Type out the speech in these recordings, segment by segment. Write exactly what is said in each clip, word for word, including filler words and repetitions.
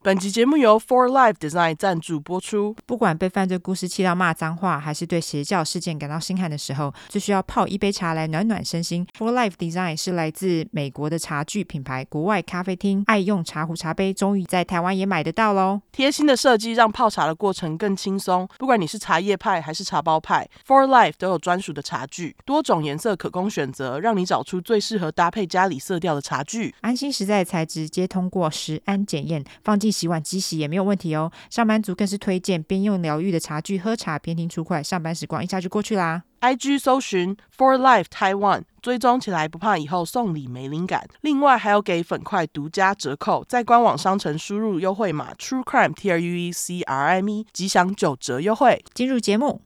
本集节目由 For Life Design 赞助播出。 不管被犯罪故事气到骂脏话，还是对邪教事件感到心寒的时候，最需要泡一杯茶来暖暖身心。For Life Design 是来自美国的茶具品牌，国外咖啡厅爱用茶壶茶杯终于在台湾也买得到咯。 贴心的设计让泡茶的过程更轻松，不管你是茶叶派还是茶包派， For Life 都有专属的茶具，多种颜色可供选择，让你找出最适合搭配家里色调的茶具。 安心实在的材质，皆通过食安检验，放进洗碗机洗也没有问题哦。上班族更是推荐边用疗愈的茶具喝茶边听出快，上班时光一下就过去啦。 I G 搜寻 For Life Taiwan， 追踪起来不怕以后送礼没灵感。另外还有给粉块独家折扣，在官网商城输入优惠码 True Crime T R U E C R I M E， 即享九折优惠。 进入节目。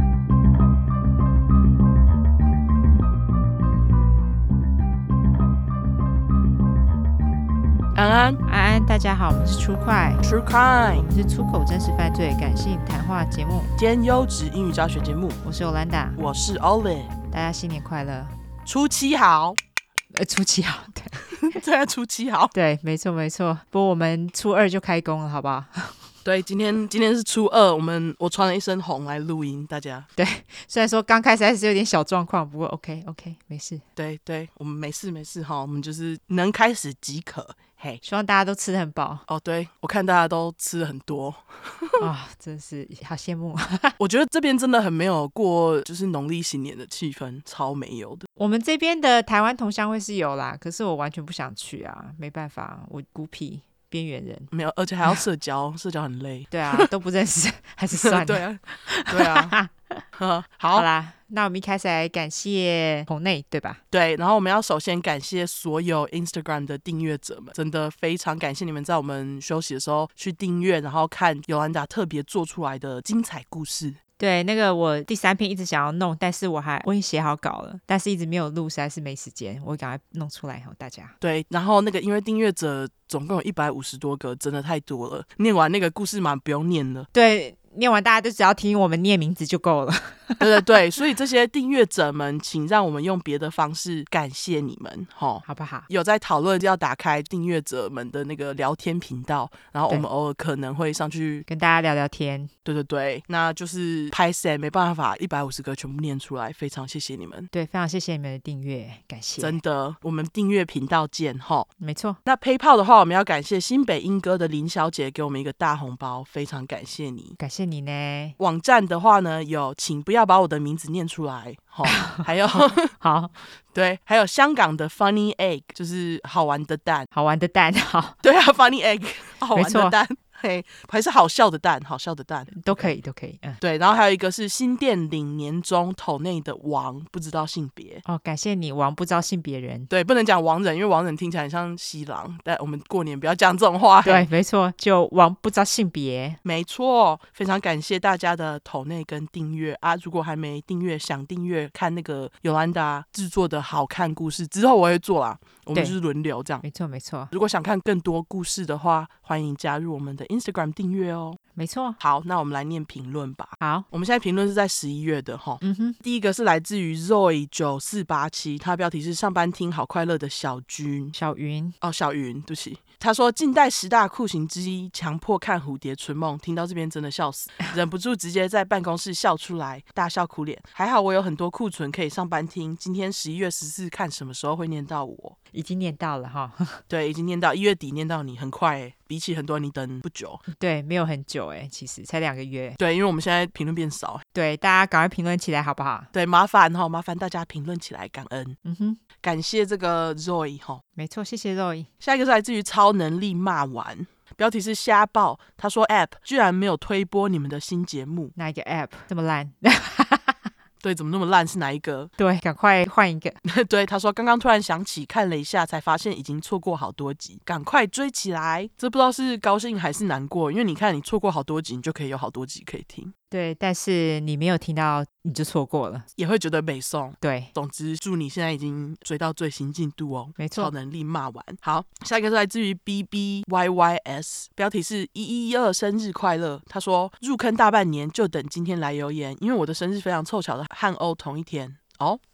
安安安安，大家好，我们是出快 True 我 Crime， 们是出口真实犯罪感性谈话节目， 兼优质英语教学节目。 我是 Olanda， 我是 Olin， 大家新年快乐， 初七好。 呃，初七好，对现在初七好， 对，没错没错。不过我们初二就开工了，好不好？ 对，今天今天是初二，我们我穿了一身红来录音，大家。 对，虽然说刚开始还是有点小状况，不过 OK OK 没事。 对对，我们没事没事哈，我们就是能开始即可。嘿， 希望大家都吃得很饱。 哦，对，我看大家都吃了很多啊，真是好羡慕。 我觉得这边真的很没有过就是农历新年的气氛，超没有的。 我们这边的台湾同乡会是有啦，可是我完全不想去啊，没办法，我孤僻边缘人， 没有，而且还要社交社交很累。 对啊，都不认识，还是算了。 对啊对啊好, 好啦，那我们一开始来感谢棚内，对吧？ 对，然后我们要首先感谢所有 Instagram 的订阅者们，真的非常感谢你们在我们休息的时候去订阅，然后看尤兰达特别做出来的精彩故事。 对，那个我第三篇一直想要弄，但是我还我已经写好稿了，但是一直没有录，实在是没时间，我赶快弄出来，大家。 对，然后那个因为订阅者总共有一百五十多个，真的太多了，念完那个故事嘛不用念了。 对，念完大家就只要听我们念名字就够了。 对对对，所以这些订阅者们，请让我们用别的方式感谢你们，齁， 好不好？ 有在讨论要打开订阅者们的那个聊天频道，然后我们偶尔可能会上去跟大家聊聊天。 对对对，那就是拍摄没办法一百五十个全部念出来，非常谢谢你们。 对，非常谢谢你们的订阅，感谢。 真的，我们订阅频道见齁。 没错。 那 PayPal 的话，我们要感谢新北英歌的林小姐给我们一个大红包，非常感谢你， 感谢你呢。 网站的话呢，有请不要把我的名字念出来，还有好， 对，还有香港的 Funny Egg， 就是好玩的蛋， 好玩的蛋，好， 对啊 ，Funny Egg， 好玩的蛋。嘿，还是好笑的蛋，好笑的蛋都可以，都可以，嗯， 对。然后还有一个是新店领年中头内的王，不知道性别哦，感谢你，王不知道性别人， 对，不能讲王人，因为王人听起来很像西郎，但我们过年不要讲这种话。 对，没错，就王不知道性别， 没错。非常感谢大家的头内跟订阅啊！如果还没订阅，想订阅看那个尤兰达制作的好看故事，之后我会做啦。我们就是轮流这样， 没错没错。 如果想看更多故事的话，欢迎加入我们的 Instagram 订阅哦。 没错。 好，那我们来念评论吧。 好， 我们现在评论是在十一月的齁。 嗯哼。 第一个是来自于 Zoe 九四八七，他的标题是上班听好快乐的小军小云哦，小云，对不起。他说近代十大酷刑之一，强迫看蝴蝶春梦。听到这边真的笑死，忍不住直接在办公室笑出来，大笑苦脸。还好我有很多库存可以上班听。今天十一月十四，看什么时候会念到我？ 已经念到了哈。 对，已经念到一月底念到你，很快哎，比起很多人你等不久。 对，没有很久哎，其实才两个月。 对，因为我们现在评论变少。 对，大家赶快评论起来好不好？ 对，麻烦哈，麻烦大家评论起来，感恩。 嗯哼， 感谢这个 Zoe 哈。 没错，谢谢 Zoe。 下一个是来自于超能力骂完，标题是瞎报。他说 App 居然没有推播你们的新节目， 哪一个 App 这么烂？ 对，怎么那么烂？是哪一个？ 对，赶快换一个。 对，他说刚刚突然想起，看了一下，才发现已经错过好多集，赶快追起来。这不知道是高兴还是难过，因为你看你错过好多集，你就可以有好多集可以听。 对，但是你没有听到，你就错过了， 也会觉得美颂。 对， 总之祝你现在已经追到最新进度哦。 没错， 超能力骂完。好，下一个是来自于 B B Y Y S， 标题是一一一二生日快乐。他说入坑大半年，就等今天来留言，因为我的生日非常凑巧的和欧同一天。哦，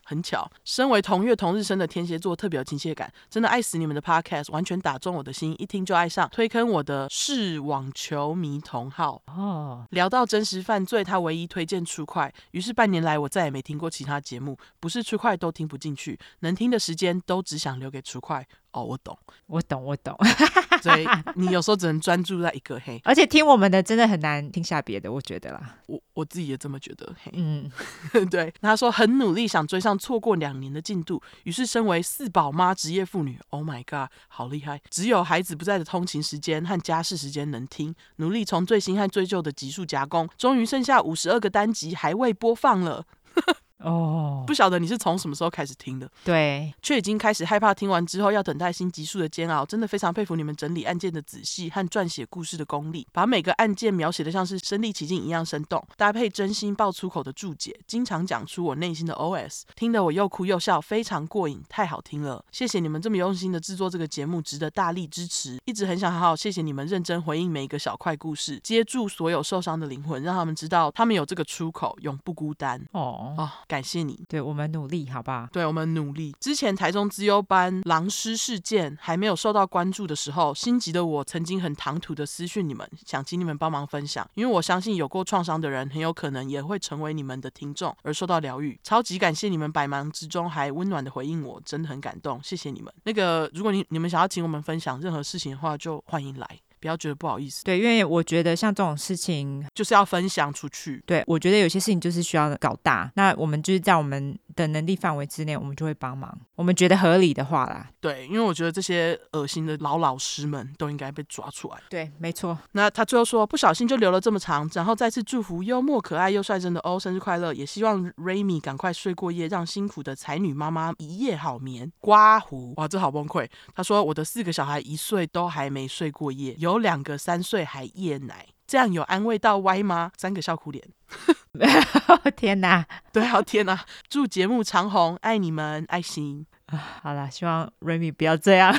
很巧，身为同月同日生的天蝎座特别有亲切感，真的爱死你们的 podcast， 完全打中我的心，一听就爱上，推坑我的是网球迷同好哦。聊到真实犯罪，他唯一推荐出快，于是半年来我再也没听过其他节目，不是出快都听不进去，能听的时间都只想留给出快。哦，我懂， 我懂，我懂。 所以你有时候只能专注在一个嘿， 而且听我们的真的很难听下别的，我觉得啦。 我我自己也这么觉得嘿， 嗯， 对。他说很努力想追上错过两年的进度，于是身为四宝妈职业妇女 ，Oh my god， 好厉害！只有孩子不在的通勤时间和家事时间能听，努力从最新和最旧的集数夹攻，终于剩下五十二个单集还未播放了。哦，不晓得你是从什么时候开始听的？ 对， 却已经开始害怕听完之后要等待新集数的煎熬，真的非常佩服你们整理案件的仔细和撰写故事的功力，把每个案件描写的像是身临其境一样生动，搭配真心爆粗口的注解，经常讲出我内心的 O S， 听得我又哭又笑，非常过瘾，太好听了！谢谢你们这么用心的制作这个节目，值得大力支持。一直很想好好谢谢你们认真回应每一个小块故事，接住所有受伤的灵魂，让他们知道他们有这个出口，永不孤单。哦哦，感谢你， 对我们努力，好不好？ 对我们努力。之前台中资优班狼师事件还没有受到关注的时候，心急的我曾经很唐突的私讯你们，想请你们帮忙分享，因为我相信有过创伤的人很有可能也会成为你们的听众而受到疗愈。超级感谢你们百忙之中还温暖的回应我，真的很感动，谢谢你们。那个如果你你们想要请我们分享任何事情的话，就欢迎来，不要觉得不好意思。 对，因为我觉得像这种事情就是要分享出去。 对，我觉得有些事情就是需要搞大，那我们就是在我们的能力范围之内，我们就会帮忙，我们觉得合理的话啦。 对，因为我觉得这些恶心的老老师们都应该被抓出来。 对，没错。 那他最后说不小心就留了这么长，然后再次祝福幽默可爱又率真的欧生日快乐，也希望 Remy 赶快睡过夜，让辛苦的才女妈妈一夜好眠。刮胡，哇，这好崩溃。他说我的四个小孩一岁都还没睡过夜，有两个三岁还夜奶，这样有安慰到歪吗？三个笑哭脸。 天哪， 对啊，天哪！祝节目长红，爱你们，爱心。 好啦，希望 Remy 不要这样。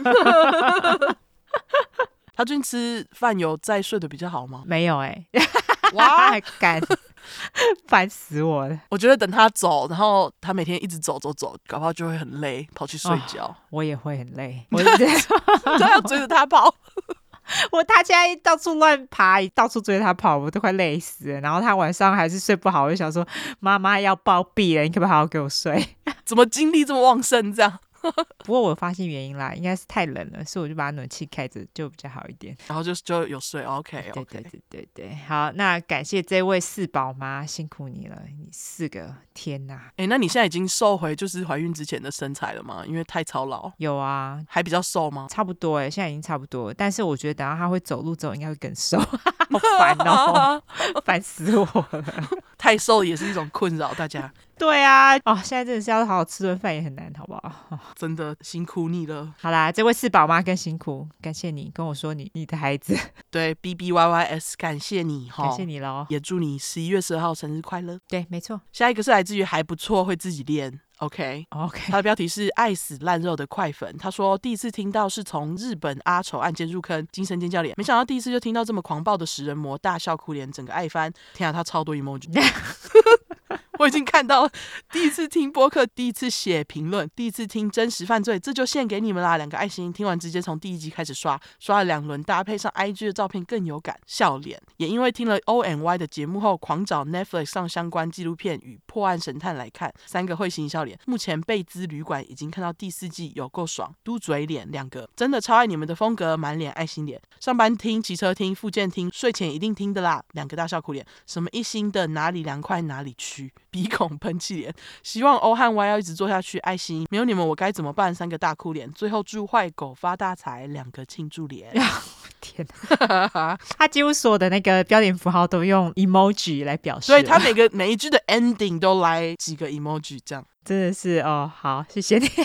他最近吃饭有再睡得比较好吗？ 没有哎、欸， 哇， 干，烦死我了！ 我觉得等他走，然后他每天一直走走走，搞不好就会很累，跑去睡觉。哦、 我也会很累，我都要追着他跑。 我他现在到处乱爬，到处追他跑，我都快累死了。然后他晚上还是睡不好，我就想说妈妈要暴毙了，你可不可以好好给我睡？ 怎么精力这么旺盛这样？ 不过我发现原因啦，应该是太冷了，所以我就把暖气开着，就比较好一点。 然后就就有睡 ，OK， OK， 对对对对对，好，那感谢这位四宝妈，辛苦你了，你四个，天哪！ 哎，那你现在已经瘦回就是怀孕之前的身材了吗？因为太操劳。 有啊， 还比较瘦吗？ 差不多哎，现在已经差不多了，但是我觉得等到他会走路之后，应该会更瘦。好烦哦，烦死我了！ 太瘦也是一种困扰，大家。 对啊，哦，现在真的是要好好吃顿饭也很难，好不好？哦、 真的辛苦你了。 好啦，这位四宝妈更辛苦，感谢你跟我说你你的孩子。 对 ，B B Y Y S， 感谢你哈， 感谢你喽， 也祝你十一月十二号生日快乐。 对，没错。 下一个是来自于还不错，会自己练。OK OK， 他的标题是爱死烂肉的快粉。他说第一次听到是从日本阿丑案件入坑，精神尖叫脸，没想到第一次就听到这么狂暴的食人魔，大笑哭脸，整个爱翻。天啊，他超多 emoji。我已经看到第一次听播客，第一次写评论，第一次听真实犯罪，这就献给你们啦！两个爱心，听完直接从第一集开始刷，刷了两轮，搭配上 I G 的照片更有感，笑脸。也因为听了 O N Y 的节目后，狂找 Netflix 上相关纪录片与破案神探来看，三个会心笑脸。目前贝兹旅馆已经看到第四季，有够爽，嘟嘴脸两个，真的超爱你们的风格，满脸爱心脸。上班听、骑车听、复健听、睡前一定听的啦，两个大笑哭脸。什么一心的哪里凉快哪里去。鼻孔喷气脸，希望欧和 Y 要一直做下去，爱心没有你们我该怎么办？三个大哭脸，最后祝坏狗发大财，两个庆祝脸。 天哪，他几乎所有的那个标点符号都用 emoji 来表示， 所以他每个每一句的 ending 都来几个 emoji， 这样真的是哦，好，谢谢你。 对，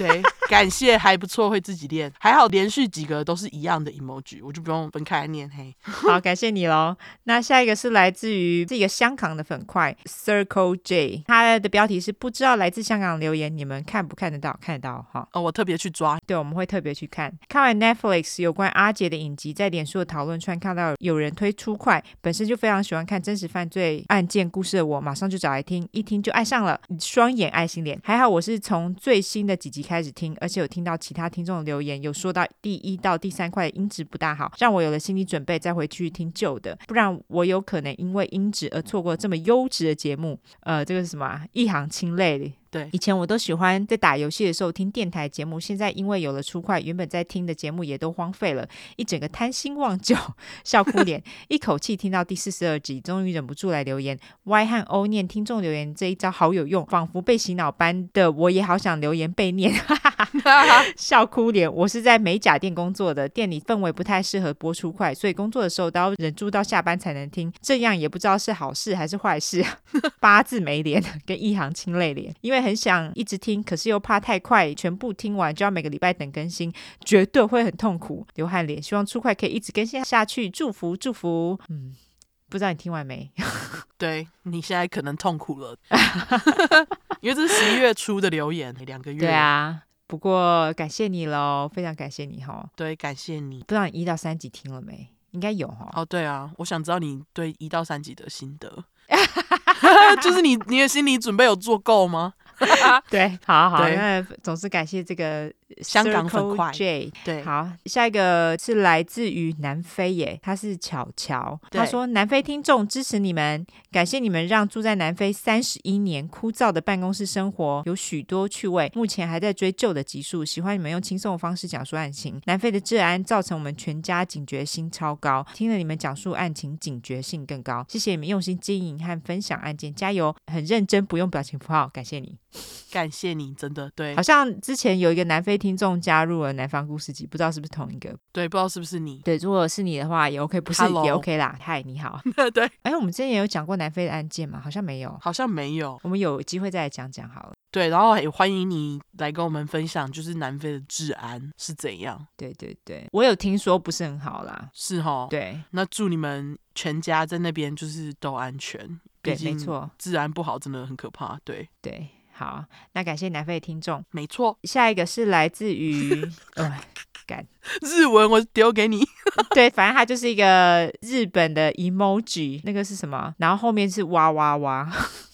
感谢，还不错，会自己练，还好连续几个都是一样的 emoji， 我就不用分开来念。嘿， 好，感谢你咯。那下一个是来自于这个香港的粉块 Circle J， 他的标题是不知道来自香港留言，你们看不看得到？看得到哈。 哦，我特别去抓， 对，我们会特别去看。看完 Netflix 有关阿杰的影集，在脸书的讨论串看到有人推出快，本身就非常喜欢看真实犯罪案件故事的我，马上就找来听，一听就爱上了，双眼爱心脸。还好我是从最新的几集开始听，而且有听到其他听众的留言，有说到第一到第三块的音质不大好，让我有了心理准备再回去听旧的，不然我有可能因为音质而错过这么优质的节目。呃，这个是什么、啊？一行清泪。 对， 以前我都喜欢在打游戏的时候听电台节目，现在因为有了出快，原本在听的节目也都荒废了，一整个贪新忘旧，笑哭脸。一口气听到第四十二集，终于忍不住来留言。Y 和 O 念听众留言这一招好有用，仿佛被洗脑般的，我也好想留言被念，笑哭脸。我是在美甲店工作的，店里氛围不太适合播出快，所以工作的时候都要忍住到下班才能听，这样也不知道是好事还是坏事。八字眉脸跟一行清泪脸，因为很想一直听，可是又怕太快全部听完就要每个礼拜等更新，绝对会很痛苦。流汗脸，希望出快可以一直更新下去，祝福祝福。嗯，不知道你听完没？ 对，你现在可能痛苦了，因为这是十一月初的留言，两个月。 对啊，不过感谢你咯，非常感谢你齁。 对，感谢你。 不知道你一到三集听了没？应该有齁。 哦，对啊，我想知道你对一到三集的心得。就是你你的心理准备有做够吗？ 对，好好，那总是感谢这个香港粉块 J。 对， 好，下一个是来自于南非耶，他是巧巧，他说南非听众支持你们，感谢你们让住在南非三十一年枯燥的办公室生活有许多趣味，目前还在追旧的集数，喜欢你们用轻松的方式讲述案情，南非的治安造成我们全家警觉性超高，听了你们讲述案情警觉性更高，谢谢你们用心经营和分享案件，加油，很认真不用表情符号，感谢你。 感谢你，真的。对， 好像之前有一个南非听众加入了南方故事集，不知道是不是同一个。 对，不知道是不是你。 对，如果是你的话也 OK， 不是 Hello 也 OK 啦。嗨，你好。 对， 哎，我们之前也有讲过南非的案件吗？好像没有， 好像没有。 我们有机会再来讲讲好了。 对，然后也欢迎你来跟我们分享，就是南非的治安是怎样。 对对对，我有听说不是很好啦。 是齁。 对， 那祝你们全家在那边就是都安全。 对，没错， 治安不好真的很可怕。对对。好，那感谢南非的听众。 没错， 下一个是来自于呃，干日文，我丢给你。 对，反正它就是一个日本的 emoji， 那个是什么？然后后面是哇哇哇。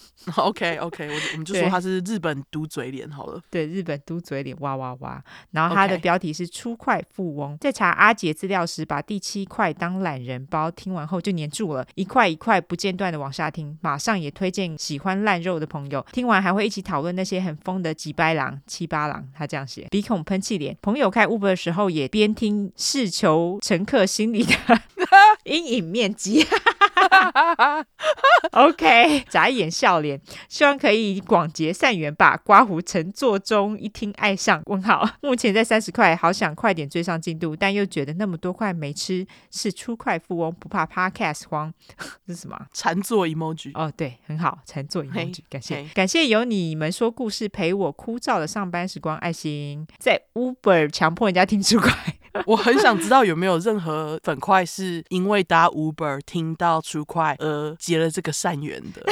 OK OK， 我, 我们就说他是日本嘟嘴脸好了。 对，日本嘟嘴脸哇哇哇。然后他的标题是出快富翁，在查阿杰资料时把第七块当懒人包，听完后就黏住了，一块一块不间断的往下听，马上也推荐喜欢烂肉的朋友，听完还会一起讨论那些很疯的几掰狼七八狼，他这样写，鼻孔喷气脸。朋友开 Uber 的时候也边听，试求乘客心里的阴影面积。OK， 眨眼笑脸，希望可以广结善缘吧。刮胡乘坐中一听爱上问号，目前在三十块，好想快点追上进度，但又觉得那么多块没吃，是出快富翁不怕 Podcast 慌。这是什么？ 禅坐 emoji。 哦，对，很好，禅坐 emoji， 感谢 hey, 感谢有你们说故事陪我枯燥的上班时光，爱心在 Uber 强迫人家听出快。 我很想知道有没有任何粉块是因为搭 Uber 听到出快而结了这个善缘的。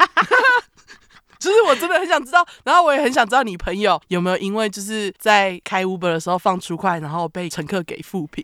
就是我真的很想知道，然后我也很想知道你朋友有没有因为就是在开 Uber 的时候放出快，然后被乘客给负评。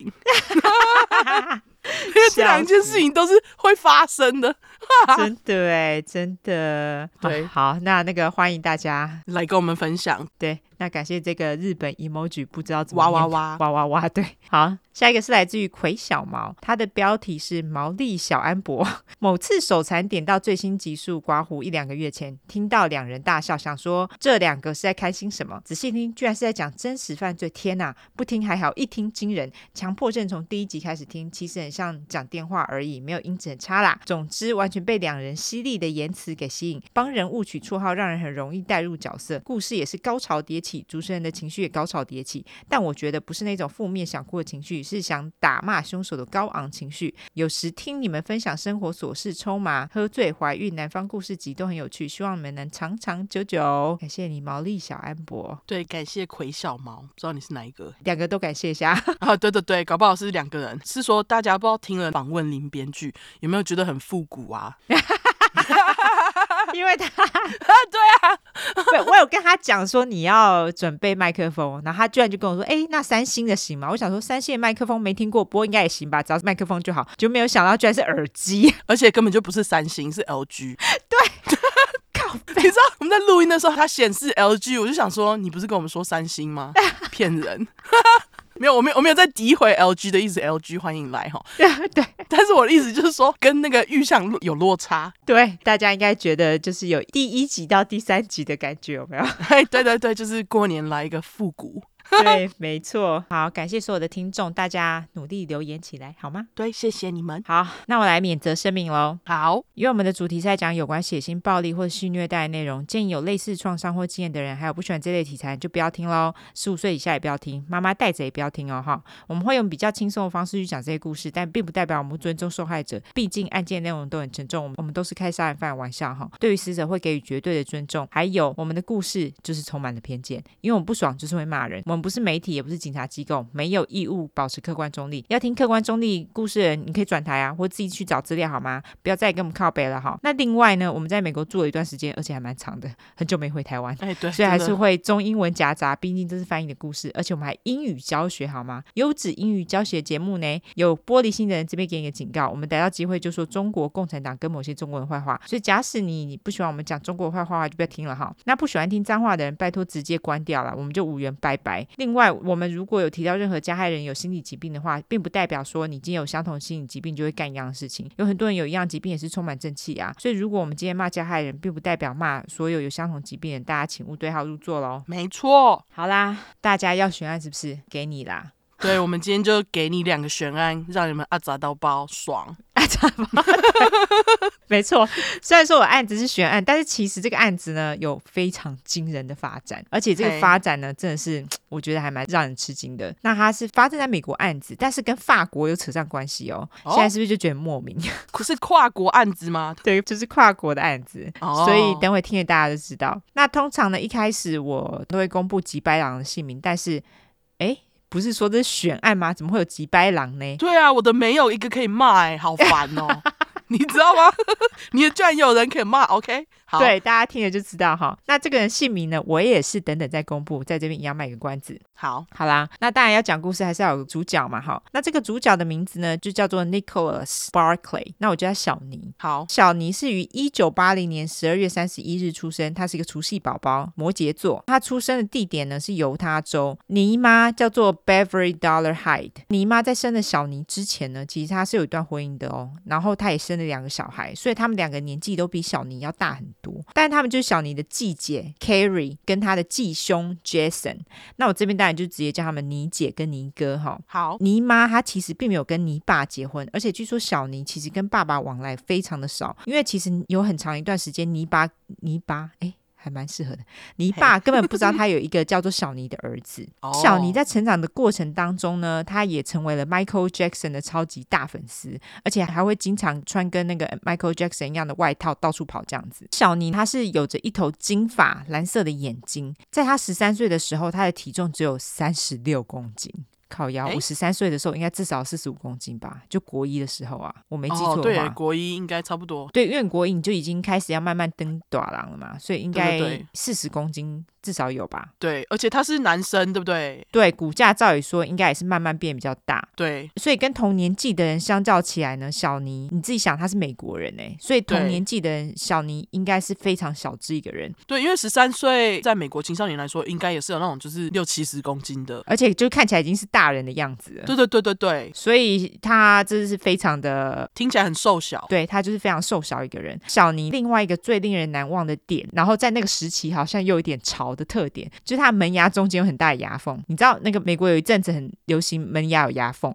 因为这两件事情都是会发生的。 真的哎，真的。 对、 啊，好，那那个欢迎大家来跟我们分享。 对，那感谢这个日本 emoji， 不知道怎么哇哇哇哇哇哇。对，好，下一个是来自于葵小毛，他的标题是毛利小安博。某次手残点到最新集数，刮胡一两个月前听到两人大笑，想说这两个是在开心什么？仔细听，居然是在讲真实犯罪。天哪，不听还好，一听惊人。强迫症从第一集开始听，其实很像讲电话而已，没有音质很差啦。总之，完全被两人犀利的言辞给吸引，帮人误取绰号，让人很容易带入角色。故事也是高潮迭起，主持人的情绪也高潮迭起，但我觉得不是那种负面想哭的情绪，是想打骂凶手的高昂情绪。有时听你们分享生活琐事、抽麻、喝醉、怀孕、南方故事集都很有趣，希望你们能长长久久。感谢你毛利小安博。 对，感谢葵小毛，不知道你是哪一个？ 两个都感谢一下啊，对对对，搞不好是两个人。是说大家不知道听了访问林编剧有没有觉得很复古啊？ 因为他对啊， 我我有跟他讲说你要准备麦克风，然后他居然就跟我说，哎，那三星的行吗？我想说三星的麦克风没听过，不过应该也行吧，只要是麦克风就好，就没有想到居然是耳机， 而且根本就不是三星，是 L G。 对你知道我们在录音的时候它显示 L G， 我就想说你不是跟我们说三星吗？骗人。没有，我没有，我没有在诋毁 L G 的意思 ，L G 欢迎来哈。 对， 但是我的意思就是说，跟那个预想有落差。 对，大家应该觉得就是有第一集到第三集的感觉，有没有？ 对对对，就是过年来一个复古。 对，没错。好，感谢所有的听众，大家努力留言起来好吗？ 对，谢谢你们。 好，那我来免责声明咯。 好， 因为我们的主题是在讲有关血腥暴力或性虐待的内容，建议有类似创伤或经验的人，还有不喜欢这类题材就不要听咯。十五岁以下也不要听，妈妈带着也不要听哦哈。我们会用比较轻松的方式去讲这些故事，但并不代表我们不尊重受害者，毕竟案件内容都很沉重，我们都是开杀人犯的玩笑哈。对于死者会给予绝对的尊重，还有我们的故事就是充满了偏见，因为我们不爽就是会骂人，我们不是媒体也不是警察机构，没有义务保持客观中立。要听客观中立故事的人，你可以转台啊，或自己去找资料好吗？不要再跟我们靠北了哈。那另外呢，我们在美国住了一段时间，而且还蛮长的，很久没回台湾， 哎，对， 所以还是会中英文夹杂，毕竟这是翻译的故事，而且我们还英语教学好吗？优质英语教学节目呢，有玻璃心的人这边给你个警告，我们逮到机会就说中国共产党跟某些中国人坏话，所以假使你不喜欢我们讲中国坏话就不要听了哈。那不喜欢听脏话的人，拜托直接关掉了，我们就无缘拜拜。另外，我们如果有提到任何加害人有心理疾病的话，并不代表说你今天有相同心理疾病就会干一样的事情，有很多人有一样疾病也是充满正气啊。所以如果我们今天骂加害人，并不代表骂所有有相同疾病的人，大家请勿对号入座咯。 没错。 好啦，大家要选案是不是？给你啦。 对，我们今天就给你两个选案，让你们阿杂到爆爽。 阿杂包没错，虽然说我案子是悬案，但是其实这个案子呢有非常惊人的发展，而且这个发展呢真的是我觉得还蛮让人吃惊的。那它是发生在美国案子，但是跟法国有扯上关系哦。哦现在是不是就觉得莫名？ 是跨国案子吗？ 对，就是跨国的案子， 哦、 所以等会听了大家就知道。那通常呢，一开始我都会公布吉白狼的姓名，但是哎。不是说这是悬案吗？怎么会有吉白狼呢？ 对啊，我的没有一个可以骂哎、欸，好烦哦。你知道吗？你的居然有人可以骂 ，OK？ 好， 对，大家听了就知道哈。那这个人姓名呢，我也是等等再公布，在这边一样卖个关子。 好， 好啦，那当然要讲故事，还是要有主角嘛哈。那这个主角的名字呢，就叫做 Nicholas Barclay， 那我叫他小尼。 好， 小尼是于一九八零年十二月三十一日出生，他是一个除夕宝宝，摩羯座。他出生的地点呢是犹他州，尼妈叫做 Beverly Dollar Hyde。尼妈在生了小尼之前呢，其实他是有一段婚姻的哦，然后他也生了两个小孩，所以他们两个年纪都比小尼要大很多。但他们就是小尼的继姐 Carrie 跟他的继兄 Jason。那我这边当然就直接叫他们尼姐跟尼哥哈。 好， 尼妈她其实并没有跟尼爸结婚，而且据说小尼其实跟爸爸往来非常的少，因为其实有很长一段时间尼爸尼爸哎。还蛮适合的，尼爸根本不知道他有一个叫做小尼的儿子。小尼在成长的过程当中呢，他也成为了 Michael Jackson 的超级大粉丝，而且还会经常穿跟那个 Michael Jackson 一样的外套到处跑这样子。小尼他是有着一头金发蓝色的眼睛，在他十三岁的时候，他的体重只有三十六公斤。靠腰，我十三岁的时候应该至少四十五公斤吧，就国一的时候啊，我没记错的话。哦， 对，国一应该差不多。 对，因为国一你就已经开始要慢慢登大人了嘛，所以应该四十公斤至少有吧。 对，而且他是男生，对不对？ 对，骨架照理说应该也是慢慢变比较大。 对， 所以跟同年纪的人相较起来呢，小尼你自己想他是美国人哎，所以同年纪的人小尼应该是非常小只一个人。 对，因为十三岁在美国青少年来说，应该也是有那种就是六七十公斤的， 而且就看起来已经是大人的样子了。 对对对对对， 所以他真是非常的听起来很瘦小。 对，他就是非常瘦小一个人。小尼另外一个最令人难忘的点，然后在那个时期好像又有一点潮的特点，就是他门牙中间有很大的牙缝。你知道那个美国有一阵子很流行门牙有牙缝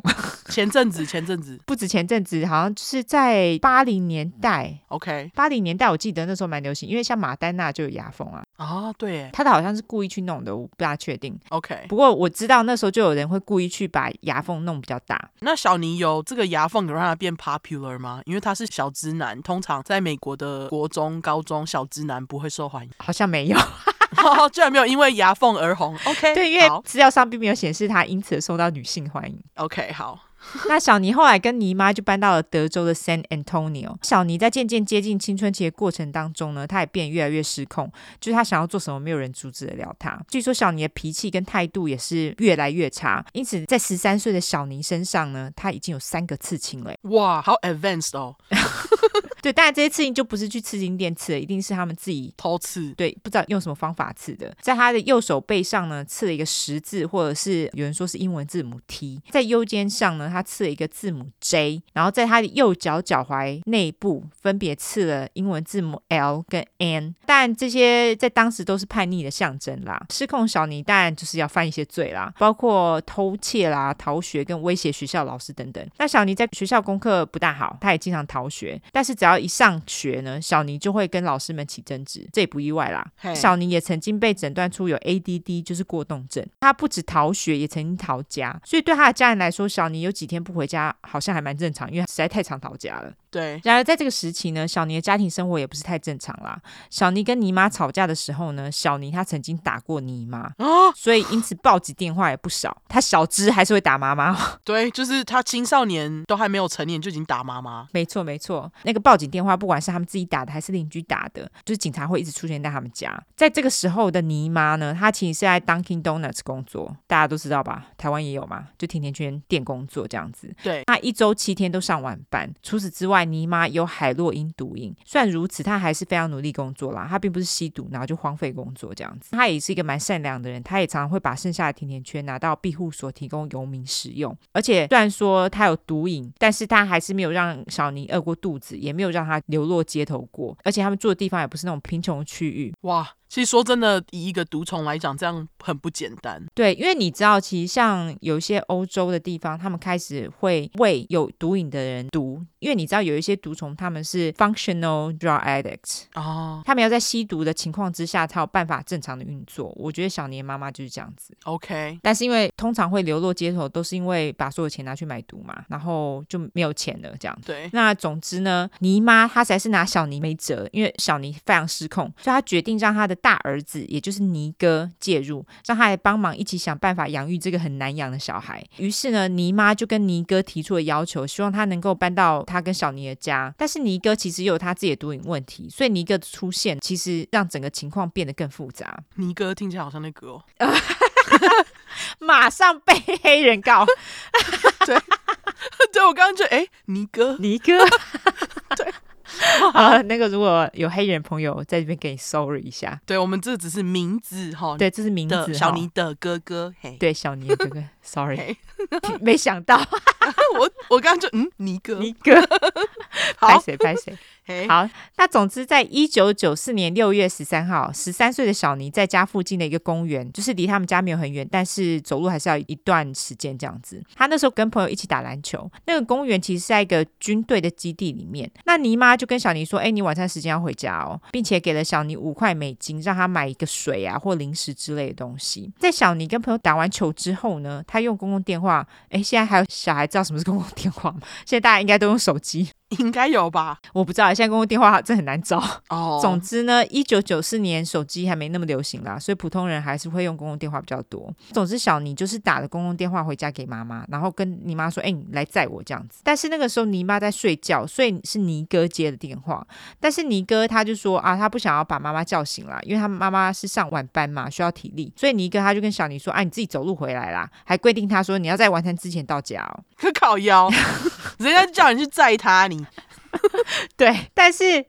前阵子前阵子不止前阵子，好像就是在八零年代。 OK 八零年代我记得那时候蛮流行，因为像马丹娜就有牙缝啊。 啊，对耶， 他的好像是故意去弄的，我不大确定。 OK。 不过我知道那时候就有人会故意去把牙缝弄比较大。 那小尼有这个牙缝有让他变 popular 吗？因为他是小直男，通常在美国的国中高中小直男不会受欢迎。 好像没有哦，居然没有因为牙缝而红。 OK 对，因为好资料上并没有显示他因此而受到女性欢迎。 OK 好。 那小尼后来跟尼妈就搬到了德州的 San Antonio。 小尼在渐渐接近青春期的过程当中呢，他也变得越来越失控，就是他想要做什么没有人阻止得了他。据说小尼的脾气跟态度也是越来越差，因此在十三岁的小尼身上呢，他已经有三个刺青了。 哇，好 advanced 哦。 对，当然这些刺青就不是去刺青店刺的，一定是他们自己偷刺。 对，不知道用什么方法刺的。在他的右手背上呢，刺了一个十字，或者是有人说是英文字母 T。 在右肩上呢，他刺了一个字母 J。 然后在他的右脚脚踝内部分别刺了英文字母 L 跟 N。 但这些在当时都是叛逆的象征啦。失控小尼当然就是要犯一些罪啦，包括偷窃啦、逃学跟威胁学校老师等等。那小尼在学校功课不大好，他也经常逃学，但是只要一上学呢，小尼就会跟老师们起争执，这也不意外啦。小尼也曾经被诊断出有 A D D， 就是过动症。他不止逃学，也曾经逃家，所以对他的家人来说，小尼有几天不回家好像还蛮正常，因为实在太常逃家了。 对， 然而在这个时期呢，小尼的家庭生活也不是太正常啦。小尼跟尼妈吵架的时候呢，小尼他曾经打过尼妈、哦、所以因此报警电话也不少。他小只还是会打妈妈。 对，就是他青少年都还没有成年就已经打妈妈。 没错没错，那个报警电话不管是他们自己打的还是邻居打的，就是警察会一直出现在他们家。在这个时候的尼妈呢，她其实是在 Dunkin Donuts 工作，大家都知道吧，台湾也有嘛，就甜甜圈店工作这样子。 对， 她一周七天都上晚班。除此之外，尼妈有海洛因毒瘾，虽然如此，她还是非常努力工作啦，她并不是吸毒然后就荒废工作这样子。她也是一个蛮善良的人，她也常常会把剩下的甜甜圈拿到庇护所提供游民使用。而且虽然说她有毒瘾，但是她还是没有让小尼饿过肚子，也没有让她流落街头过，而且他们住的地方也不是那种贫穷区域。 哇，其实说真的，以一个毒虫来讲，这样很不简单。 对，因为你知道其实像有一些欧洲的地方，他们开始会喂有毒瘾的人毒，因为你知道有一些毒虫他们是 functional drug addicts、哦、他们要在吸毒的情况之下才有办法正常的运作。我觉得小尼的妈妈就是这样子。 OK， 但是因为通常会流落街头都是因为把所有钱拿去买毒嘛，然后就没有钱了这样。 对， 那总之呢，尼妈她实在是拿小尼没辙，因为小尼非常失控，所以她决定让她的大儿子也就是尼哥介入，让他来帮忙一起想办法养育这个很难养的小孩。于是呢，尼妈就跟尼哥提出了要求，希望他能够搬到他跟小尼的家。但是尼哥其实有他自己的毒瘾问题，所以尼哥的出现其实让整个情况变得更复杂。 尼哥听起来好像那个哦马上被黑人告对对，我刚刚就哎，尼哥尼哥对好，那个如果有黑人朋友在这边给你 sorry 一下。 对，我们这只是名字哈， 对，这是名字， 小尼的哥哥。嘿， 对，小尼的哥哥sorry 没想到我我刚刚就嗯，尼哥尼哥拍谁拍谁。好，那总之在一九九四年六月十三号，十三岁的小尼在家附近的一个公园，就是离他们家没有很远，但是走路还是要一段时间这样子。他那时候跟朋友一起打篮球，那个公园其实是在一个军队的基地里面。那尼妈就跟小尼说，哎，你晚餐时间要回家哦，并且给了小尼五块美金，让他买一个水啊或零食之类的东西。在小尼跟朋友打完球之后呢，他用公共电话，哎，现在还有小孩知道什么是公共电话吗？现在大家应该都用手机。 应该有吧， 我不知道，现在公共电话真的很难找。 哦， 总之呢，一九九四年手机还没那么流行啦，所以普通人还是会用公共电话比较多。总之小尼就是打了公共电话回家给妈妈，然后跟尼妈说，哎、欸，你来载我这样子。但是那个时候尼妈在睡觉，所以是尼哥接的电话。但是尼哥他就说啊，他不想要把妈妈叫醒啦，因为他妈妈是上晚班嘛，需要体力，所以尼哥他就跟小尼说，哎、啊，你自己走路回来啦，还规定他说你要在晚餐之前到家哦。 可靠腰人家叫你去载他，你对，但是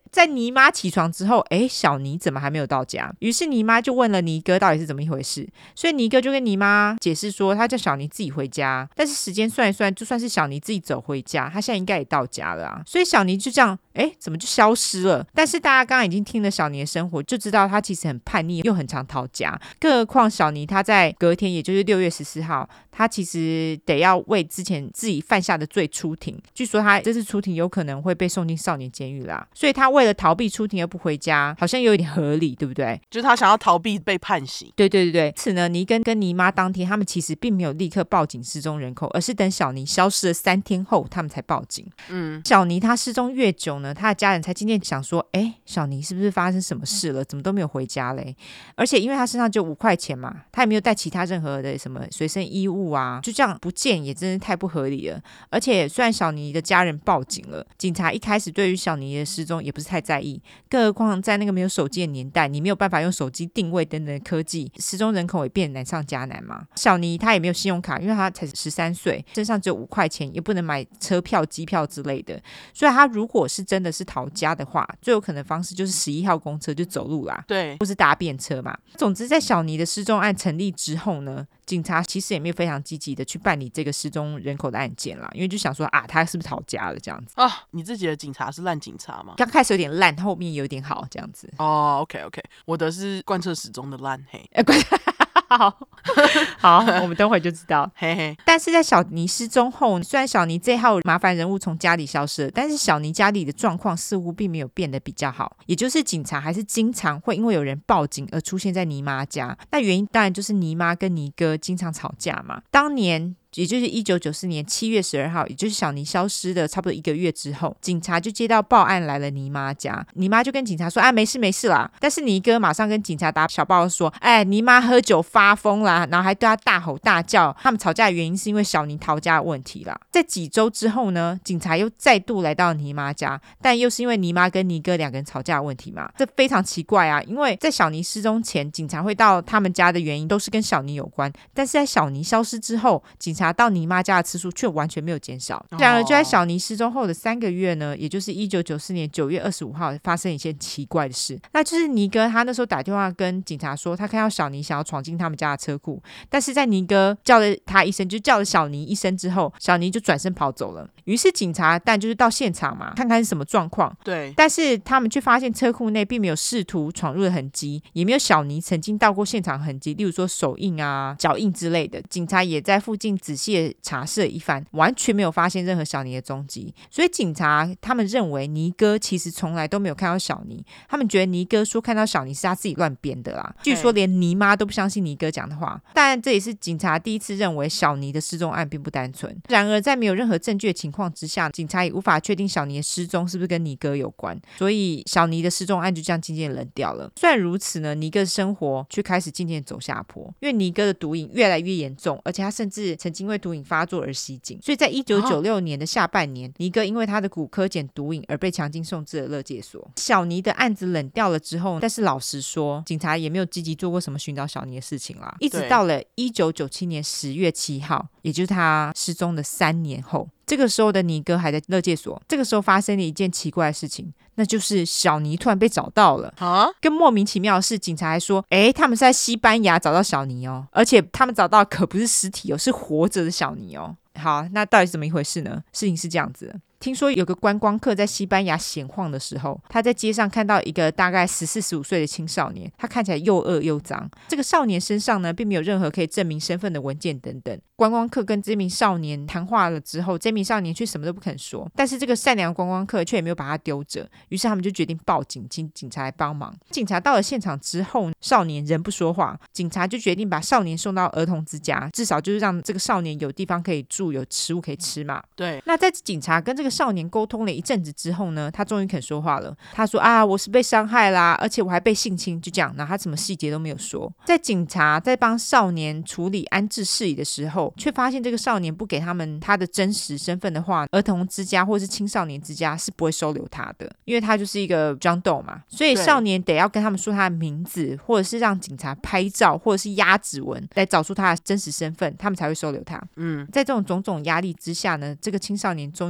在尼妈起床之后，诶，小尼怎么还没有到家？于是尼妈就问了尼哥到底是怎么一回事，所以尼哥就跟尼妈解释说，他叫小尼自己回家，但是时间算一算，就算是小尼自己走回家，他现在应该也到家了啊。所以小尼就这样，诶，怎么就消失了？但是大家刚刚已经听了小尼的生活，就知道他其实很叛逆，又很常逃家。更何况小尼他在隔天，也就是六月十四号，他其实得要为之前自己犯下的罪出庭。据说他这次出庭有可能会被送进少年监狱啦，所以他为了逃避出庭而不回家，好像有一点合理，对不对？ 就是他想要逃避被判刑。 对对对对，此呢，尼根跟尼妈当天他们其实并没有立刻报警失踪人口，而是等小尼消失了三天后，他们才报警。嗯，小尼他失踪越久呢，他的家人才渐渐想说，哎，小尼是不是发生什么事了？怎么都没有回家嘞？而且因为他身上就五块钱嘛，他也没有带其他任何的什么随身衣物啊，就这样不见也真是太不合理了。而且虽然小尼的家人报警了，警察一开始对于小尼的失踪也不是太在意，更何况在那个没有手机的年代，你没有办法用手机定位等等的科技，失踪人口也变难上加难嘛。小尼他也没有信用卡，因为他才十三岁，身上只有五块钱，也不能买车票机票之类的，所以他如果是真的是逃家的话，最有可能的方式就是十一号公车就走路啦， 对， 或是搭便车嘛。总之在小尼的失踪案成立之后呢，警察其实也没有非常积极的去办理这个失踪人口的案件啦，因为就想说啊，他是不是逃家了这样子啊？你自己的警察是烂警察吗？ 刚开始有点烂，后面有点好这样子。 哦 ，OK OK， 我的是贯彻始终的烂嘿。 好好，我们等会就知道。 嘿嘿， 但是在小尼失踪后，虽然小尼这号麻烦人物从家里消失了，但是小尼家里的状况似乎并没有变得比较好，也就是警察还是经常会因为有人报警而出现在尼妈家。那原因当然就是尼妈跟尼哥经常吵架嘛。当年也就是一九九四年七月十二号，也就是小尼消失的差不多一个月之后，警察就接到报案来了尼妈家。尼妈就跟警察说，啊，没事没事啦。但是尼哥马上跟警察打小报说，哎，尼妈喝酒发疯啦，然后还对他大吼大叫。他们吵架的原因是因为小尼逃家的问题啦。在几周之后呢，警察又再度来到尼妈家，但又是因为尼妈跟尼哥两个人吵架的问题嘛。这非常奇怪啊，因为在小尼失踪前，警察会到他们家的原因都是跟小尼有关，但是在小尼消失之后，警察到尼妈家的次数却完全没有减少。然而就在小尼失踪后的三个月呢，也就是一九九四年九月二十五号发生一件奇怪的事，那就是尼哥他那时候打电话跟警察说，他看到小尼想要闯进他们家的车库，但是在尼哥叫了他一声，就叫了小尼一声之后，小尼就转身跑走了。于是警察但就是到现场嘛，看看是什么状况。 对， 但是他们却发现车库内并没有试图闯入的痕迹，也没有小尼曾经到过现场痕迹，例如说手印啊、脚印之类的。警察也在附近仔细的查视了一番，完全没有发现任何小尼的踪迹。所以警察他们认为尼哥其实从来都没有看到小尼，他们觉得尼哥说看到小尼是他自己乱编的啦。据说连尼妈都不相信尼哥讲的话。但这也是警察第一次认为小尼的失踪案并不单纯。然而在没有任何证据的情况之下，警察也无法确定小尼的失踪是不是跟尼哥有关，所以小尼的失踪案就这样渐渐冷掉了。虽然如此呢，尼哥的生活却开始渐渐走下坡，因为尼哥的毒瘾越来越严重，而且他甚至曾经为毒瘾发作而袭警。所以在一九九六年的下半年，尼哥因为他的骨科碱毒瘾而被强行送至了勒戒所。小尼的案子冷掉了之后，但是老实说，警察也没有积极做过什么寻找小尼的事情啦。一直到了一九九七年十月七号，也就是他失踪的三年后，这个时候的尼哥还在勒戒所。这个时候发生了一件奇怪的事情，那就是小尼突然被找到了啊！更莫名其妙的是，警察还说，哎，他们是在西班牙找到小尼哦，而且他们找到可不是尸体哦，是活着的小尼哦。好，那到底是怎么一回事呢？事情是这样子的，听说有个观光客在西班牙闲晃的时候，他在街上看到一个大概十四十五岁的青少年，他看起来又饿又脏。这个少年身上呢，并没有任何可以证明身份的文件等等。观光客跟这名少年谈话了之后，这名少年却什么都不肯说，但是这个善良的观光客却也没有把他丢着，于是他们就决定报警，请警察来帮忙。警察到了现场之后，少年仍不说话，警察就决定把少年送到儿童之家，至少就是让这个少年有地方可以住，有食物可以吃嘛。 对。 那在警察跟这个少年沟通了一阵子之后呢，他终于肯说话了。他说啊，我是被伤害啦，而且我还被性侵，就这样。然后他什么细节都没有说。在警察在帮少年处理安置事宜的时候，却发现这个少年不给他们他的真实身份的话，儿童之家或是青少年之家是不会收留他的，因为他就是一个 John Doe 嘛，所以少年得要跟他们说他的名字，或者是让警察拍照，或者是压指纹来找出他的真实身份，他们才会收留他。嗯，在这种种种压力之下呢，这个青少年终于松口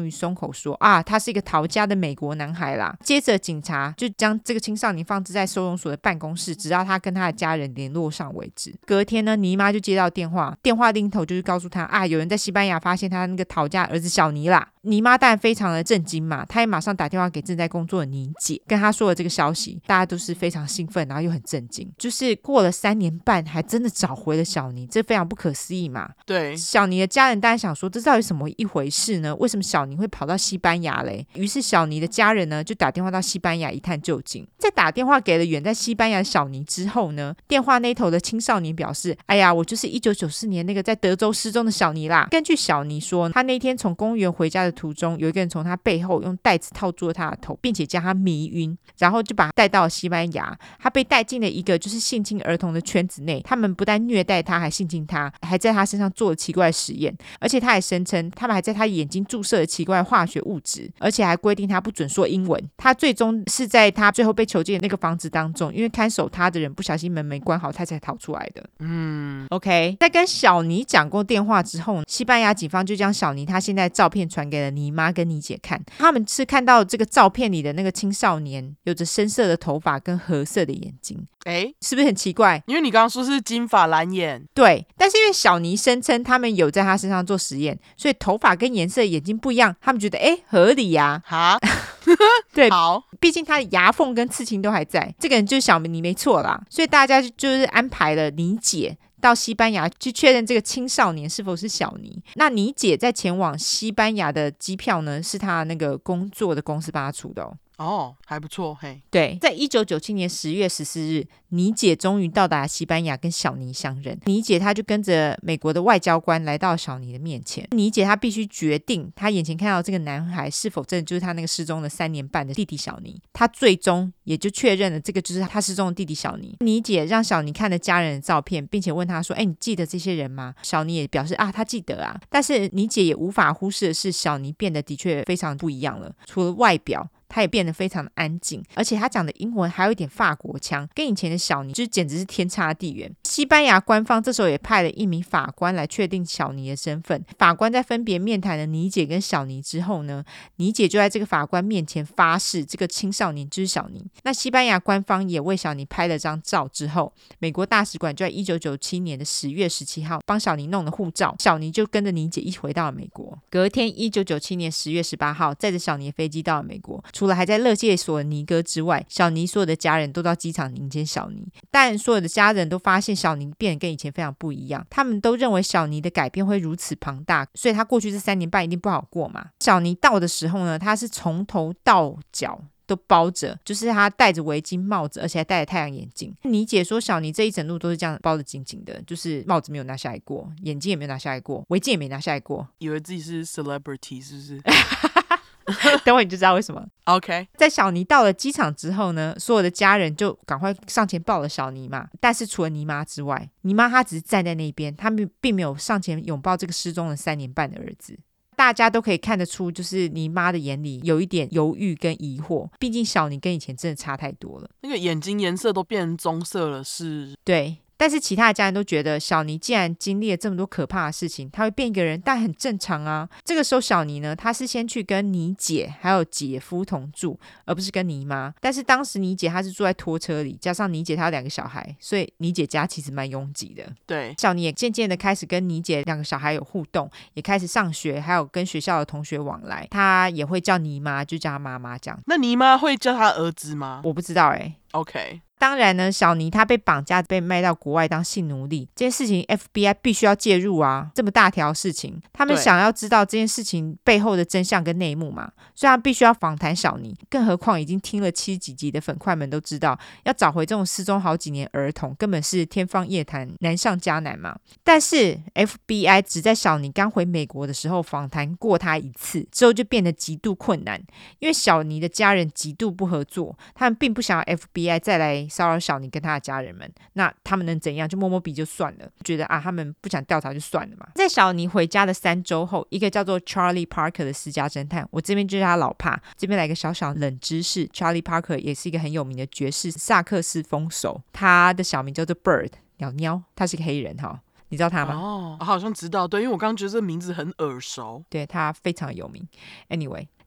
口说啊，他是一个逃家的美国男孩啦。接着警察就将这个青少年放置在收容所的办公室，直到他跟他的家人联络上为止。隔天呢，尼妈就接到电话，电话另一头就是告诉他啊，有人在西班牙发现他那个逃家儿子小尼啦。尼妈当然非常的震惊嘛，她也马上打电话给正在工作的尼姐，跟她说了这个消息。大家都是非常兴奋，然后又很震惊，就是过了三年半还真的找回了小尼，这非常不可思议嘛。 对， 小尼的家人当然想说，这到底什么一回事呢？为什么小尼会跑到西班牙嘞？于是小尼的家人呢就打电话到西班牙一探究竟。在打电话给了远在西班牙的小尼之后呢，电话那头的青少年表示，哎呀，我就是一九九四年那个在德州失踪的小尼啦。根据小尼说，他那天从公园回家的途中，有一个人从他背后用带子套住了他的头，并且将他迷晕，然后就把他带到了西班牙。他被带进了一个就是性侵儿童的圈子内，他们不但虐待他，还性侵他，还在他身上做了奇怪的实验，而且他还声称他们还在他眼睛注射了奇怪的化学物质，而且还规定他不准说英文。他最终是在他最后被囚禁的那个房子当中，因为看守他的人不小心门没关好，他才逃出来的。嗯 OK， 在跟小尼讲过电话之后，西班牙警方就将小尼他现在的照片传给了尼妈跟尼姐看。他们是看到这个照片里的那个青少年有着深色的头发跟褐色的眼睛， 哎， 是不是很奇怪？ 因为你刚刚说是金发蓝眼， 对，但是因为小尼声称他们有在他身上做实验，所以头发跟颜色眼睛不一样，他们觉得哎合理呀、 啊。哈， 对， 好， 毕竟他的牙缝跟刺青都还在，这个人就是小尼没错啦，所以大家就是安排了尼姐到西班牙去确认这个青少年是否是小尼。那尼姐在前往西班牙的机票呢，是她那个工作的公司帮她出的哦。 哦，还不错，嘿。 对，在一九九七年十月十四日，尼姐终于到达西班牙跟小尼相认。尼姐她就跟着美国的外交官来到小尼的面前。尼姐她必须决定，她眼前看到这个男孩是否真的就是她那个失踪了三年半的弟弟小尼。她最终也就确认了这个就是她失踪的弟弟小尼。尼姐让小尼看了家人的照片，并且问他说：“哎，你记得这些人吗？”小尼也表示啊，他记得啊。但是尼姐也无法忽视的是，小尼变得的确非常不一样了，除了外表。他也变得非常的安静，而且他讲的英文还有一点法国腔，跟以前的小尼就简直是天差地远。西班牙官方这时候也派了一名法官来确定小尼的身份。法官在分别面谈了尼姐跟小尼之后呢，尼姐就在这个法官面前发誓，这个青少年就是小尼。那西班牙官方也为小尼拍了张照之后，美国大使馆就在一九九七年的十月十七号帮小尼弄了护照，小尼就跟着尼姐一起回到了美国。隔天一九九七年十月十八号，载着小尼的飞机到了美国。除了还在勒戒所的尼哥之外，小尼所有的家人都到机场迎接小尼，但所有的家人都发现小尼变得跟以前非常不一样。他们都认为小尼的改变会如此庞大，所以他过去这三年半一定不好过嘛。小尼到的时候呢，他是从头到脚都包着，就是他戴着围巾帽子，而且还戴着太阳眼镜。尼姐说小尼这一整路都是这样包得紧紧的，就是帽子没有拿下来过，眼镜也没有拿下来过，围巾也没拿下来过。 以为自己是 celebrity 是不是？ 等会你就知道为什么。 OK， 在小尼到了机场之后呢，所有的家人就赶快上前抱了小尼嘛。但是除了尼妈之外，尼妈她只是站在那边，她并没有上前拥抱这个失踪了三年半的儿子。大家都可以看得出，就是尼妈的眼里有一点犹豫跟疑惑，毕竟小尼跟以前真的差太多了， 那个眼睛颜色都变成棕色了，是？ 对。但是其他的家人都觉得小尼既然经历了这么多可怕的事情，他会变一个人，但很正常啊。这个时候小尼呢，他是先去跟尼姐还有姐夫同住，而不是跟尼妈。但是当时尼姐她是住在拖车里，加上尼姐她有两个小孩，所以尼姐家其实蛮拥挤的。 对， 小尼也渐渐的开始跟尼姐两个小孩有互动，也开始上学，还有跟学校的同学往来。他也会叫尼妈，就叫他妈妈这样。 那尼妈会叫他儿子吗？ 我不知道哎、欸。 OK。 当然呢，小尼他被绑架被卖到国外当性奴隶这件事情 F B I 必须要介入啊，这么大条事情他们想要知道这件事情背后的真相跟内幕嘛，所以他必须要访谈小尼。更何况已经听了七几集的粉块们都知道，要找回这种失踪好几年儿童根本是天方夜谭，难上加难嘛。但是 F B I 只在小尼刚回美国的时候访谈过他一次之后就变得极度困难，因为小尼的家人极度不合作，他们并不想要 F B I 再来骚扰小尼跟他的家人们，那他们能怎样？就摸摸鼻就算了，觉得啊他们不想调查就算了嘛。在小尼回家的三周后，一个叫做 Charlie Parker 的私家侦探，我这边就是他老爸，这边来个小小冷知识， Charlie Parker 也是一个很有名的爵士萨克斯风手，他的小名叫做 Bird 鸟鸟，他是个黑人哈，你知道他吗？ 哦，我好像知道，对，因为我刚刚觉得这名字很耳熟。 对，他非常有名。 Anyway，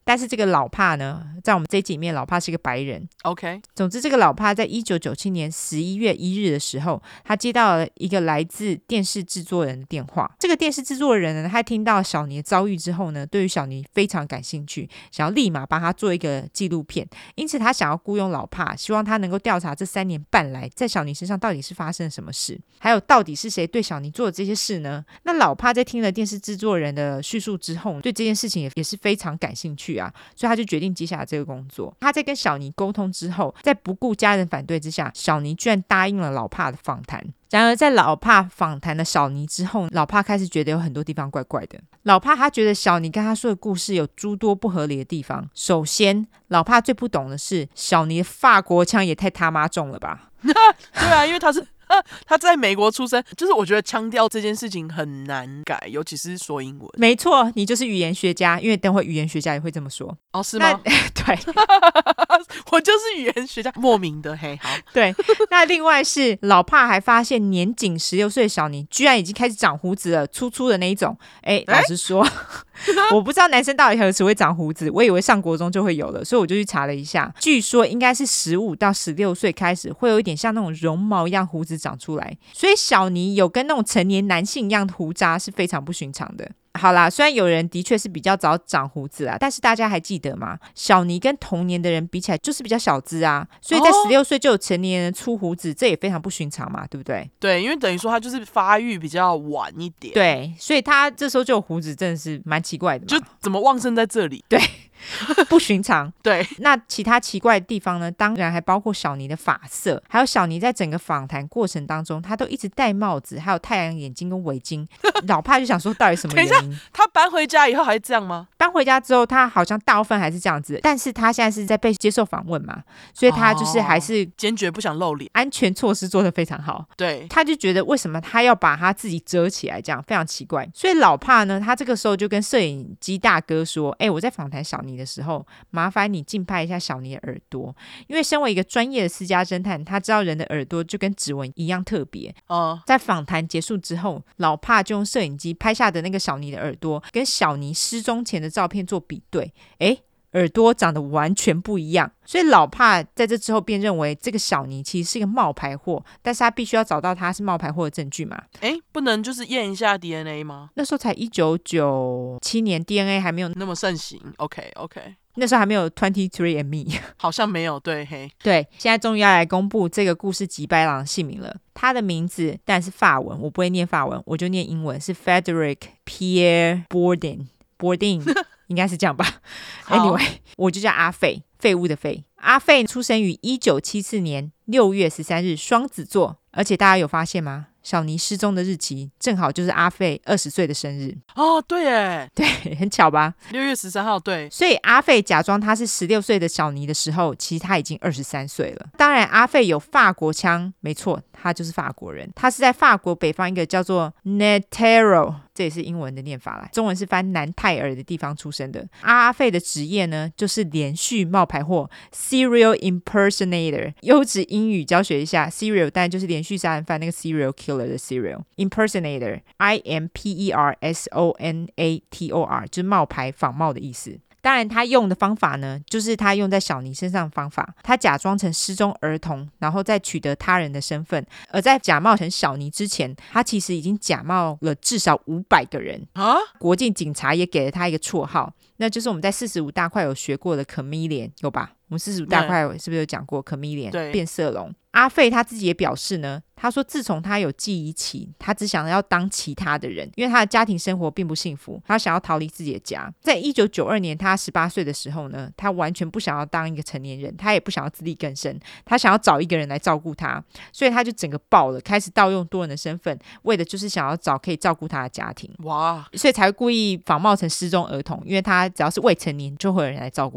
但是这个老帕呢，在我们这一集里面，老帕是一个白人。 OK， 总之这个老帕在一九九七年十一月一日的时候，他接到了一个来自电视制作人的电话。这个电视制作人呢，他听到小尼的遭遇之后呢，对于小尼非常感兴趣，想要立马帮他做一个纪录片，因此他想要雇佣老帕，希望他能够调查这三年半来在小尼身上到底是发生了什么事，还有到底是谁对小尼做的这些事呢？那老帕在听了电视制作人的叙述之后，对这件事情 也, 也是非常感兴趣啊，所以他就决定接下来这个工作。他在跟小尼沟通之后，在不顾家人反对之下，小尼居然答应了老帕的访谈。然而在老帕访谈了小尼之后，老帕开始觉得有很多地方怪怪的。老帕他觉得小尼跟他说的故事有诸多不合理的地方。首先，老帕最不懂的是小尼的法国腔也太他妈重了吧。 对啊，因为他是他在美国出生，就是我觉得腔调这件事情很难改，尤其是说英文。 没错，你就是语言学家，因为等会语言学家也会这么说。 哦，是吗？ 对， 我就是语言学家，莫名的。嘿，好， 对。那另外是老帕还发现年仅十六岁的小尼居然已经开始长胡子了，粗粗的那一种。哎，老实说我不知道男生到底何时会长胡子，我以为上国中就会有了，所以我就去查了一下，据说应该是十五到十六岁开始会有一点像那种绒毛一样胡子长出来，所以小尼有跟那种成年男性一样的胡渣是非常不寻常的。好啦，虽然有人的确是比较早长胡子啦，但是大家还记得吗？小尼跟同年的人比起来就是比较小资啊，所以在十六岁就有成年人粗胡子，这也非常不寻常嘛，对不对？ 对，因为等于说他就是发育比较晚一点。 对，所以他这时候就有胡子，真的是蛮奇怪的嘛， 就怎么旺盛在这里？ 对。不寻常。 对， 那其他奇怪的地方呢，当然还包括小尼的发色，还有小尼在整个访谈过程当中他都一直戴帽子，还有太阳眼镜跟围巾。老帕就想说到底什么原因。 他搬回家以后还这样吗？ 搬回家之后他好像大部分还是这样子，但是他现在是在被接受访问嘛，所以他就是还是、 哦、坚决不想露脸， 安全措施做得非常好。 对， 他就觉得为什么他要把他自己遮起来，这样非常奇怪。所以老帕呢，他这个时候就跟摄影机大哥说，哎、欸，我在访谈小尼的时候，麻烦你近拍一下小尼的耳朵，因为身为一个专业的私家侦探，他知道人的耳朵就跟指纹一样特别。 哦， 在访谈结束之后，老帕就用摄影机拍下的那个小尼的耳朵跟小尼失踪前的照片做比对，哎，耳朵长得完全不一样。所以老帕在这之后便认为这个小尼其实是一个冒牌货，但是他必须要找到他是冒牌货的证据嘛。 诶，不能就是验一下 D N A 吗？ 那时候才一九九七年 D N A 还没有那么盛行。 OK OK， 那时候还没有 twenty three and me 好像没有。对，嘿，对， 现在终于要来公布这个故事吉白狼的姓名了。他的名字当然是法文，我不会念法文，我就念英文，是 Frederick Pierre Bourdin Bourdin 应该是这样吧。Anyway， 我就叫阿费，废物的废。阿费出生于一九七四年六月十三日，双子座。而且大家有发现吗？小尼失踪的日期正好就是阿费二十岁的生日。 哦，对耶， 对，很巧吧？ 六月十三号，对。 所以阿费假装他是十六岁的小尼的时候，其实他已经二十三岁了。当然，阿费有法国腔，没错，他就是法国人。他是在法国北方一个叫做 Netero， 这也是英文的念法啦，中文是翻南泰尔的地方出生的。阿费的职业呢，就是连续冒牌货 Serial Impersonator。优质英语教学一下 ，Serial 当然就是连续杀人犯那个 Serial Killer的 Serial Impersonator I M P E R S O N A T O R 就是冒牌仿冒的意思。当然他用的方法呢，就是他用在小尼身上的方法，他假装成失踪儿童，然后再取得他人的身份。而在假冒成小尼之前，他其实已经假冒了至少五百个人啊！国境警察也给了他一个绰号，那就是我们在四十五大块有学过的 Chameleon， 有吧？我们四十五大块是不是有讲过 Chameleon 变色龙？阿费他自己也表示呢，他说自从他有记忆起，他只想要当其他的人，因为他的家庭生活并不幸福，他想要逃离自己的家。在一九九二年他十八岁的时候呢，他完全不想要当一个成年人，他也不想要自力更生，他想要找一个人来照顾他，所以他就整个爆了，开始盗用多人的身份，为的就是想要找可以照顾他的家庭。哇！所以才会故意仿冒成失踪儿童，因为他只要是未成年就会有人来照顾他。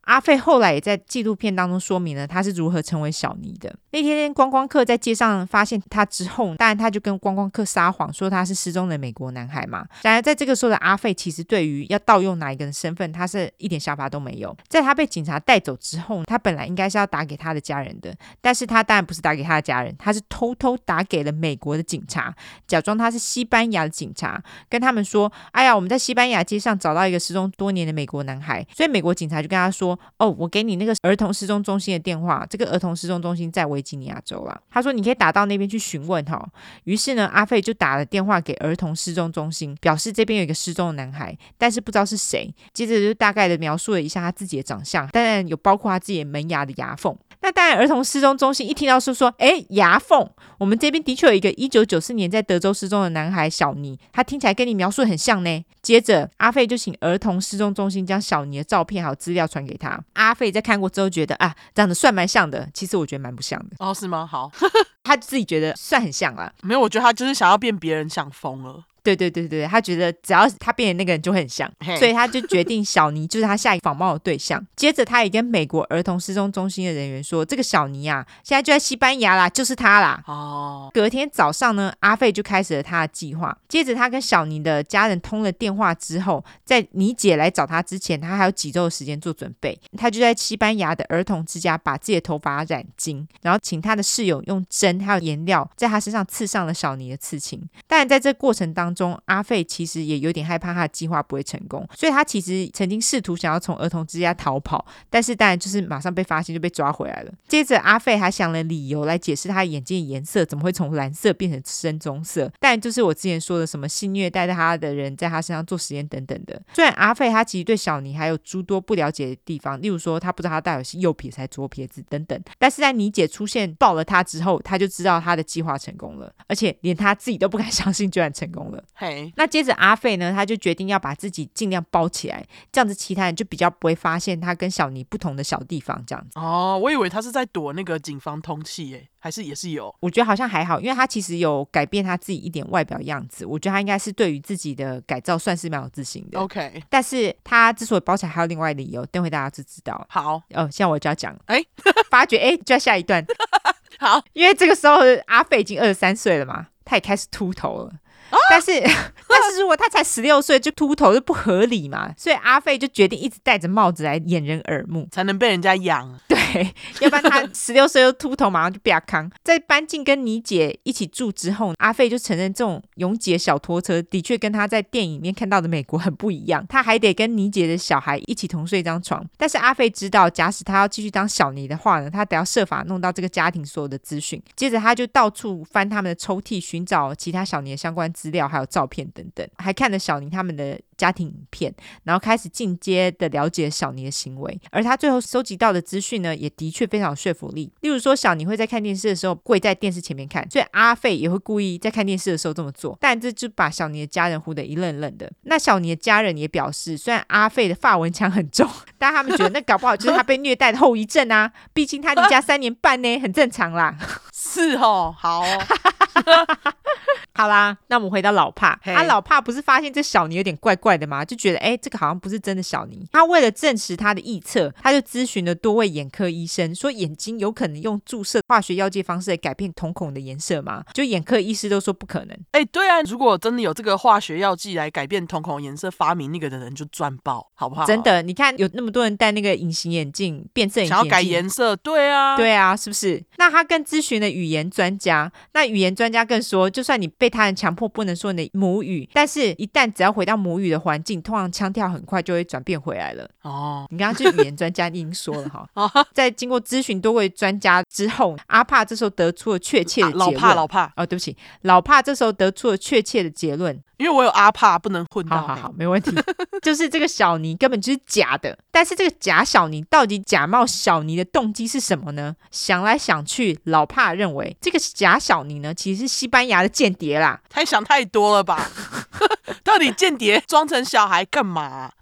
阿费后来也在纪录片当中说明了他是如何成为小尼的。那天观光客在街上发现他之后，当然他就跟观光客撒谎说他是失踪的美国男孩嘛。然而在这个时候的阿费其实对于要盗用哪一个人身份他是一点想法都没有。在他被警察带走之后，他本来应该是要打给他的家人的，但是他当然不是打给他的家人，他是偷偷打给了美国的警察，假装他是西班牙的警察，跟他们说，哎呀，我们在西班牙街上找到一个失踪多年的美国男孩。所以美国警察就跟他说，哦，我给你那个儿童失踪中心的电话，这个儿童失踪中心在维吉尼亚州啦。他说你可以打到那边去询问哈。于是呢，阿费就打了电话给儿童失踪中心，表示这边有一个失踪的男孩，但是不知道是谁。接着就大概的描述了一下他自己的长相，当然有包括他自己的门牙的牙缝。那当然儿童失踪中心一听到说说诶牙缝，我们这边的确有一个一九九四年在德州失踪的男孩小尼，他听起来跟你描述很像呢。接着阿费就请儿童失踪中心将小尼的照片还有资料传给他。阿费在看过之后觉得啊，长得算蛮像的，其实我觉得蛮不像的。 哦，是吗？好。 他自己觉得算很像啦。 没有，我觉得他就是想要变别人想疯了。 对对对对，他觉得只要他变的那个人就会很像，所以他就决定小尼就是他下一个仿冒的对象。接着他也跟美国儿童失踪中心的人员说，这个小尼啊现在就在西班牙啦，就是他啦。 哦， 隔天早上呢，阿费就开始了他的计划。接着他跟小尼的家人通了电话之后，在尼姐来找他之前，他还有几周的时间做准备。他就在西班牙的儿童之家把自己的头发染金，然后请他的室友用针还有颜料在他身上刺上了小尼的刺青。当然在这过程当中，阿费其实也有点害怕他的计划不会成功，所以他其实曾经试图想要从儿童之家逃跑，但是当然就是马上被发现就被抓回来了。接着阿费还想了理由来解释他眼睛的颜色怎么会从蓝色变成深棕色，当然就是我之前说的什么性虐待他的人在他身上做实验等等的。虽然阿费他其实对小尼还有诸多不了解的地方，例如说他不知道他到底是右撇子还是左撇子等等，但是在尼姐出现抱了他之后，他就知道他的计划成功了，而且连他自己都不敢相信居然成功了。 嘿， 那接着阿费呢，他就决定要把自己尽量包起来，这样子其他人就比较不会发现他跟小尼不同的小地方这样子。 哦，我以为他是在躲那个警方通缉耶，还是也是有？ 我觉得好像还好，因为他其实有改变他自己一点外表样子，我觉得他应该是对于自己的改造算是蛮有自信的。 OK， 但是他之所以包起来还有另外的理由，等会大家就知道。 好哦，现在我就要讲， 哎， 发觉哎，就要下一段。 好， 因为这个时候阿费已经二十三岁了嘛，他也开始秃头了。但是但是如果他才十六岁就秃头就不合理嘛，所以阿费就决定一直戴着帽子来掩人耳目， 才能被人家养。 对，要不然他十六岁就秃头马上就被他扛。在搬进跟妮姐一起住之后，阿费就承认这种拥挤的小拖车的确跟他在电影里面看到的美国很不一样，他还得跟妮姐的小孩一起同睡一张床。但是阿费知道假使他要继续当小尼的话呢，他得要设法弄到这个家庭所有的资讯。接着他就到处翻他们的抽屉寻找其他小尼的相关资料还有照片等等，还看了小尼他们的家庭影片，然后开始进阶的了解小尼的行为。而他最后收集到的资讯呢，也的确非常有说服力。例如说小尼会在看电视的时候跪在电视前面看，所以阿费也会故意在看电视的时候这么做，但这就把小尼的家人唬得一愣愣的。那小尼的家人也表示，虽然阿费的法文腔很重，但他们觉得那搞不好就是他被虐待的后遗症啊，毕竟他离家三年半呢，很正常啦。 是哦，好哦。 好啦，那我们回到老帕。 嘿啊，老帕不是发现这小尼有点怪怪的吗？就觉得哎，这个好像不是真的小尼。他为了证实他的臆测，他就咨询了多位眼科医生，说眼睛有可能用注射化学药剂方式来改变瞳孔的颜色吗？就眼科医师都说不可能。 哎，对啊，如果真的有这个化学药剂来改变瞳孔颜色，发明那个的人就赚爆，好不好？ 真的，你看有那么多人戴那个隐形眼镜，变色隐形眼镜， 想要改颜色，对啊， 对啊，是不是？那他更咨询了语言专家，那语言专家更说，就算你被他人强迫不能说你的母语，但是一旦只要回到母语的环境，通常腔调很快就会转变回来了。 哦， 你刚刚就是语言专家已经说了哈。在经过咨询多位专家之后，阿帕这时候得出了确切的结论。 啊、老帕老帕哦，对不起，老帕这时候得出了确切的结论。 因为我有阿帕，不能混到。 好好好，没问题。就是这个小尼根本就是假的，但是这个假小尼到底假冒小尼的动机是什么呢？想来想去，老帕认为这个假小尼呢，其实是西班牙的间谍啦。 太想太多了吧？到底间谍装成小孩干嘛、啊？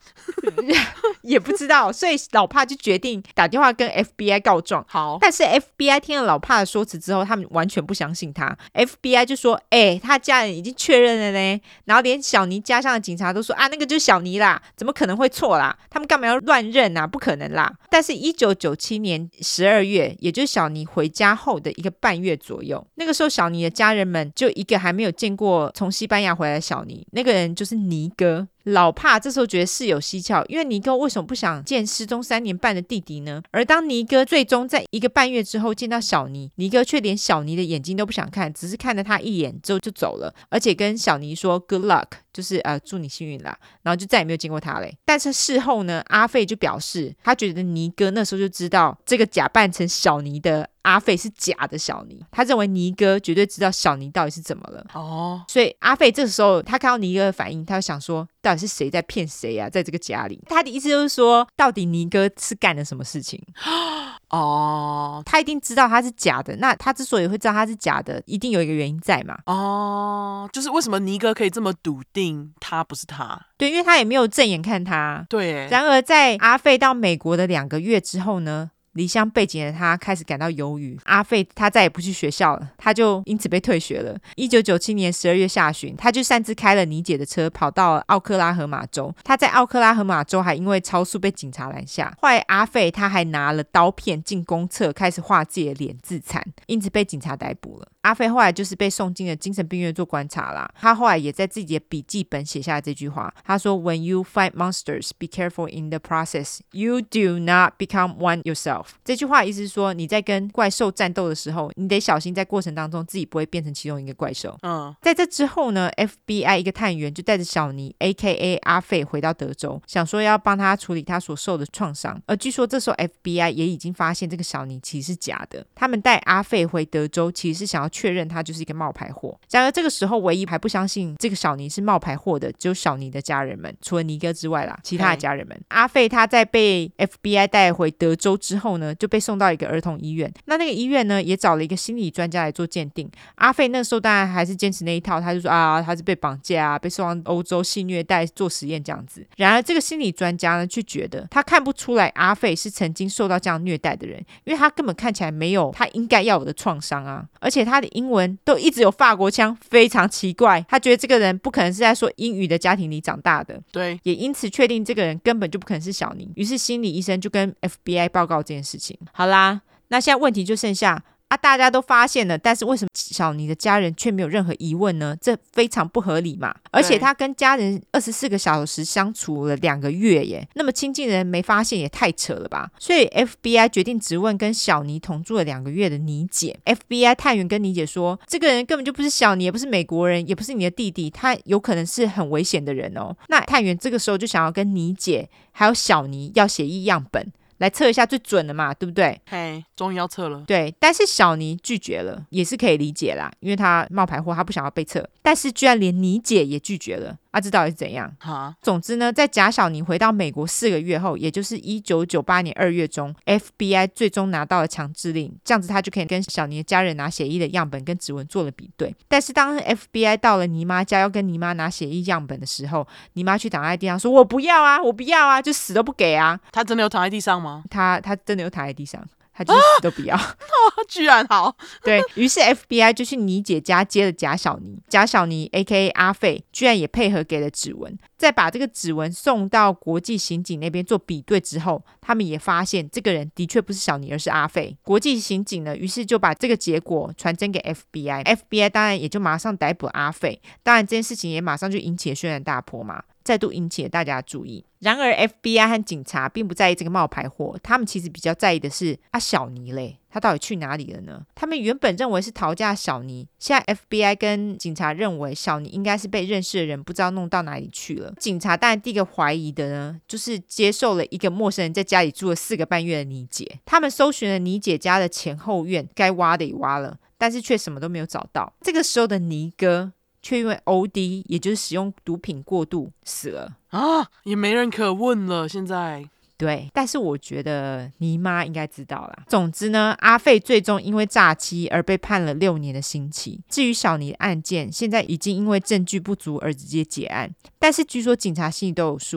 也不知道，所以老帕就决定打电话跟 F B I 告状。 好， 但是 F B I 听了老帕的说辞之后，他们完全不相信他。F B I 就说：“哎、欸，他家人已经确认了呢。”然后连小尼家乡的警察都说：“啊，那个就是小尼啦，怎么可能会错啦？他们干嘛要乱认啊？不可能啦！”但是，一九九七年十二月，也就是小尼回家后的一个半月左右，那个时候小尼的家人们就一个还没有见过从西班牙回来的小尼，那个人就是尼哥。老帕这时候觉得事有蹊跷，因为尼哥为什么不想见失踪三年半的弟弟呢？而当尼哥最终在一个半月之后见到小尼，尼哥却连小尼的眼睛都不想看，只是看了他一眼之后就走了，而且跟小尼说 good luck， 就是呃祝你幸运啦，然后就再也没有见过他嘞。但是事后呢，阿费就表示他觉得尼哥那时候就知道这个假扮成小尼的阿费是假的小尼，他认为尼哥绝对知道小尼到底是怎么了。 哦， 所以阿费这时候他看到尼哥的反应，他就想说到底是谁在骗谁啊，在这个家里。他的意思就是说到底尼哥是干了什么事情。 哦， 他一定知道他是假的，那他之所以会知道他是假的，一定有一个原因在嘛。 哦，就是为什么尼哥可以这么笃定他不是他？ 对，因为他也没有正眼看他。 对， 然而在阿费到美国的两个月之后呢，离乡背景的他开始感到忧郁。阿费他再也不去学校了，他就因此被退学了。一九九七年十二月下旬，他就擅自开了尼姐的车，跑到了奥克拉荷马州。他在奥克拉荷马州还因为超速被警察拦下。后来阿费他还拿了刀片进公厕，开始画自己的脸自残，因此被警察逮捕了。阿费后来就是被送进了精神病院做观察啦。他后来也在自己的笔记本写下了这句话，他说 When you fight monsters, be careful in the process. You do not become one yourself. 这句话意思是说，你在跟怪兽战斗的时候，你得小心在过程当中自己不会变成其中一个怪兽。 嗯， 在这之后呢， F B I 一个探员就带着小尼 A K A 阿费回到德州，想说要帮他处理他所受的创伤。而据说这时候 F B I 也已经发现这个小尼其实是假的。他们带阿费回德州其实是想要确认他就是一个冒牌货。然而这个时候唯一还不相信这个小尼是冒牌货的只有小尼的家人们，除了尼哥之外啦，其他的家人们。阿费他在被 F B I 带回德州之后呢，就被送到一个儿童医院。那那个医院呢，也找了一个心理专家来做鉴定。阿费那时候当然还是坚持那一套，他就说啊，他是被绑架啊，被送到欧洲性虐待做实验这样子。然而这个心理专家呢，却觉得他看不出来阿费是曾经受到这样虐待的人，因为他根本看起来没有他应该要有的创伤啊，而且他的英文都一直有法国腔，非常奇怪。他觉得这个人不可能是在说英语的家庭里长大的， 对， 也因此确定这个人根本就不可能是小尼。于是心理医生就跟 F B I 报告这件事情。好啦，那现在问题就剩下啊，大家都发现了，但是为什么小尼的家人却没有任何疑问呢？这非常不合理嘛！而且他跟家人二十四个小时相处了两个月耶，那么亲近的人没发现也太扯了吧！所以 F B I 决定质问跟小尼同住了两个月的尼姐。F B I 探员跟尼姐说，这个人根本就不是小尼，也不是美国人，也不是你的弟弟，他有可能是很危险的人哦。那探员这个时候就想要跟尼姐还有小尼要血液样本，来测一下最准的嘛，对不对？ 嘿，终于要测了。 对，但是小尼拒绝了，也是可以理解啦，因为他冒牌货，他不想要被测。但是居然连尼姐也拒绝了，啊，这到底是怎样？ 哈， 总之呢，在假小尼回到美国四个月后，也就是一九九八年二月中 ，F B I 最终拿到了强制令，这样子他就可以跟小尼的家人拿血液的样本跟指纹做了比对。但是当 F B I 到了尼妈家要跟尼妈拿血液样本的时候，尼妈却躺在地上说：“我不要啊，我不要啊，就死都不给啊。” 他真的有躺在地上吗？ 他他真的有躺在地上。他就是死都不要、啊、 居然好对于是 F B I 就去尼姐家接了假小尼，假小尼 A K A 阿费居然也配合给了指纹，再把这个指纹送到国际刑警那边做比对之后，他们也发现这个人的确不是小尼而是阿费。国际刑警呢，于是就把这个结果传真给 F B I， F B I 当然也就马上逮捕阿费。当然这件事情也马上就引起了轩然大波嘛，再度引起了大家的注意。然而 F B I 和警察并不在意这个冒牌货，他们其实比较在意的是啊小尼嘞，他到底去哪里了呢？他们原本认为是逃驾小尼，现在 F B I 跟警察认为小尼应该是被认识的人不知道弄到哪里去了。警察当然第一个怀疑的呢，就是接受了一个陌生人在家里住了四个半月的尼姐。他们搜寻了尼姐家的前后院，该挖的也挖了，但是却什么都没有找到。这个时候的尼哥却因为 O D， 也就是使用毒品过度死了啊，也没人可问了现在。 对，但是我觉得尼妈应该知道啦。总之呢，阿费最终因为诈欺而被判了六年的刑期。至于小尼的案件，现在已经因为证据不足而直接结案。但是据说警察心里都有数，他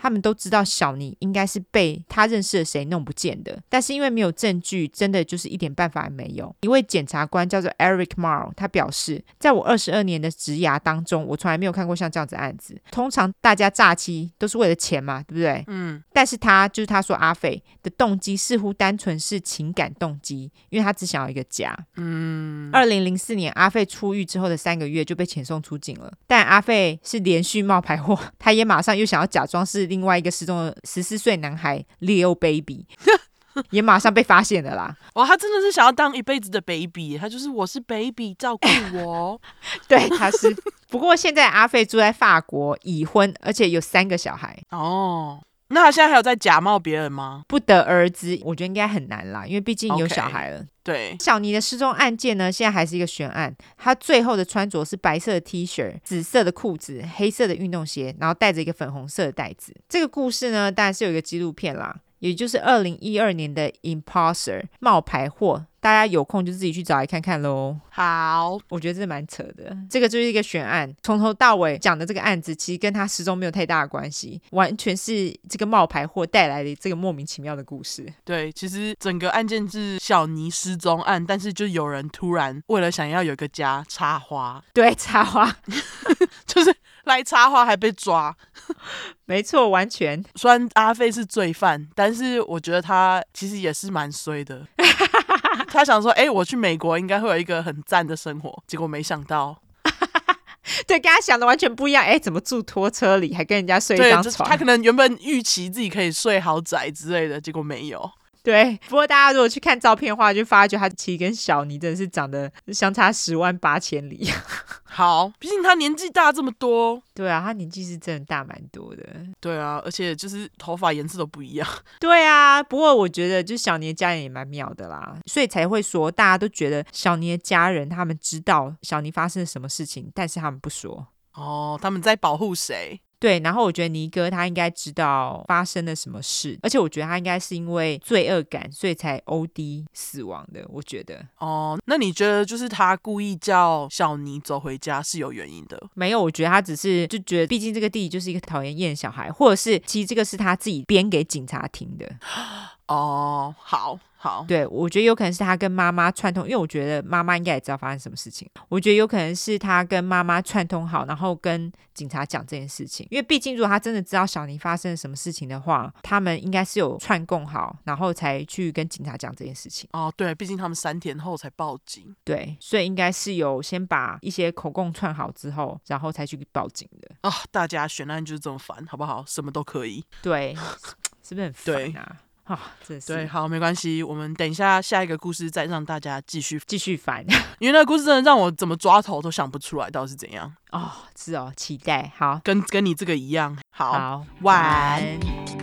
他们都知道小尼应该是被他认识的谁弄不见的，但是因为没有证据，真的就是一点办法也没有。一位检察官叫做 Eric Marl， 他表示，在我二十二年的职涯当中，我从来没有看过像这样子的案子。通常大家诈欺都是为了钱嘛，对不对？嗯。但是他就是他说阿斐的动机似乎单纯是情感动机，因为他只想要一个家。嗯。二零零四年阿斐出狱之后的三个月就被遣送出境了，但阿斐是连续冒牌货，他也马上又想要假装是另外一个失踪的十四岁男孩 Leo Baby 也马上被发现了啦。 哇，他真的是想要当一辈子的 baby， 他就是我是 baby， 照顾我。 对，他是。不过现在阿斐住在法国，已婚，而且有三个小孩。 哦，那他现在还有在假冒别人吗？ 不得而知，我觉得应该很难啦，因为毕竟有小孩了。Okay， 对， 小尼的失踪案件呢，现在还是一个悬案。他最后的穿着是白色的 T 恤、紫色的裤子、黑色的运动鞋，然后带着一个粉红色的袋子。这个故事呢，当然是有一个纪录片啦，也就是二零一二年的 Imposter 冒牌货，大家有空就自己去找来看看咯。 好， 我觉得这蛮扯的。这个就是一个悬案，从头到尾讲的这个案子其实跟他失踪没有太大的关系，完全是这个冒牌货带来的这个莫名其妙的故事。 对，其实整个案件是小尼失踪案，但是就有人突然为了想要有个家插花。 对，插花就是来插花还被抓。 没错，完全。 虽然阿斐是罪犯，但是我觉得他其实也是蛮衰的。他想说，哎、欸，我去美国应该会有一个很赞的生活，结果没想到。 对，跟他想的完全不一样。哎，怎么住拖车里，还跟人家睡一张床？ 他可能原本预期自己可以睡豪宅之类的，结果没有。 对，不过大家如果去看照片的话，就发觉他其实跟小尼真的是长得相差十万八千里。 好，毕竟他年纪大这么多。 对啊，他年纪是真的大蛮多的。 对啊，而且就是头发颜色都不一样。 对啊，不过我觉得就小尼的家人也蛮妙的啦，所以才会说大家都觉得小尼的家人他们知道小尼发生了什么事情，但是他们不说。 哦，他们在保护谁？ 对，然后我觉得尼哥他应该知道发生了什么事，而且我觉得他应该是因为罪恶感所以才 O D 死亡的，我觉得。 哦，那你觉得就是他故意叫小尼走回家是有原因的？ 没有，我觉得他只是就觉得毕竟这个弟弟就是一个讨厌厌的小孩，或者是其实这个是他自己编给警察听的。 哦，好好， 对，我觉得有可能是他跟妈妈串通，因为我觉得妈妈应该也知道发生什么事情。我觉得有可能是他跟妈妈串通好，然后跟警察讲这件事情。因为毕竟如果他真的知道小尼发生了什么事情的话，他们应该是有串供好，然后才去跟警察讲这件事情。 哦，对，毕竟他们三天后才报警。 对，所以应该是有先把一些口供串好之后，然后才去报警的。 哦，大家悬案就是这么烦，好不好？什么都可以。 对，是不是很烦啊？哦，真是对，好，没关系，我们等一下下一个故事再让大家继续继续烦， 因为那个故事真的让我怎么抓头都想不出来到底是怎样。 哦，是哦，期待。好， 跟跟你这个一样。好， 好， 晚安。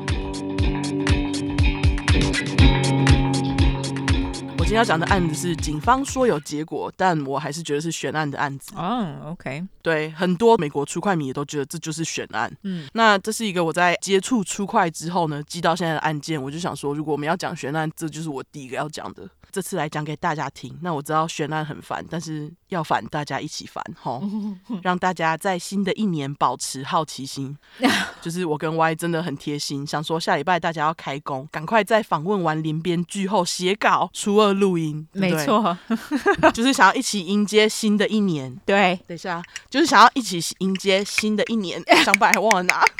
我今天要讲的案子是警方说有结果，但我还是觉得是悬案的案子。 哦、oh, ，OK， 对，很多美国出快迷也都觉得这就是悬案。嗯，那这是一个我在接触出快之后呢，记到现在的案件，我就想说，如果我们要讲悬案，这就是我第一个要讲的。这次来讲给大家听。那我知道悬案很烦，但是要烦大家一起烦齁，让大家在新的一年保持好奇心。就是我跟 Y 真的很贴心，想说下礼拜大家要开工，赶快在访问完连编剧后写稿，初二录音。对对没错，就是想要一起迎接新的一年。 对， 等一下，就是想要一起迎接新的一年。想把还忘了拿。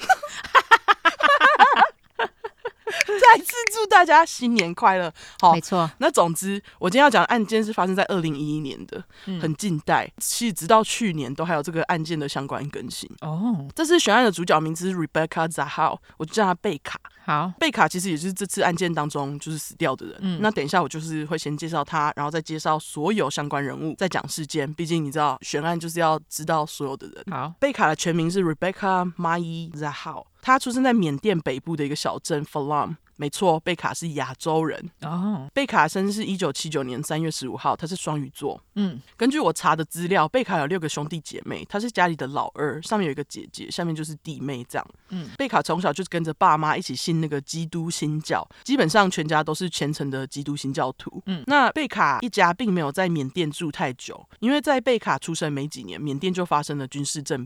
再次祝大家新年快乐！好， 没错。 那总之，我今天要讲的案件是发生在二零一一年的，嗯、很近代。其实直到去年都还有这个案件的相关更新。哦，这次悬案的主角名字是 Rebecca Zahau， 我就叫她贝卡。 好， 贝卡其实也就是这次案件当中就是死掉的人。嗯，那等一下我就是会先介绍她，然后再介绍所有相关人物，再讲事件。毕竟你知道，悬案就是要知道所有的人。 好， 贝卡的全名是 Rebecca Mai Zahau。他出生在缅甸北部的一个小镇 Falam， 没错，贝卡是亚洲人。哦，贝卡生日是一九七九年三月十五号，他是双鱼座。嗯，根据我查的资料，贝卡有六个兄弟姐妹，他是家里的老二，上面有一个姐姐，下面就是弟妹这样。嗯，贝卡从小就跟着爸妈一起信那个基督新教，基本上全家都是虔诚的基督新教徒。嗯，那贝卡一家并没有在缅甸住太久，因为在贝卡出生没几年，缅甸就发生了军事政变。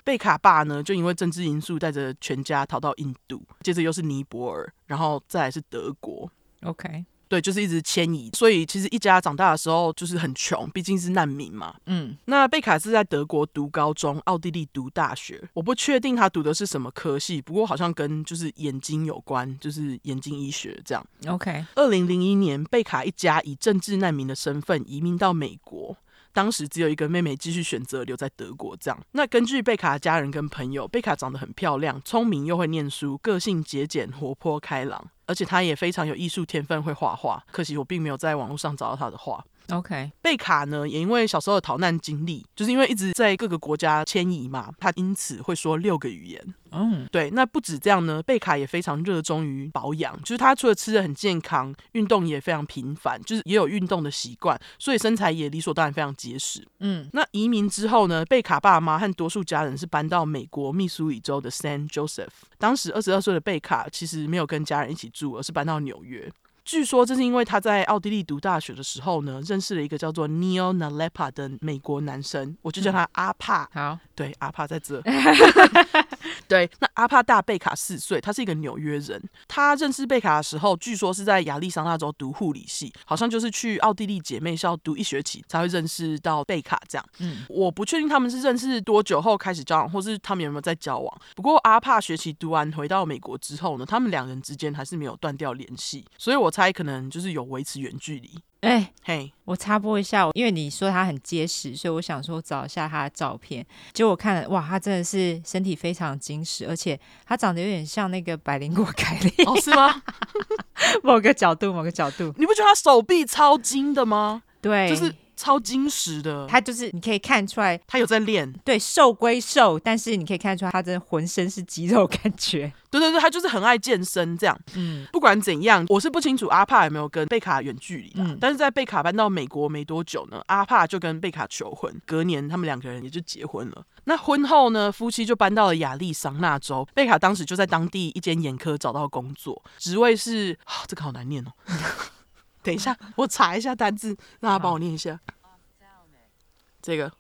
贝卡爸呢就因为政治因素带着全家逃到印度，接着又是尼泊尔，然后再来是德国。 OK， 对，就是一直迁移，所以其实一家长大的时候就是很穷，毕竟是难民嘛。 嗯， 那贝卡是在德国读高中，奥地利读大学，我不确定他读的是什么科系，不过好像跟就是眼睛有关，就是眼睛医学这样。 OK， 二零零一年贝卡一家以政治难民的身份移民到美国，当时只有一个妹妹继续选择留在德国这样。那根据贝卡的家人跟朋友，贝卡长得很漂亮，聪明又会念书，个性节俭活泼开朗，而且她也非常有艺术天分，会画画，可惜我并没有在网络上找到她的画。 OK， 贝卡呢也因为小时候的逃难经历，就是因为一直在各个国家迁移嘛，他因此会说六个语言。 嗯， 对，那不止这样呢，贝卡也非常热衷于保养，就是他除了吃得很健康，运动也非常频繁，就是也有运动的习惯，所以身材也理所当然非常结实。 嗯， 那移民之后呢，贝卡爸妈和多数家人是搬到美国密苏里州的 Saint Joseph。当时二十二岁的贝卡其实没有跟家人一起住，而是搬到纽约。据说这是因为他在奥地利读大学的时候呢，认识了一个叫做 Neil Nalepa 的美国男生，我就叫他阿帕。 好， 对，阿帕在这。对，那阿帕大贝卡四岁，他是一个纽约人。他认识贝卡的时候，据说是在亚利桑那州读护理系，好像就是去奥地利姐妹校读一学期才会认识到贝卡这样。嗯，我不确定他们是认识多久后开始交往，或是他们有没有在交往。不过阿帕学期读完回到美国之后呢，他们两人之间还是没有断掉联系，所以我猜可能就是有维持远距离。 哎， 嘿， 我插播一下，因为你说他很结实，所以我想说找一下他的照片。结果我看了，哇，他真的是身体非常精实，而且他长得有点像那个百灵果凯莉。 哦，是吗？ 某个角度，某个角度， 你不觉得他手臂超精的吗？ 对， 就是超精实的。 他就是你可以看出来， 他有在练。 对，瘦归瘦，但是你可以看出来他真的浑身是肌肉感觉。 对对对，他就是很爱健身这样。嗯，不管怎样，我是不清楚阿帕有没有跟贝卡远距离啦、嗯、但是在贝卡搬到美国没多久呢，阿帕就跟贝卡求婚，隔年他们两个人也就结婚了。那婚后呢，夫妻就搬到了亚利桑那州，贝卡当时就在当地一间眼科找到工作，职位是、哦、这个好难念哦。等一下，我查一下单字，让他帮我念一下。这个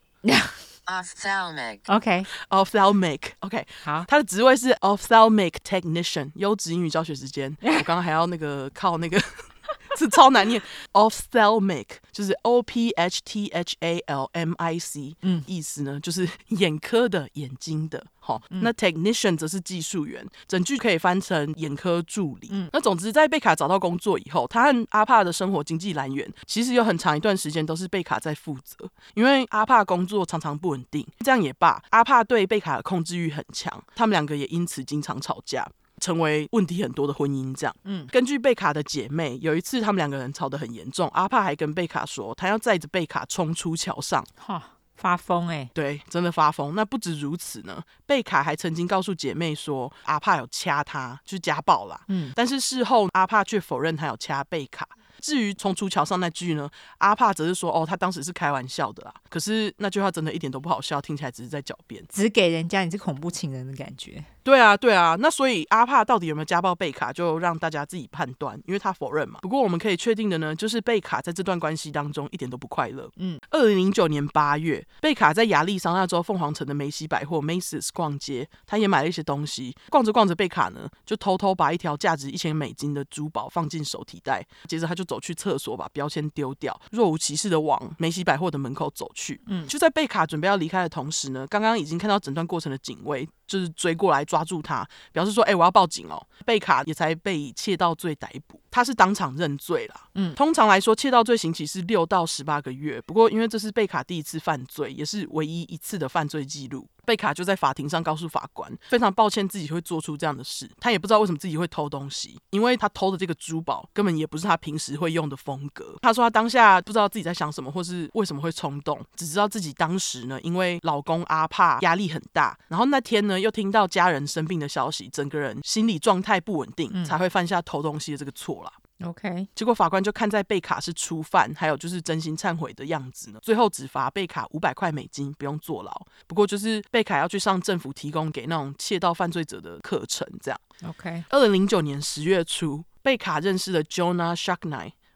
ophthalmic OK ophthalmic OK 好， 他的职位是 ophthalmic technician， 优质英语教学时间。我刚刚还要那个靠那个是超难念 ophthalmic 就是 O P H T H A L M I C， 嗯，意思呢就是眼科的，眼睛的。哦嗯、那 technician 则是技术员，整句可以翻成眼科助理。嗯、那总之在贝卡找到工作以后，他和阿帕的生活经济来源其实有很长一段时间都是贝卡在负责，因为阿帕工作常常不稳定。这样也罢，阿帕对贝卡的控制欲很强，他们两个也因此经常吵架，成为问题很多的婚姻这样。嗯，根据贝卡的姐妹，有一次他们两个人吵得很严重，阿帕还跟贝卡说他要载着贝卡冲出桥上。 哈，发疯哎、欸！ 对，真的发疯。那不止如此呢，贝卡还曾经告诉姐妹说阿帕有掐她，就是家暴啦。嗯，但是事后阿帕却否认他有掐贝卡。至于冲出桥上那句呢，阿帕则是说哦，他当时是开玩笑的啦。可是那句话真的一点都不好笑，听起来只是在狡辩， 只给人家你是恐怖情人的感觉。 对啊，对啊，那所以阿帕到底有没有家暴贝卡，就让大家自己判断，因为他否认嘛。不过我们可以确定的呢，就是贝卡在这段关系当中一点都不快乐。嗯，二零零九年八月，贝卡在亚利桑那州凤凰城的梅西百货 Macy's 逛街，他也买了一些东西。逛着逛着，贝卡呢就偷偷把一条价值一千美金的珠宝放进手提袋，接着他就走去厕所把标签丢掉，若无其事的往梅西百货的门口走去。嗯，就在贝卡准备要离开的同时呢，刚刚已经看到整段过程的警卫就是追过来抓住他，表示说哎、欸、我要报警哦。贝卡也才被以窃盗罪逮捕，他是当场认罪啦。嗯，通常来说窃盗罪刑期是六到十八个月，不过因为这是贝卡第一次犯罪，也是唯一一次的犯罪记录，贝卡就在法庭上告诉法官，非常抱歉自己会做出这样的事，他也不知道为什么自己会偷东西，因为他偷的这个珠宝根本也不是他平时会用的风格。他说他当下不知道自己在想什么，或是为什么会冲动，只知道自己当时呢，因为老公阿帕压力很大，然后那天呢又听到家人生病的消息，整个人心理状态不稳定，嗯、才会犯下偷东西的这个错啦。 OK， 结果法官就看在贝卡是初犯，还有就是真心忏悔的样子呢，最后只罚贝卡五百块美金，不用坐牢。不过就是贝卡要去上政府提供给那种窃盗犯罪者的课程，这样。 OK， 二零零九年十月初，贝卡认识了 Jonah Shacknai。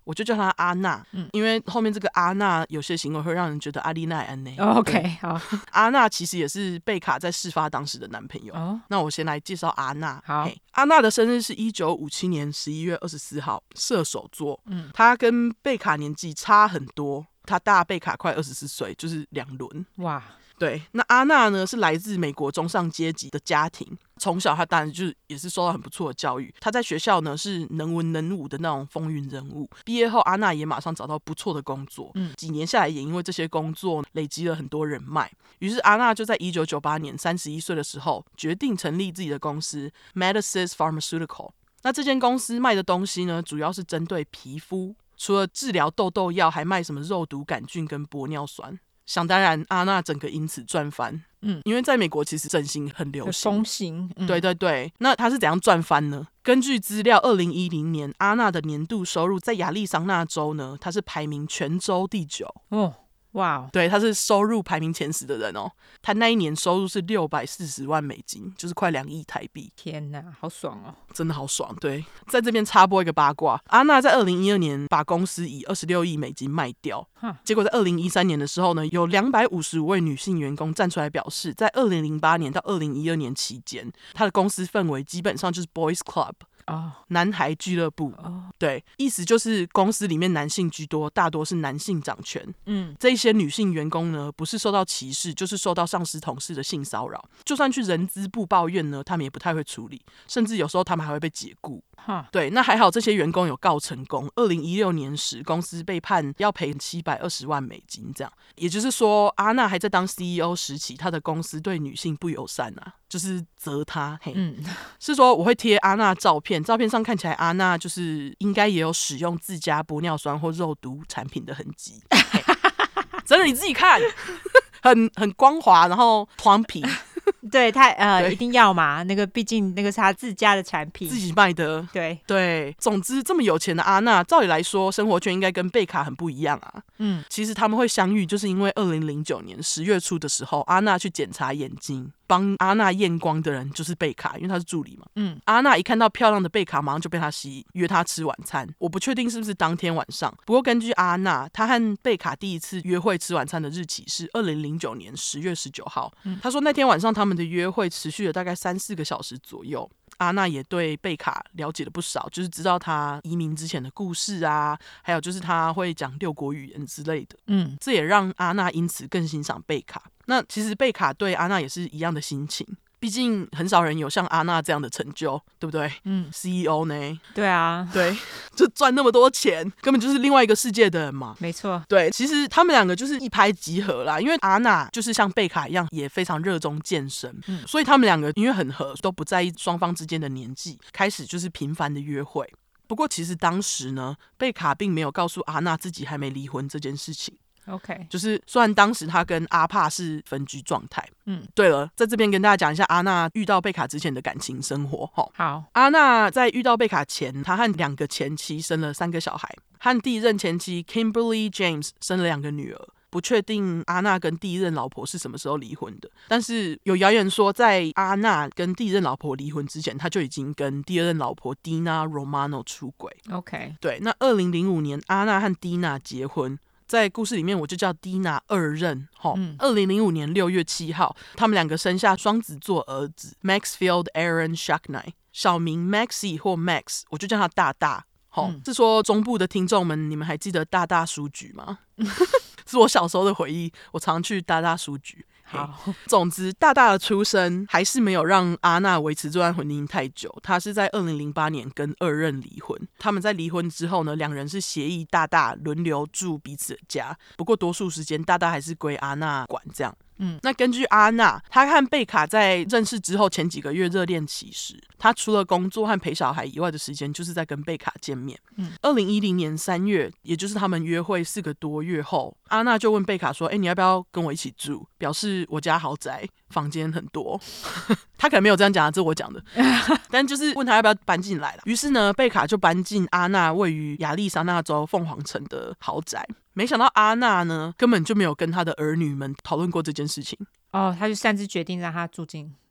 我就叫她阿娜、嗯、因为后面这个阿娜有些行为会让人觉得阿丽奈安内、 oh, OK 好， 阿娜其实也是贝卡在事发当时的男朋友、oh. 那我先来介绍阿娜。 好， 阿娜的生日是一九五七年十一月二十四号，射手座。嗯，她跟贝卡年纪差很多，她大贝卡快二十四岁，就是两轮。哇，对，那阿娜呢是来自美国中上阶级的家庭，从小她当然就是也是受到很不错的教育。她在学校呢是能文能武的那种风云人物。毕业后，阿娜也马上找到不错的工作。嗯，几年下来，也因为这些工作累积了很多人脉。于是阿娜就在一九九八年三十一岁的时候，决定成立自己的公司 Medicis Pharmaceutical。那这间公司卖的东西呢，主要是针对皮肤，除了治疗痘痘药，还卖什么肉毒杆菌跟玻尿酸。想当然，阿娜整个因此赚翻。嗯，因为在美国其实整形很流行， 风行、嗯。对对对，那她是怎样赚翻呢？根据资料，二零一零年阿娜的年度收入在亚利桑那州呢，她是排名全州第九。哦。哇、wow ，对，他是收入排名前十的人哦。他那一年收入是六百四十万美金，就是快两亿台币。 天哪，好爽哦！ 真的好爽。对，在这边插播一个八卦，阿娜在二零一二年把公司以二十六亿美金卖掉，结果在二零一三年的时候呢，有两百五十五位女性员工站出来表示，在二零零八年到二零一二年期间，他的公司氛围基本上就是 Boys Club。Oh. 男孩俱乐部。Oh. 对，意思就是公司里面男性居多，大多是男性掌权。嗯，这一些女性员工呢，不是受到歧视，就是受到上司同事的性骚扰。就算去人资部抱怨呢，他们也不太会处理，甚至有时候他们还会被解雇。Huh. 对，那还好这些员工有告成功。二零一六年时，公司被判要赔七百二十万美金，这样也就是说，阿娜还在当 C E O 时期，她的公司对女性不友善啊，就是责她。嘿，嗯，是说我会贴阿娜照片，照片上看起来阿娜就是应该也有使用自家玻尿酸或肉毒产品的痕迹。真的你自己看，很很光滑，然后黄皮。 对他呃对一定要嘛，那个毕竟那个是他自家的产品， 自己卖的。对对，总之这么有钱的阿娜，照理来说生活圈应该跟贝卡很不一样啊。嗯，其实他们会相遇，就是因为二零零九年十月初的时候，阿娜去检查眼睛，帮阿娜验光的人就是贝卡，因为他是助理嘛。嗯，阿娜一看到漂亮的贝卡，马上就被他吸引，约他吃晚餐。我不确定是不是当天晚上，不过根据阿娜，她和贝卡第一次约会吃晚餐的日期是二零零九年十月十九号。嗯，她说那天晚上他们的约会持续了大概三四个小时左右。阿娜也对贝卡了解了不少，就是知道他移民之前的故事啊，还有就是他会讲六国语言之类的。嗯，这也让阿娜因此更欣赏贝卡。那其实贝卡对阿娜也是一样的心情，毕竟很少人有像阿娜这样的成就，对不对？嗯 ，C E O 呢？ 对啊， 对，就赚那么多钱，根本就是另外一个世界的人嘛。 没错， 对，其实他们两个就是一拍即合啦，因为阿娜就是像贝卡一样，也非常热衷健身，嗯，所以他们两个因为很合，都不在意双方之间的年纪，开始就是频繁的约会。不过其实当时呢，贝卡并没有告诉阿娜自己还没离婚这件事情。 OK， 就是虽然当时他跟阿帕是分居状态。嗯，对了，在这边跟大家讲一下阿娜遇到贝卡之前的感情生活。 好， 阿娜在遇到贝卡前，她和两个前妻生了三个小孩，和第一任前妻 Kimberly James 生了两个女儿。不确定阿娜跟第一任老婆是什么时候离婚的，但是有谣言说，在阿娜跟第一任老婆离婚之前，他就已经跟第二任老婆 Dina Romano 出轨。 OK， 对，那二零零五年阿娜和 Dina 结婚。在故事里面我就叫 Dina 二任。二零零五年六月七号，他们两个生下双子座儿子 Maxfield Aaron Shacknai， 小名 Maxie 或 Max， 我就叫他大大。嗯，是说中部的听众们，你们还记得大大书局吗？是我小时候的回忆，我常去大大书局。好，总之大大的出生还是没有让阿娜维持这段婚姻太久。她是在二零零八年跟二任离婚。他们在离婚之后呢，两人是协议大大轮流住彼此的家，不过多数时间大大还是归阿娜管这样。嗯，那根据阿娜，她和贝卡在认识之后前几个月热恋期时，她除了工作和陪小孩以外的时间，就是在跟贝卡见面。嗯，二零一零年三月，也就是他们约会四个多月后，阿娜就问贝卡说：“哎，你要不要跟我一起住？表示我家豪宅，房间很多。”他可能没有这样讲，这是我讲的，但就是问他要不要搬进来了。于是呢，贝卡就搬进阿娜位于亚利桑那州凤凰城的豪宅。没想到阿娜呢，根本就没有跟他的儿女们讨论过这件事情。 哦，他就擅自决定让他住进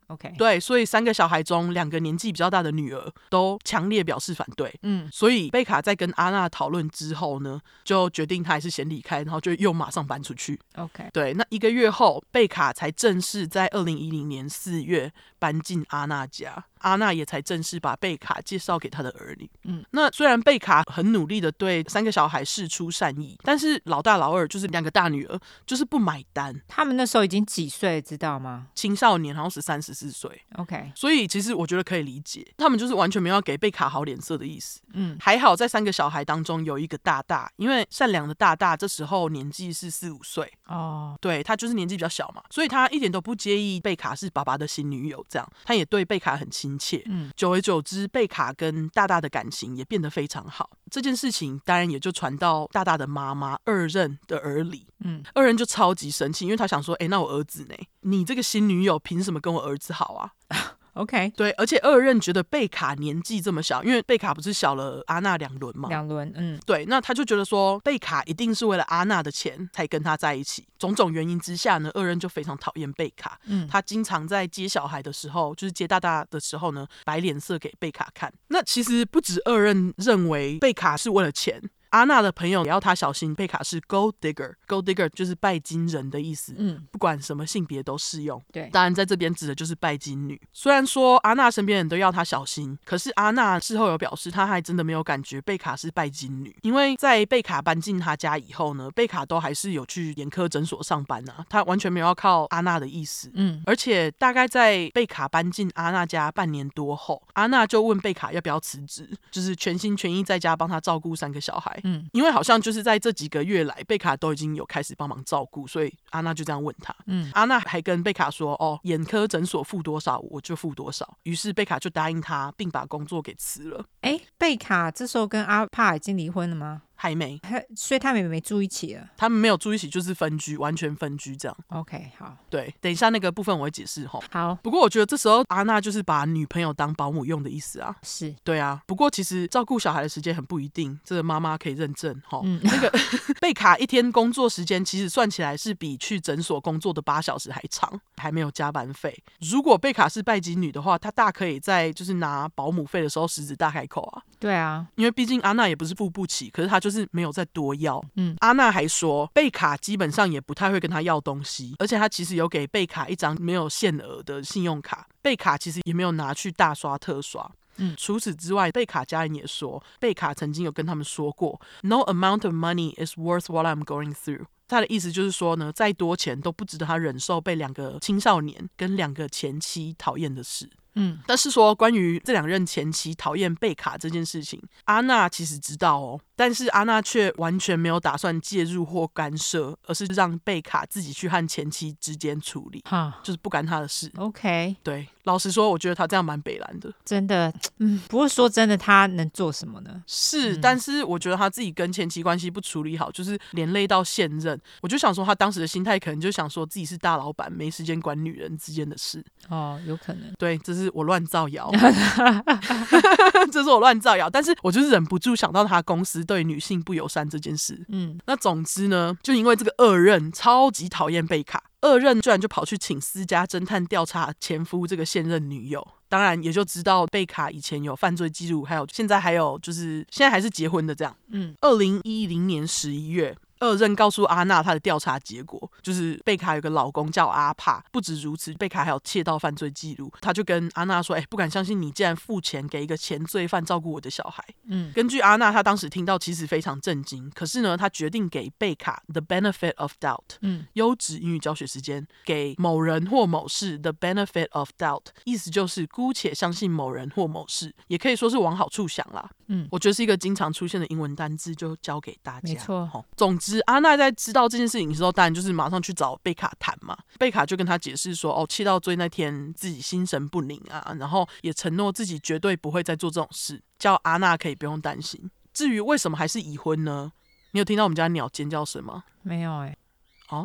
OK， 对，所以三个小孩中两个年纪比较大的女儿都强烈表示反对。 嗯， 所以贝卡在跟阿娜讨论之后呢，就决定他还是先离开，然后就又马上搬出去。 OK， 对，那一个月后贝卡才正式在二零一零年四月搬进阿娜家，阿娜也才正式把贝卡介绍给他的儿女。 嗯， 那虽然贝卡很努力的对三个小孩释出善意，但是老大老二就是两个大女儿就是不买单。 他们那时候已经几岁知道吗？ 青少年好像十三十四岁， OK， 所以其实我觉得可以理解，他们就是完全没有要给贝卡好脸色的意思。 嗯， 还好在三个小孩当中有一个大大，因为善良的大大这时候年纪是四五岁， 哦， 对，他就是年纪比较小嘛，所以他一点都不介意贝卡是爸爸的新女友，这样他也对贝卡很亲切。 嗯， 久而久之，贝卡跟大大的感情也变得非常好。这件事情当然也就传到大大的妈妈二任的耳里。 嗯， 二任就超级生气，因为他想说，哎，那我儿子呢？你这个新女友凭什么跟我儿子好啊 ？OK， 对，而且二任觉得贝卡年纪这么小，因为贝卡不是小了阿娜两轮嘛， 两轮，嗯， 对，那他就觉得说贝卡一定是为了阿娜的钱才跟他在一起。种种原因之下呢，二任就非常讨厌贝卡。 嗯， 他经常在接小孩的时候，就是接大大的时候呢，摆脸色给贝卡看。那其实不止二任认为贝卡是为了钱，阿娜的朋友也要他小心，贝卡是 gold digger，gold digger 就是拜金人的意思， 嗯， 不管什么性别都适用。 对， 当然在这边指的就是拜金女。虽然说阿娜身边人都要她小心，可是阿娜事后有表示，她还真的没有感觉贝卡是拜金女，因为在贝卡搬进她家以后呢，贝卡都还是有去眼科诊所上班啊，她完全没有要靠阿娜的意思。 嗯， 而且大概在贝卡搬进阿娜家半年多后，阿娜就问贝卡要不要辞职，就是全心全意在家帮她照顾三个小孩。 嗯， 因为好像就是在这几个月来，贝卡都已经有开始帮忙照顾，所以阿娜就这样问他。 嗯， 阿娜还跟贝卡说，哦，眼科诊所付多少我就付多少。于是贝卡就答应他，并把工作给辞了。 哎，贝卡这时候跟阿帕已经离婚了吗？ 还没， 所以他们也没住一起了。 他们没有住一起，就是分居，完全分居这样。 OK， 好， 对，等一下那个部分我会解释齁。 好， 不过我觉得这时候阿娜就是把女朋友当保姆用的意思啊。 是， 对啊。不过其实照顾小孩的时间很不一定，这个妈妈可以认证齁。 嗯， 那个贝卡一天工作时间其实算起来是比去诊所工作的八小时还长，还没有加班费。如果贝卡是拜金女的话，她大可以在就是拿保姆费的时候狮子大开口啊。 对啊， 因为毕竟阿娜也不是付不起，可是她就是没有再多要。 嗯， 阿娜还说贝卡基本上也不太会跟她要东西，而且她其实有给贝卡一张没有限额的信用卡，贝卡其实也没有拿去大刷特刷。 嗯， 除此之外，贝卡家人也说，贝卡曾经有跟他们说过 ，No amount of money is worth what I'm going through。他的意思就是说呢，再多钱都不值得他忍受被两个青少年跟两个前妻讨厌的事。 嗯， 但是说关于这两任前妻讨厌贝卡这件事情，阿娜其实知道哦，但是阿娜却完全没有打算介入或干涉，而是让贝卡自己去和前妻之间处理， 哈， 就是不干他的事。 OK， 对，老实说，我觉得他这样蛮北蓝的。 真的，嗯，不过说真的，他能做什么呢？ 是， 嗯， 但是我觉得他自己跟前妻关系不处理好，就是连累到现任。我就想说，他当时的心态可能就想说自己是大老板，没时间管女人之间的事。 哦，有可能。 对，这是我乱造谣，这是我乱造谣。但是我就是忍不住想到他公司对女性不友善这件事。 嗯， 那总之呢，就因为这个二任超级讨厌贝卡，二任居然就跑去请私家侦探调查前夫这个现任女友。当然也就知道贝卡以前有犯罪记录，还有现在还有就是现在还是结婚的这样。 嗯， 二零一零年十一月。二任告诉阿娜他的调查结果，就是贝卡有个老公叫阿帕。不止如此，贝卡还有窃盗犯罪记录。他就跟阿娜说：“哎、欸，不敢相信你竟然付钱给一个前罪犯照顾我的小孩。” 嗯， 根据阿娜，她当时听到其实非常震惊。可是呢，她决定给贝卡 the benefit of doubt。 嗯， 优质英语教学时间，给某人或某事 the benefit of doubt， 意思就是姑且相信某人或某事，也可以说是往好处想啦。 嗯， 我觉得是一个经常出现的英文单字，就教给大家。 没错。 哦，总之，阿娜在知道这件事情的时候，当然就是马上去找贝卡谈嘛。贝卡就跟他解释说，哦，窃盗罪那天自己心神不宁啊，然后也承诺自己绝对不会再做这种事，叫阿娜可以不用担心。至于为什么还是已婚呢？你有听到我们家鸟尖叫声吗？ 没有哎、 欸。哦，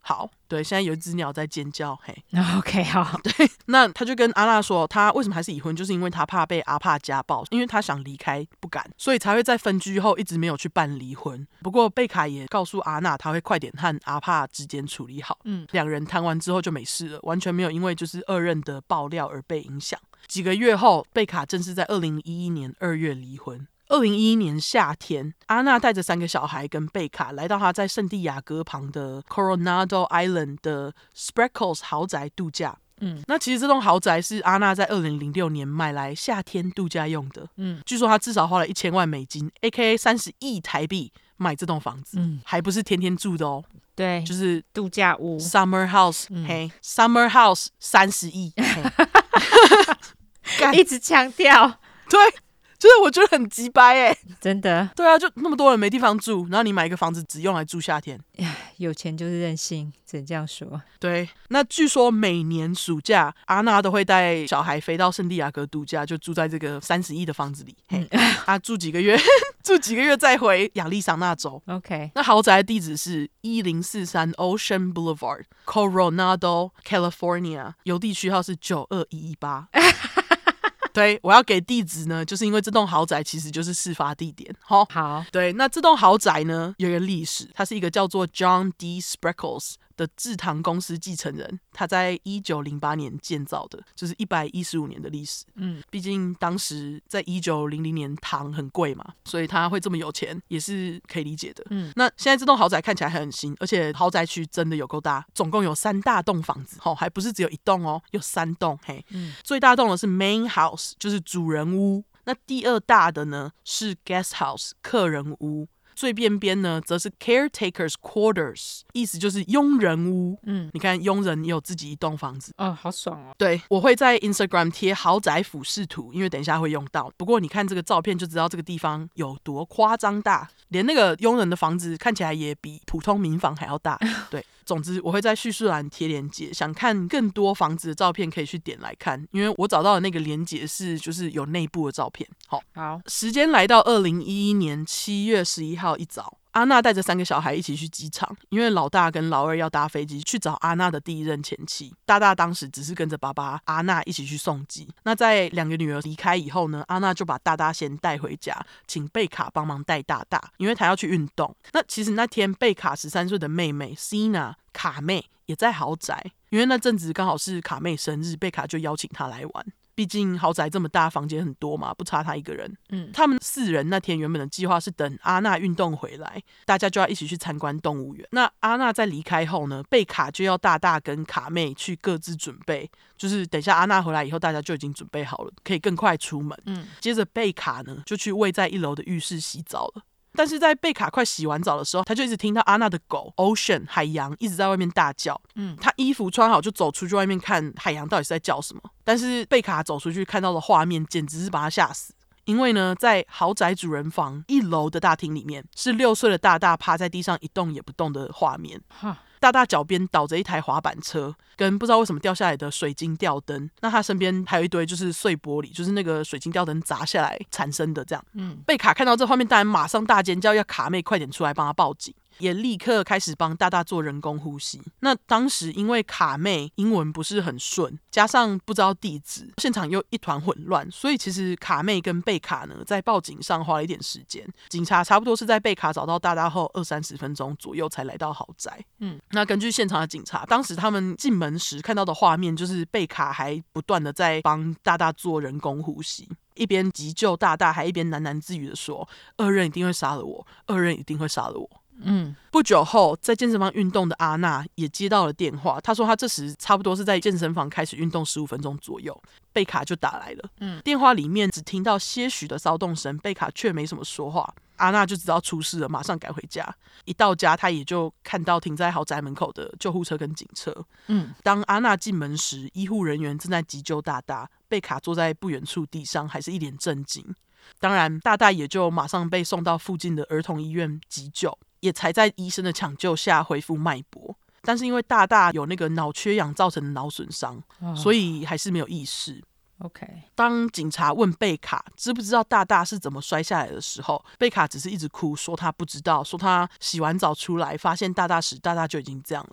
好，对，现在有一只鸟在尖叫，嘿。 OK， 好， 对，那他就跟阿娜说，他为什么还是已婚，就是因为他怕被阿帕家暴，因为他想离开不敢，所以才会在分居后一直没有去办离婚。不过贝卡也告诉阿娜，他会快点和阿帕之间处理好。嗯，两人谈完之后就没事了，完全没有因为就是二任的爆料而被影响。几个月后，贝卡正式在二零一一年二月离婚。二零一一年夏天，阿娜带着三个小孩跟贝卡来到她在圣地亚哥旁的 Coronado Island 的 Spreckles 豪宅度假。嗯，那其实这栋豪宅是阿娜在二零零六年买来夏天度假用的。嗯，据说她至少花了一千万美金 ，A K A 三十亿台币买这栋房子。嗯，还不是天天住的哦。 对， 就是度假屋 Summer House，、嗯、嘿 ，Summer House 三十亿， 一直强调， 对。就是我觉得很鸡掰哎， 真的。 对啊，就那么多人没地方住，然后你买一个房子只用来住夏天， 有钱就是任性，只能这样说。 对，那据说每年暑假，阿娜都会带小孩飞到圣地亚哥度假，就住在这个三十亿的房子里。嗯，他住几个月，住几个月再回亚利桑那州。 OK， 那豪宅地址是一零四三 Ocean Boulevard, Coronado, California， 邮递区号是九二一一八。对，我要给地址呢，就是因为这栋豪宅其实就是事发地点。好， 好， 对，那这栋豪宅呢有一个历史，它是一个叫做 John D. Spreckles 的制糖公司继承人，他在一九零八年建造的，就是一百一十五年的历史。嗯，毕竟当时在一九零零年糖很贵嘛，所以他会这么有钱也是可以理解的。嗯，那现在这栋豪宅看起来很新，而且豪宅区真的有够大，总共有三大栋房子，哦，还不是只有一栋哦，有三栋。嘿，嗯，最大栋的是 Main House， 就是主人屋。那第二大的呢是 Guest House， 客人屋。最边边呢则是 Caretaker's Quarters， 意思就是佣人屋。嗯，你看佣人也有自己一栋房子哦，好爽哦。 对，我会在 Instagram 贴豪宅俯视图，因为等一下会用到。不过你看这个照片就知道这个地方有多夸张大，连那个佣人的房子看起来也比普通民房还要大。对，总之我会在叙述栏贴连结，想看更多房子的照片可以去点来看，因为我找到的那个连结是就是有内部的照片。好， 好， 时间来到二零一一年七月十一号一早，阿娜带着三个小孩一起去机场，因为老大跟老二要搭飞机去找阿娜的第一任前妻。大大当时只是跟着爸爸阿娜一起去送机。那在两个女儿离开以后呢，阿娜就把大大先带回家，请贝卡帮忙带大大，因为她要去运动。那其实那天贝卡十三岁的妹妹 Sina 卡妹也在豪宅，因为那阵子刚好是卡妹生日，贝卡就邀请她来玩。毕竟豪宅这么大，房间很多嘛，不差他一个人。嗯，他们四人那天原本的计划是等阿娜运动回来，大家就要一起去参观动物园。那阿娜在离开后呢，贝卡就要大大跟卡妹去各自准备，就是等一下阿娜回来以后，大家就已经准备好了，可以更快出门。嗯，接着贝卡呢就去位在一楼的浴室洗澡了。但是在贝卡快洗完澡的时候，他就一直听到阿娜的狗 Ocean 海洋一直在外面大叫。嗯，他衣服穿好就走出去外面看海洋到底是在叫什么。但是贝卡走出去看到的画面简直是把他吓死，因为呢，在豪宅主人房一楼的大厅里面，是六岁的大大趴在地上一动也不动的画面。哈。大大脚边倒着一台滑板车，跟不知道为什么掉下来的水晶吊灯。那他身边还有一堆就是碎玻璃，就是那个水晶吊灯砸下来产生的这样。嗯，贝卡看到这画面，当然马上大尖叫，要卡妹快点出来帮他报警。也立刻开始帮大大做人工呼吸。那当时因为卡妹英文不是很顺，加上不知道地址，现场又一团混乱，所以其实卡妹跟贝卡呢在报警上花了一点时间。警察差不多是在贝卡找到大大后二三十分钟左右才来到豪宅。嗯，那根据现场的警察，当时他们进门时看到的画面就是贝卡还不断的在帮大大做人工呼吸，一边急救大大，还一边喃喃自语的说：“二人一定会杀了我，二人一定会杀了我。”嗯，不久后，在健身房运动的阿娜也接到了电话。她说她这时差不多是在健身房开始运动十五分钟左右，贝卡就打来了。嗯，电话里面只听到些许的骚动声，贝卡却没什么说话。阿娜就知道出事了，马上赶回家。一到家，她也就看到停在豪宅门口的救护车跟警车。嗯，当阿娜进门时，医护人员正在急救大大，贝卡坐在不远处地上，还是一脸震惊。当然，大大也就马上被送到附近的儿童医院急救，也才在医生的抢救下恢复脉搏。但是因为大大有那个脑缺氧造成的脑损伤，哦，所以还是没有意识。 OK， 当警察问贝卡知不知道大大是怎么摔下来的时候，贝卡只是一直哭，说他不知道，说他洗完澡出来发现大大时，大大就已经这样了。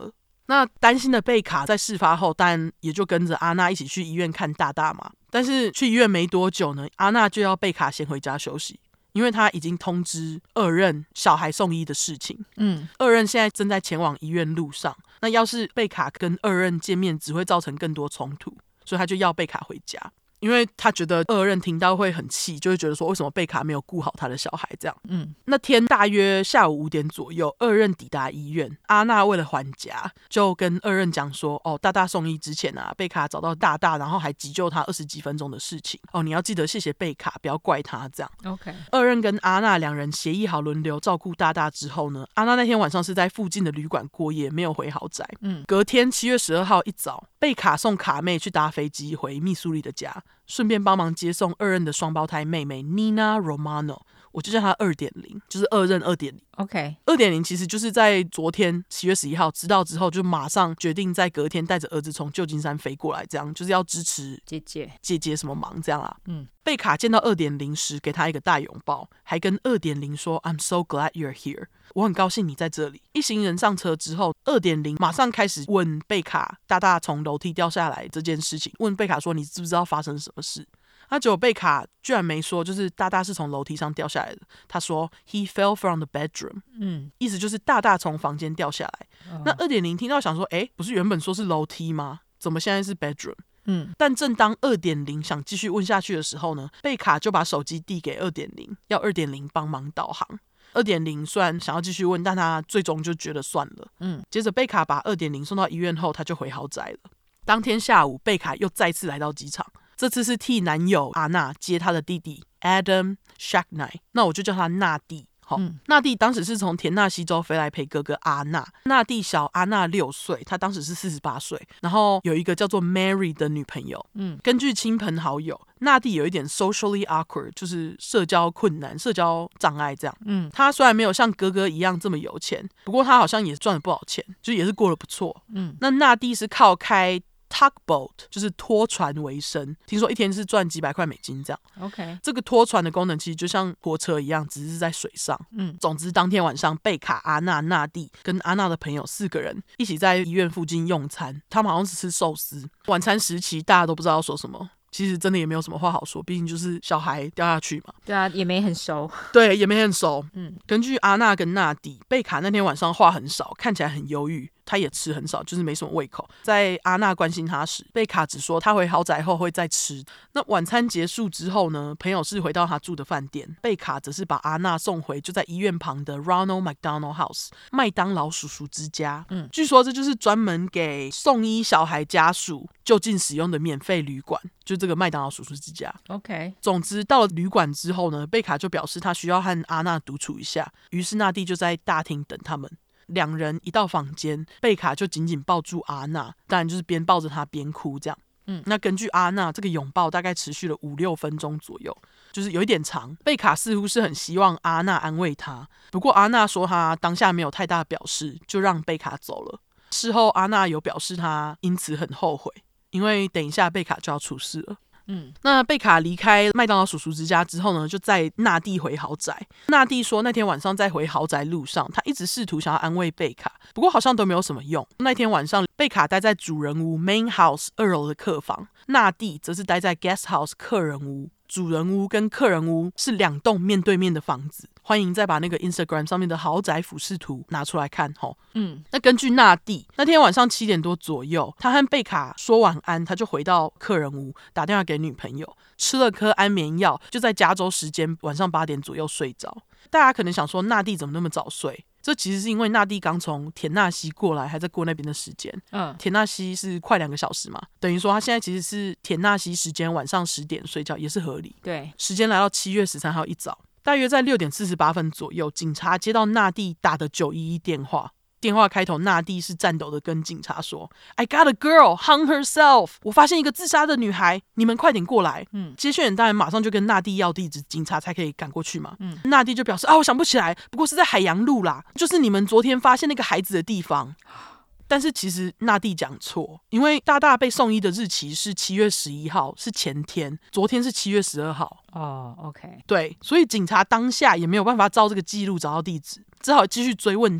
那担心的贝卡在事发后当然也就跟着阿娜一起去医院看大大嘛。但是去医院没多久呢，阿娜就要贝卡先回家休息，因为他已经通知二任小孩送医的事情。嗯，二任现在正在前往医院路上，那要是贝卡跟二任见面只会造成更多冲突，所以他就要贝卡回家。因为他觉得二任听到会很气，就会觉得说为什么贝卡没有顾好他的小孩这样。嗯，那天大约下午五点左右，二任抵达医院，阿娜为了还家，就跟二任讲说，哦，大大送医之前啊，贝卡找到大大，然后还急救他二十几分钟的事情。哦，你要记得谢谢贝卡，不要怪他这样。 OK， 二任跟阿娜两人协议好轮流照顾大大之后呢，阿娜那天晚上是在附近的旅馆过夜，没有回豪宅。嗯，隔天七月十二号一早，贝卡送卡妹去搭飞机回密苏里的家，顺便帮忙接送二任的双胞胎妹妹 Nina Romano， 我就叫她 二点零， 就是二任 二点零。 OK， 二点零 其实就是在昨天七月十一号知道之后，就马上决定在隔天带着儿子从旧金山飞过来，这样就是要支持姐姐姐姐什么忙这样啦。嗯，贝卡见到 二点零 时给他一个大拥抱，还跟 二点零 说 I'm so glad you're here， 我很高兴你在这里。一行人上车之后， 二点零 马上开始问贝卡大大从楼梯掉下来这件事情，问贝卡说你知不知道发生什么事。那结果贝卡居然没说，就是大大是从楼梯上掉下来的。他说 He fell from the bedroom， 嗯，意思就是大大从房间掉下来。哦、那 二点零 听到想说，哎，不是原本说是楼梯吗？怎么现在是 bedroom？嗯，但正当 二点零 想继续问下去的时候呢，贝卡就把手机递给 二点零， 要 二点零 帮忙导航。二点零 虽然想要继续问，但他最终就觉得算了。嗯，接着贝卡把 二点零 送到医院后，他就回豪宅了。当天下午，贝卡又再次来到机场，这次是替男友阿娜接他的弟弟 Adam Shacknight， 那我就叫他纳蒂。嗯、纳蒂当时是从田纳西州飞来陪哥哥阿娜，纳蒂小阿娜六岁，他当时是四十八岁，然后有一个叫做 Mary 的女朋友。嗯，根据亲朋好友，纳蒂有一点 socially awkward， 就是社交困难、社交障碍这样。嗯，他虽然没有像哥哥一样这么有钱，不过他好像也赚了不少钱，就也是过得不错。嗯，那纳蒂是靠开tugboat 就是拖船为生，听说一天是赚几百块美金这样。 OK， 这个拖船的功能其实就像火车一样，只是在水上。嗯，总之当天晚上，贝卡、阿娜、纳蒂跟阿娜的朋友四个人一起在医院附近用餐，他们好像是吃寿司。晚餐时期大家都不知道要说什么，其实真的也没有什么话好说，毕竟就是小孩掉下去嘛。 对啊，也没很熟。 对，也没很熟。嗯，根据阿娜跟纳蒂，贝卡那天晚上话很少，看起来很忧郁。他也吃很少，就是没什么胃口。在阿娜关心他时，贝卡只说他回豪宅后会再吃。那晚餐结束之后呢，朋友是回到他住的饭店，贝卡则是把阿娜送回就在医院旁的 Ronald McDonald House 麦当劳叔叔之家。嗯，据说这就是专门给送医小孩家属就近使用的免费旅馆，就这个麦当劳叔叔之家。 OK， 总之到了旅馆之后呢，贝卡就表示他需要和阿娜独处一下，于是纳蒂就在大厅等他们。两人一到房间，贝卡就紧紧抱住阿娜，当然就是边抱着她边哭这样。嗯，那根据阿娜，这个拥抱大概持续了五六分钟左右，就是有一点长。贝卡似乎是很希望阿娜安慰她，不过阿娜说她当下没有太大的表示，就让贝卡走了。事后阿娜有表示她因此很后悔，因为等一下贝卡就要出事了。嗯，那贝卡离开麦当劳叔叔之家之后呢，就载纳蒂回豪宅。纳蒂说那天晚上在回豪宅路上，他一直试图想要安慰贝卡，不过好像都没有什么用。那天晚上贝卡待在主人屋 Main House 二楼的客房，纳蒂则是待在 Guest House 客人屋。主人屋跟客人屋是两栋面对面的房子，欢迎再把那个 Instagram 上面的豪宅俯视图拿出来看吼。嗯，那根据纳蒂，那天晚上七点多左右，他和贝卡说晚安，他就回到客人屋打电话给女朋友，吃了颗安眠药，就在加州时间晚上八点左右睡着。大家可能想说纳蒂怎么那么早睡？这其实是因为纳蒂刚从田纳西过来，还在过那边的时间。嗯，田纳西是快两个小时嘛，等于说他现在其实是田纳西时间晚上十点睡觉，也是合理。 对， 时间来到七月十三号一早，大约在六点四十八分左右，警察接到纳蒂打的九一一电话。电话开头，纳蒂是颤抖的跟警察说 I got a girl hung herself， 我发现一个自杀的女孩，你们快点过来。嗯，接线员当然马上就跟纳蒂要地址，警察才可以赶过去嘛。嗯，纳蒂就表示啊，我想不起来，不过是在海洋路啦，就是你们昨天发现那个孩子的地方。但是其实纳蒂讲错，因为大大被送医的日期是七月十一号，是前天，昨天是七月十二号。 哦、oh, OK， 对，所以警察当下也没有办法照这个记录找到地址，只好继续追问他。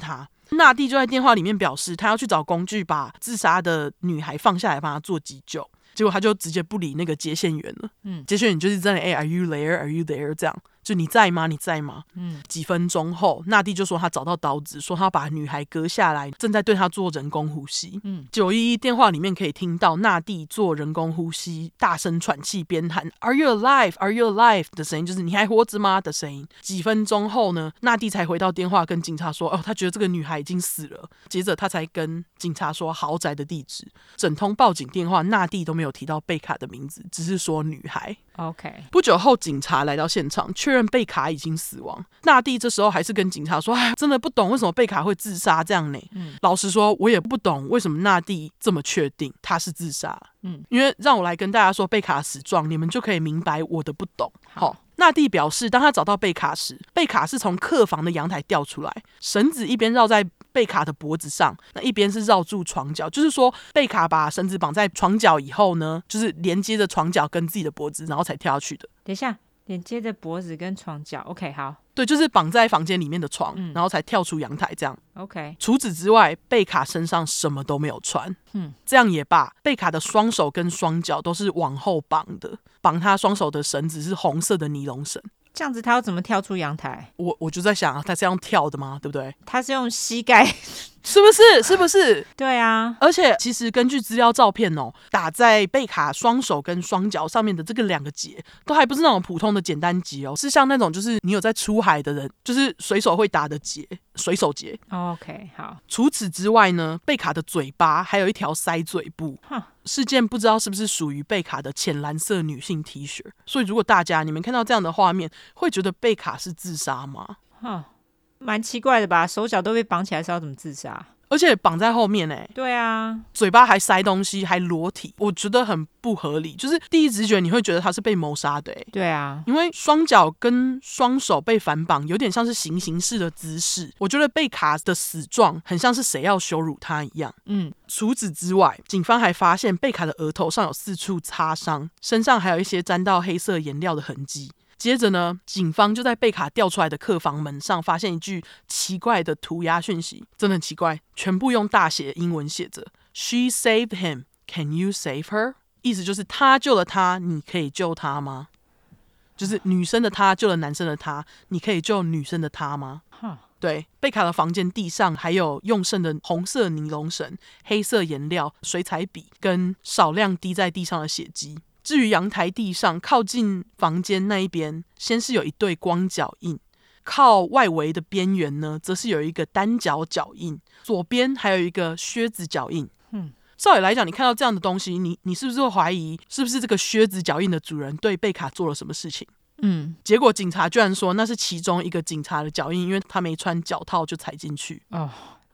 纳蒂就在电话里面表示，他要去找工具把自杀的女孩放下来，帮她做急救。结果他就直接不理那个接线员了。嗯，接线员就是在那，哎、欸、，Are you there? Are you there? 这样，就你在吗？你在吗？嗯，几分钟后，纳蒂就说他找到刀子，说他把女孩割下来，正在对她做人工呼吸。嗯，九一一电话里面可以听到纳蒂做人工呼吸，大声喘气，边喊 Are you alive? Are you alive? 的声音，就是你还活着吗的声音。几分钟后呢，纳蒂才回到电话跟警察说，哦，他觉得这个女孩已经死了。接着他才跟警察说豪宅的地址。整通报警电话，纳蒂都没有提到贝卡的名字，只是说女孩。 OK， 不久后，警察来到现场，确认贝卡已经死亡。纳蒂这时候还是跟警察说：“哎，真的不懂为什么贝卡会自杀这样呢？”嗯，老实说，我也不懂为什么纳蒂这么确定他是自杀。嗯，因为让我来跟大家说贝卡死状，你们就可以明白我的不懂。好。纳蒂表示，当他找到贝卡时，贝卡是从客房的阳台掉出来，绳子一边绕在贝卡的脖子上，那一边是绕住床角，就是说贝卡把绳子绑在床角以后呢，就是连接着床角跟自己的脖子，然后才跳下去的。 等一下，连接着脖子跟床角 ，OK， 好。 对，就是绑在房间里面的床，嗯、然后才跳出阳台这样。 OK。 除此之外，贝卡身上什么都没有穿。嗯，这样也罢。贝卡的双手跟双脚都是往后绑的，绑他双手的绳子是红色的尼龙绳。 这样子他要怎么跳出阳台？ 我我就在想，他是用跳的吗？对不对？ 他是用膝盖， 是不是？是不是？ 对啊。 而且其实根据资料照片哦，打在贝卡双手跟双脚上面的这个两个结，都还不是那种普通的简单结哦，是像那种就是你有在出海的人，就是水手会打的结，水手结。 Oh, OK， 好。 除此之外呢，贝卡的嘴巴还有一条塞嘴部。Huh.事件不知道是不是属于贝卡的浅蓝色女性 T 恤，所以如果大家你们看到这样的画面，会觉得贝卡是自杀吗？ 哈，蛮奇怪的吧？手脚都被绑起来是要怎么自杀？ 而且绑在后面欸， 对啊， 嘴巴还塞东西，还裸体，我觉得很不合理。就是第一直觉你会觉得他是被谋杀的欸， 对啊， 因为双脚跟双手被反绑，有点像是行刑式的姿势。我觉得贝卡的死状很像是谁要羞辱他一样。嗯，除此之外，警方还发现贝卡的额头上有四处擦伤，身上还有一些沾到黑色颜料的痕迹。接着呢，警方就在贝卡掉出来的客房门上发现一句奇怪的涂鸦讯息，真的很奇怪，全部用大写英文写着 She saved him, can you save her? 意思就是他救了他，你可以救他吗？就是女生的他救了男生的他，你可以救女生的他吗？对，贝卡的房间地上还有用剩的红色尼龙绳、黑色颜料、水彩笔跟少量滴在地上的血迹。至于阳台地上靠近房间那一边，先是有一对光脚印，靠外围的边缘呢，则是有一个单脚脚印，左边还有一个靴子脚印。嗯，照理来讲，你看到这样的东西，你你是不是会怀疑，是不是这个靴子脚印的主人对贝卡做了什么事情？嗯，结果警察居然说那是其中一个警察的脚印，因为他没穿脚套就踩进去。哦。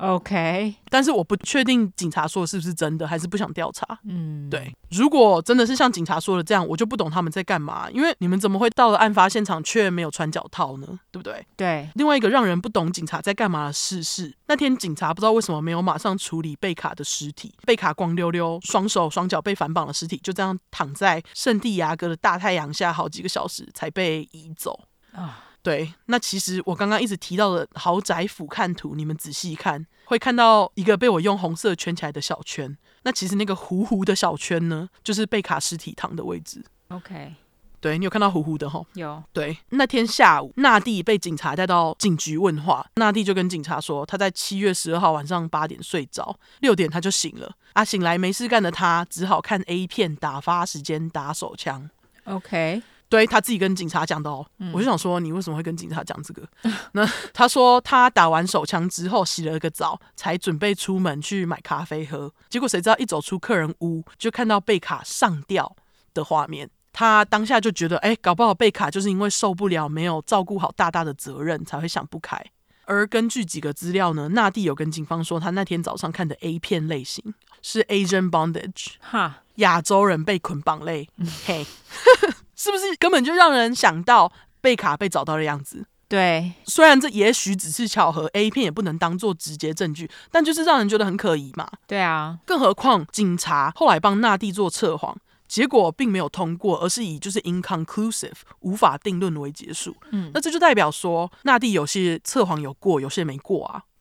OK， 但是我不确定警察说的是不是真的，还是不想调查。嗯，对，如果真的是像警察说的这样，我就不懂他们在干嘛，因为你们怎么会到了案发现场却没有穿脚套呢？对不对？ 对。 另外一个让人不懂警察在干嘛的事是，那天警察不知道为什么没有马上处理贝卡的尸体，贝卡光溜溜双手双脚被反绑的尸体就这样躺在圣地亚哥的大太阳下好几个小时才被移走啊。对，那其实我刚刚一直提到的豪宅俯瞰图，你们仔细看，会看到一个被我用红色圈起来的小圈。那其实那个糊糊的小圈呢，就是贝卡尸体躺的位置。 OK， 对，你有看到糊糊的吼？ 有。 对，那天下午，纳蒂被警察带到警局问话，纳蒂就跟警察说，他在七月十二号晚上八点睡着，六点他就醒了。啊，醒来没事干的他，只好看 A 片打发时间，打手枪。 OK。 对，他自己跟警察讲的哦、嗯，我就想说你为什么会跟警察讲这个？那他说他打完手枪之后洗了个澡，才准备出门去买咖啡喝。结果谁知道一走出客人屋，就看到贝卡上吊的画面。他当下就觉得，哎，搞不好贝卡就是因为受不了没有照顾好大大的责任，才会想不开。而根据几个资料呢，纳蒂有跟警方说，他那天早上看的 A 片类型是 Asian Bondage， 哈，亚洲人被捆绑类，嗯、嘿。是不是根本就让人想到贝卡被找到的样子？ 对， 虽然这也许只是巧合 ，A 片也不能当做直接证据，但就是让人觉得很可疑嘛。 对啊， 更何况警察后来帮纳蒂做测谎，结果并没有通过，而是以就是 inconclusive 无法定论为结束。嗯，那这就代表说纳蒂有些测谎有过，有些没过啊。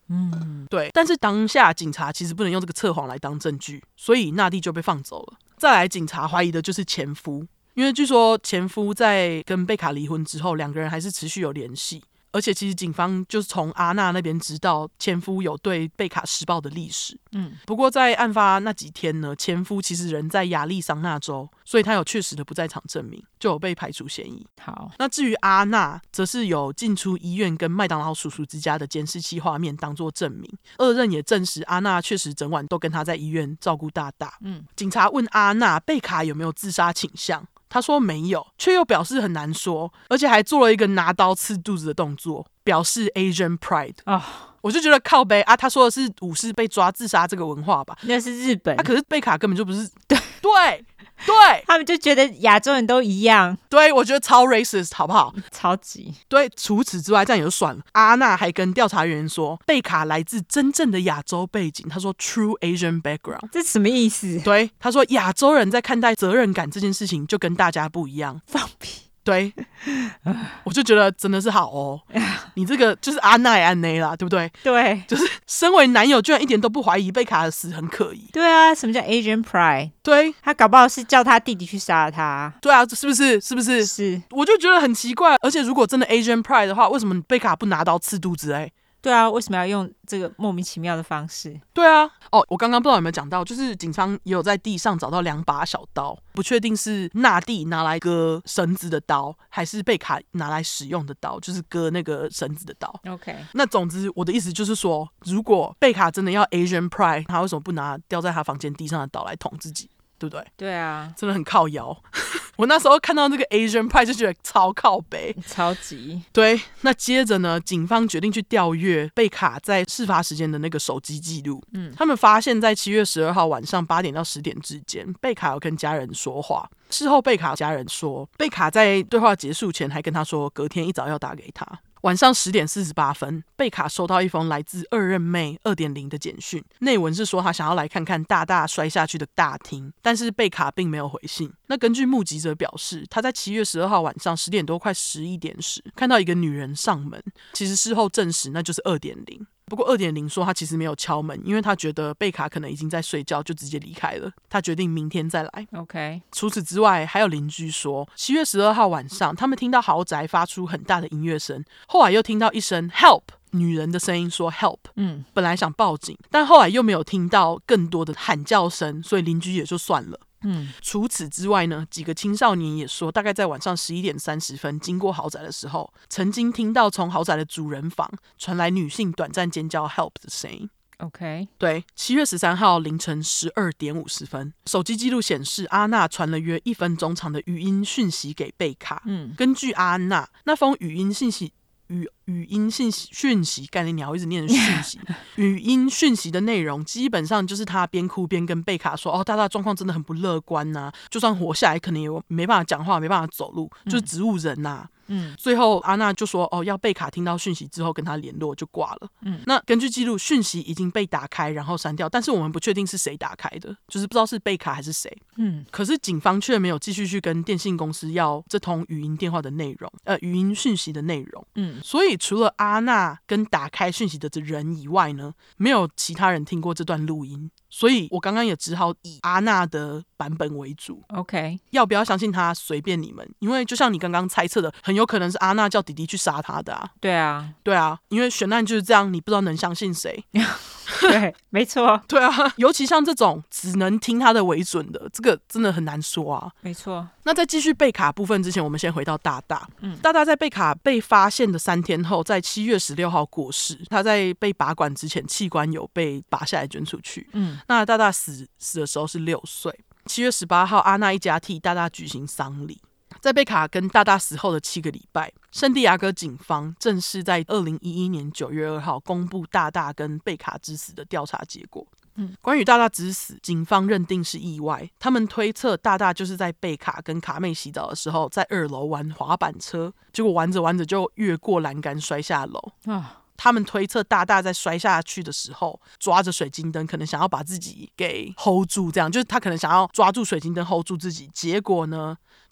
嗯， 对，但是当下警察其实不能用这个测谎来当证据，所以纳蒂就被放走了。再来，警察怀疑的就是前夫，因为据说前夫在跟贝卡离婚之后，两个人还是持续有联系。而且其实警方就是从阿娜那边知道前夫有对贝卡施暴的历史。嗯，不过在案发那几天呢，前夫其实人在亚利桑那州，所以他有确实的不在场证明，就有被排除嫌疑。 好， 那至于阿娜，则是有进出医院跟麦当劳叔叔之家的监视器画面当作证明。二任也证实阿娜确实整晚都跟他在医院照顾大大。嗯，警察问阿娜贝卡有没有自杀倾向。他说没有，却又表示很难说，而且还做了一个拿刀刺肚子的动作，表示 Asian pride。哦，我就觉得靠北啊，他说的是武士被抓自杀这个文化吧？ 那是日本， 啊，可是贝卡根本就不是。对对对， 他们就觉得亚洲人都一样。 对，我觉得超 racist， 好不好？ 超级。对， 除此之外，这样也就算了。阿娜还跟调查员说，贝卡来自真正的亚洲背景，他说 true Asian background。 这什么意思？ 对，他说亚洲人在看待责任感这件事情就跟大家不一样。 放屁。 对，我就觉得真的是好哦，你这个就是阿奈安内啦，对不对？ 对， 就是身为男友居然一点都不怀疑贝卡的死很可疑。 对啊，什么叫 Asian pride？ 对，他搞不好是叫他弟弟去杀了他。 对啊，是不是？是不是？ 是， 我就觉得很奇怪。而且如果真的 Asian pride 的话，为什么贝卡不拿刀刺肚子？哎。 对啊，为什么要用这个莫名其妙的方式？ 对啊，哦，我刚刚不知道有没有讲到，就是警方也有在地上找到两把小刀，不确定是纳蒂拿来割绳子的刀，还是贝卡拿来使用的刀，就是割那个绳子的刀。 OK， 那总之我的意思就是说，如果贝卡真的要 Asian pride， 他为什么不拿掉在他房间地上的刀来捅自己？对不对？ 对啊， 真的很靠腰。我那时候看到那个 Asian pride 就觉得超靠北， 超级。 对，那接着呢，警方决定去调阅贝卡在事发时间的那个手机记录。嗯，他们发现在七月十二号晚上八点到十点之间，贝卡有跟家人说话。事后贝卡家人说，贝卡在对话结束前还跟他说，隔天一早要打给他。晚上十点四十八分，贝卡收到一封来自二任妹 二点零 的简讯，内文是说他想要来看看大大摔下去的大厅，但是贝卡并没有回信。那根据目击者表示，他在七月十二号晚上十点多快十一点时看到一个女人上门，其实事后证实那就是 二点零。不过 二点零 说他其实没有敲门，因为他觉得贝卡可能已经在睡觉，就直接离开了。他决定明天再来。 OK。 除此之外，还有邻居说七月十二号晚上他们听到豪宅发出很大的音乐声，后来又听到一声 help， 女人的声音说 help。 嗯，本来想报警，但后来又没有听到更多的喊叫声，所以邻居也就算了。嗯，除此之外呢，几个青少年也说，大概在晚上十一点三十分经过豪宅的时候，曾经听到从豪宅的主人房传来女性短暂尖叫 help 的声音。 OK， 对，七月十三号凌晨十二点五十分，手机记录显示阿娜传了约一分钟长的语音讯息给贝卡。嗯，根据阿娜那封语音信息。语语音信息讯息，概念鸟一直念讯息。语音讯息的内容基本上就是他边哭边跟贝卡说：“哦，大大状况真的很不乐观呐、啊，就算活下来，可能也没办法讲话，没办法走路，就是植物人呐、啊。”嗯，最后阿娜就说：“哦，要贝卡听到讯息之后跟他联络，就挂了。”嗯，那根据记录，讯息已经被打开，然后删掉，但是我们不确定是谁打开的，就是不知道是贝卡还是谁。嗯，可是警方却没有继续去跟电信公司要这通语音电话的内容，呃，语音讯息的内容。嗯，所以除了阿娜跟打开讯息的人以外呢，没有其他人听过这段录音。所以我刚刚也只好以阿娜的版本为主。 OK， 要不要相信他随便你们，因为就像你刚刚猜测的，很有可能是阿娜叫弟弟去杀他的啊。 对啊， 对啊，因为悬案就是这样，你不知道能相信谁。 对，没错。 对啊，尤其像这种只能听他的为准的，这个真的很难说啊。 没错。 那在继续贝卡部分之前，我们先回到大大。嗯，大大在贝卡被发现的三天后，在七月十六号过世。他在被拔管之前，器官有被拔下来捐出去。嗯，那大大死死的时候是六岁。七月十八号，阿娜一家替大大举行丧礼。在贝卡跟大大死后的七个礼拜，圣地亚哥警方正式在二零一一年九月二号公布大大跟贝卡之死的调查结果。嗯，关于大大之死，警方认定是意外。他们推测大大就是在贝卡跟卡妹洗澡的时候，在二楼玩滑板车，结果玩着玩着就越过栏杆摔下楼。啊，他们推测大大在摔下去的时候抓着水晶灯，可能想要把自己给 hold 住，这样就是他可能想要抓住水晶灯 hold 住自己，结果呢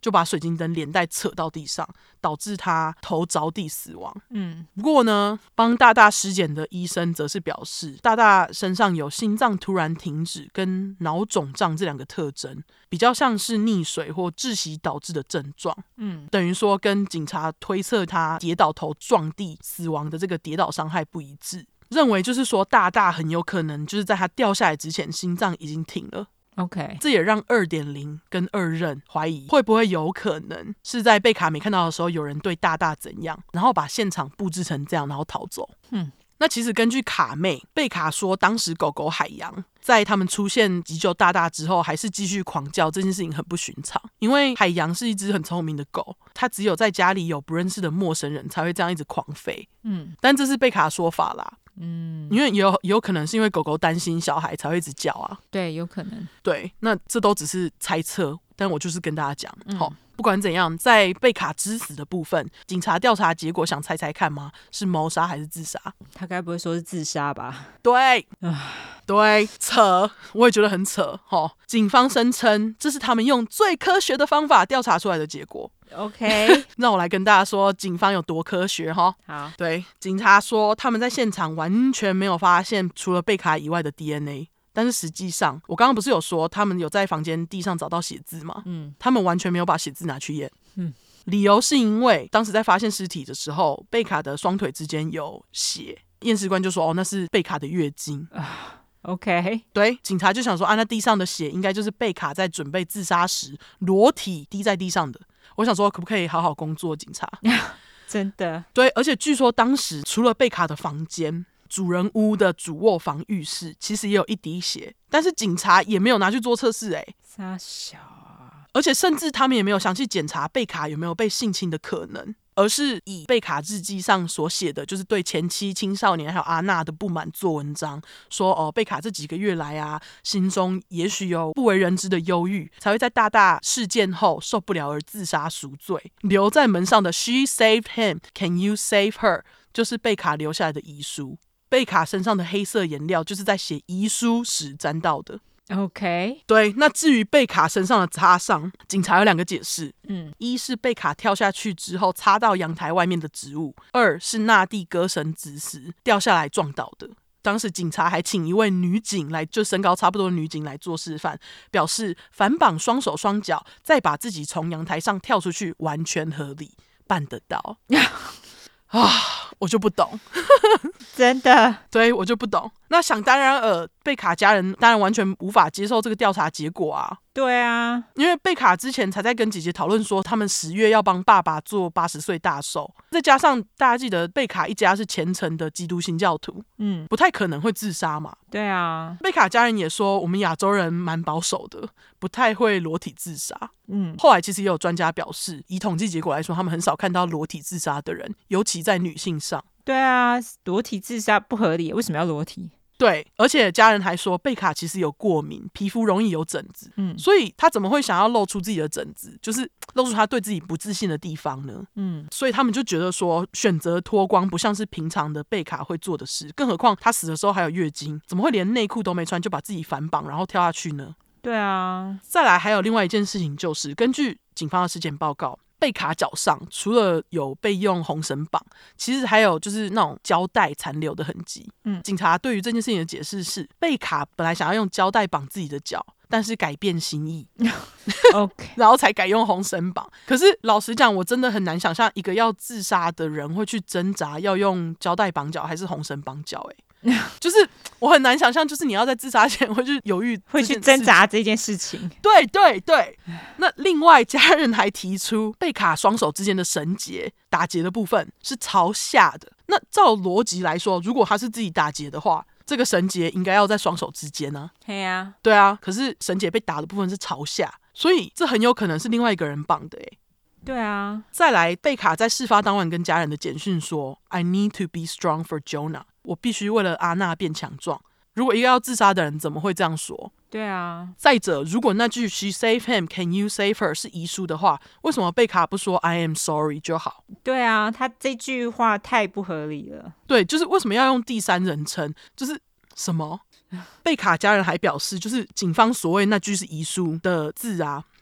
就把水晶灯连带扯到地上，导致他头着地死亡。 嗯， 不过呢，帮大大尸检的医生则是表示，大大身上有心脏突然停止跟脑肿胀这两个特征，比较像是溺水或窒息导致的症状。 嗯， 等于说跟警察推测他跌倒头撞地死亡的这个跌倒伤害不一致，认为就是说大大很有可能就是在他掉下来之前心脏已经停了。 OK， 这也让 二点零 跟二任怀疑会不会有可能是在贝卡没看到的时候有人对大大怎样，然后把现场布置成这样然后逃走。 嗯， 那其实根据卡妹，贝卡说当时狗狗海洋在他们出现急救大大之后还是继续狂叫，这件事情很不寻常，因为海洋是一只很聪明的狗，它只有在家里有不认识的陌生人才会这样一直狂吠。 嗯， 但这是贝卡的说法啦。 嗯， 因为也有也有可能是因为狗狗担心小孩才会一直叫啊。 对，有可能。 对，那这都只是猜测，但我就是跟大家讲，好、 嗯， 不管怎样，在贝卡之死的部分，警察调查结果想猜猜看吗？是谋杀还是自杀？ 他该不会说是自杀吧？ 对，对，扯，我也觉得很扯。齁，警方声称这是他们用最科学的方法调查出来的结果。 OK， 让我来跟大家说警方有多科学齁。 好， 对，警察说他们在现场完全没有发现除了贝卡以外的 D N A， 但是实际上我刚刚不是有说他们有在房间地上找到血渍吗？ 嗯， 他们完全没有把血渍拿去验。 嗯， 理由是因为当时在发现尸体的时候，贝卡的双腿之间有血，验尸官就说哦那是贝卡的月经。 OK， 对，警察就想说啊那地上的血应该就是贝卡在准备自杀时裸体滴在地上的。我想说可不可以好好工作警察。 真的。 对，而且据说当时除了贝卡的房间，主人屋的主卧房浴室其实也有一滴血，但是警察也没有拿去做测试。哎， 傻小啊。 而且甚至他们也没有详细检查贝卡有没有被性侵的可能，而是以贝卡日记上所写的就是对前妻、青少年还有阿娜的不满做文章，说哦，贝卡这几个月来啊，心中也许有不为人知的忧郁，才会在大大事件后受不了而自杀赎罪。留在门上的 She saved him, can you save her 就是贝卡留下来的遗书。贝卡身上的黑色颜料就是在写遗书时沾到的。 OK， 对，那至于贝卡身上的擦伤，警察有两个解释。 嗯， 一是贝卡跳下去之后擦到阳台外面的植物，二是纳蒂割绳子时掉下来撞倒的。当时警察还请一位女警来，就身高差不多的女警来做示范，表示反绑双手双脚，再把自己从阳台上跳出去，完全合理，办得到。啊，我就不懂。 真的。 对，我就不懂。那想当然尔，贝卡家人当然完全无法接受这个调查结果啊。 对啊， 因为贝卡之前才在跟姐姐讨论说，他们十月要帮爸爸做八十岁大寿，再加上大家记得贝卡一家是虔诚的基督新教徒， 嗯， 不太可能会自杀嘛。 对啊， 贝卡家人也说，我们亚洲人蛮保守的，不太会裸体自杀。 嗯， 后来其实也有专家表示，以统计结果来说，他们很少看到裸体自杀的人，尤其在女性上。 对啊，裸体自杀不合理，为什么要裸体？ 对，而且家人还说贝卡其实有过敏，皮肤容易有疹子， 嗯， 所以他怎么会想要露出自己的疹子，就是露出他对自己不自信的地方呢？ 嗯， 所以他们就觉得说选择脱光不像是平常的贝卡会做的事，更何况他死的时候还有月经，怎么会连内裤都没穿就把自己反绑然后跳下去呢？ 对啊， 再来还有另外一件事情，就是根据警方的尸检报告，贝卡脚上除了有被用红绳绑，其实还有就是那种胶带残留的痕迹。嗯，警察对于这件事情的解释是，贝卡本来想要用胶带绑自己的脚，但是改变心意 OK， 然后才改用红绳绑。可是老实讲，我真的很难想象一个要自杀的人会去挣扎要用胶带绑脚还是红绳绑脚。欸就是我很难想象，就是你要在自杀前会去犹豫， 会去挣扎这件事情。 对对对。那另外家人还提出，贝卡双手之间的绳结打结的部分是朝下的。那照逻辑来说，如果他是自己打结的话，这个绳结应该要在双手之间啊。 对啊， 对啊，可是绳结被打的部分是朝下，所以这很有可能是另外一个人绑的。欸对啊。 再来，贝卡在事发当晚跟家人的简讯说 I need to be strong for Jonah， 我必须为了阿娜变强壮。如果一个要自杀的人怎么会这样说？ 对啊。 再者，如果那句 She saved him, can you save her 是遗书的话，为什么贝卡不说 I am sorry 就好？ 对啊，他这句话太不合理了。 对，就是为什么要用第三人称？就是什么？贝卡家人还表示，就是警方所谓那句是遗书的字啊，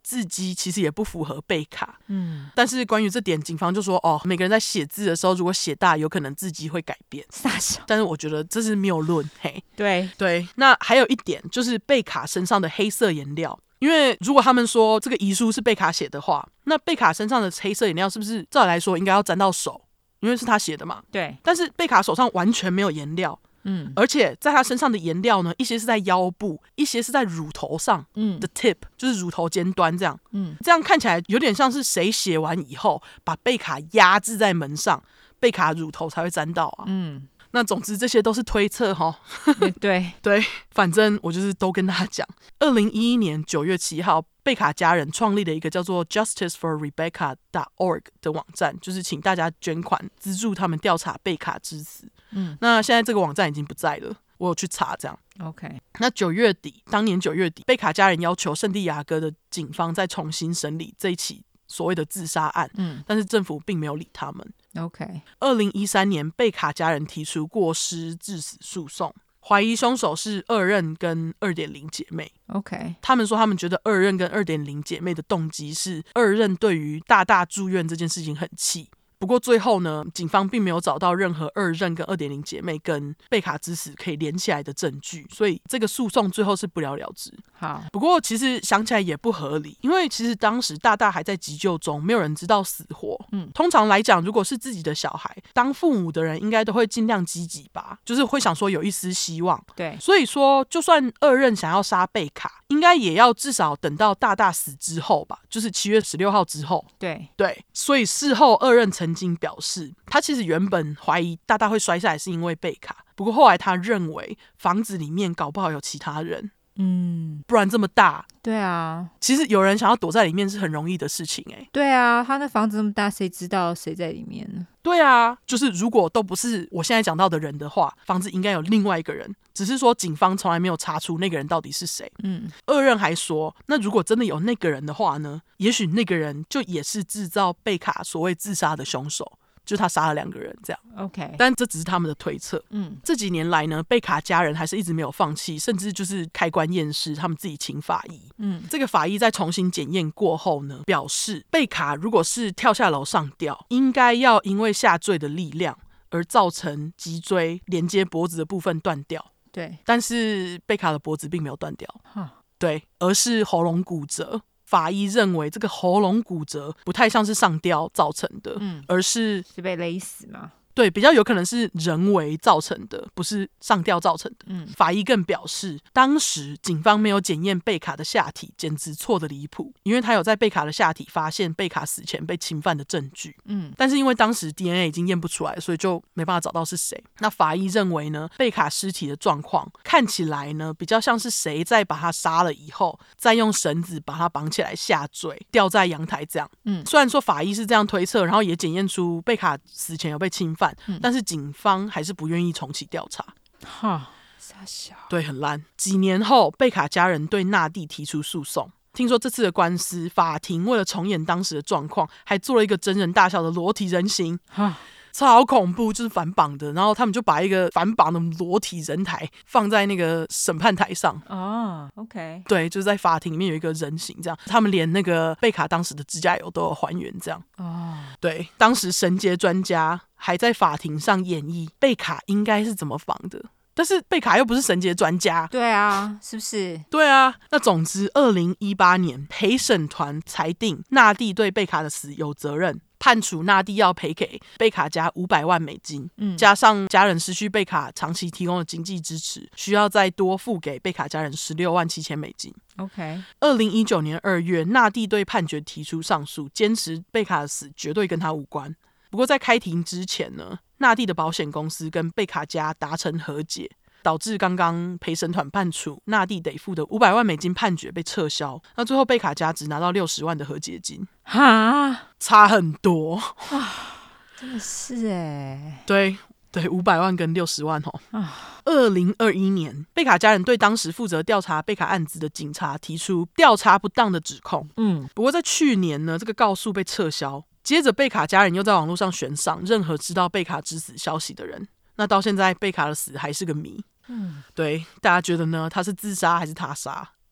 字迹其实也不符合贝卡。 嗯， 但是关于这点，警方就说哦，每个人在写字的时候，如果写大，有可能字迹会改变。 傻笑。 但是我觉得这是谬论。嘿， 对对。那还有一点就是贝卡身上的黑色颜料。因为如果他们说这个遗书是贝卡写的话，那贝卡身上的黑色颜料是不是照理来说应该要沾到手？因为是他写的嘛。 对。 但是贝卡手上完全没有颜料。 嗯， 而且在他身上的颜料呢，一些是在腰部，一些是在乳头上的 tip，、嗯、就是乳头尖端这样。嗯，这样看起来有点像是谁写完以后把贝卡压制在门上，贝卡乳头才会沾到啊。嗯。那总之这些都是推测齁。 对对，反正我就是都跟大家讲。二零一一年九月七号，贝卡家人创立了一个叫做 justice for rebecca dot org 的网站，就是请大家捐款资助他们调查贝卡之死。嗯，那现在这个网站已经不在了，我有去查这样。 OK， 那九月底，当年九月底，贝卡家人要求圣地亚哥的警方再重新审理这一起所谓的自杀案，嗯，但是政府并没有理他们。 OK， 二零一三年，贝卡家人提出过失致死诉讼，怀疑凶手是二任跟 二点零 姐妹。 OK， 他们说他们觉得二任跟 二点零 姐妹的动机是二任对于大大住院这件事情很气。不过最后呢，警方并没有找到任何二任跟 二点零 姐妹跟贝卡之死可以连起来的证据，所以这个诉讼最后是不了了之。 好， 不过其实想起来也不合理，因为其实当时大大还在急救中，没有人知道死活。嗯，通常来讲，如果是自己的小孩，当父母的人应该都会尽量积极吧，就是会想说有一丝希望。 对， 所以说就算二任想要杀贝卡，应该也要至少等到大大死之后吧，就是七月十六号之后。 对对，所以事后二任曾经表示，他其实原本怀疑大大会摔下来是因为贝卡，不过后来他认为房子里面搞不好有其他人。嗯，不然这么大。 对啊， 其实有人想要躲在里面是很容易的事情。欸， 对啊，他那房子那么大，谁知道谁在里面呢？ 对啊，就是如果都不是我现在讲到的人的话，房子应该有另外一个人，只是说警方从来没有查出那个人到底是谁。嗯，二任还说，那如果真的有那个人的话呢，也许那个人就也是制造贝卡所谓自杀的凶手，就是他杀了两个人这样。 OK， 但这只是他们的推测。嗯，这几年来呢，贝卡家人还是一直没有放弃，甚至就是开棺验尸，他们自己请法医。嗯，这个法医在重新检验过后呢，表示贝卡如果是跳下楼上吊，应该要因为下坠的力量而造成脊椎连接脖子的部分断掉。 对， 但是贝卡的脖子并没有断掉。对，而是喉咙骨折。法医认为这个喉咙骨折不太像是上吊造成的，嗯，而是是被勒死吗？ 对，比较有可能是人为造成的，不是上吊造成的。嗯，法医更表示，当时警方没有检验贝卡的下体，简直错的离谱，因为他有在贝卡的下体发现贝卡死前被侵犯的证据。嗯，但是因为当时 D N A 已经验不出来，所以就没办法找到是谁。那法医认为呢，贝卡尸体的状况看起来呢，比较像是谁在把他杀了以后，再用绳子把他绑起来下坠，吊在阳台这样。嗯，虽然说法医是这样推测，然后也检验出贝卡死前有被侵犯。嗯，但是警方还是不愿意重启调查。 哈，傻小， 对，很烂。几年后，贝卡家人对纳蒂提出诉讼。听说这次的官司，法庭为了重演当时的状况，还做了一个真人大小的裸体人形。哈，超恐怖，就是反绑的。然后他们就把一个反绑的裸体人台放在那个审判台上。 哦 ，OK， 对，就是在法庭里面有一个人形这样。他们连那个贝卡当时的指甲油都有还原这样。哦，对，当时绳结专家还在法庭上演绎贝卡应该是怎么绑的。但是贝卡又不是绳结专家。 对啊，是不是？ 对啊，那总之二零一八年陪审团裁定纳蒂对贝卡的死有责任，判处纳蒂要赔给贝卡家五百万美金，嗯，加上家人失去贝卡长期提供的经济支持，需要再多付给贝卡家人十六万七千美金。 OK， 二零一九年二月，纳蒂对判决提出上诉，坚持贝卡的死绝对跟他无关。不过在开庭之前呢，纳蒂的保险公司跟贝卡家达成和解，导致刚刚陪审团判处纳蒂得付的五百万美金判决被撤销。那最后贝卡家只拿到六十万的和解金。 哈， 差很多啊，真的是哎。 对对，五百万跟六十万哦。二零二一年，贝卡家人对当时负责调查贝卡案子的警察提出调查不当的指控。嗯，不过在去年呢，这个告诉被撤销。接着贝卡家人又在网络上悬赏任何知道贝卡之死消息的人。那到现在贝卡的死还是个谜。嗯，对，大家觉得呢？他是自杀还是他杀？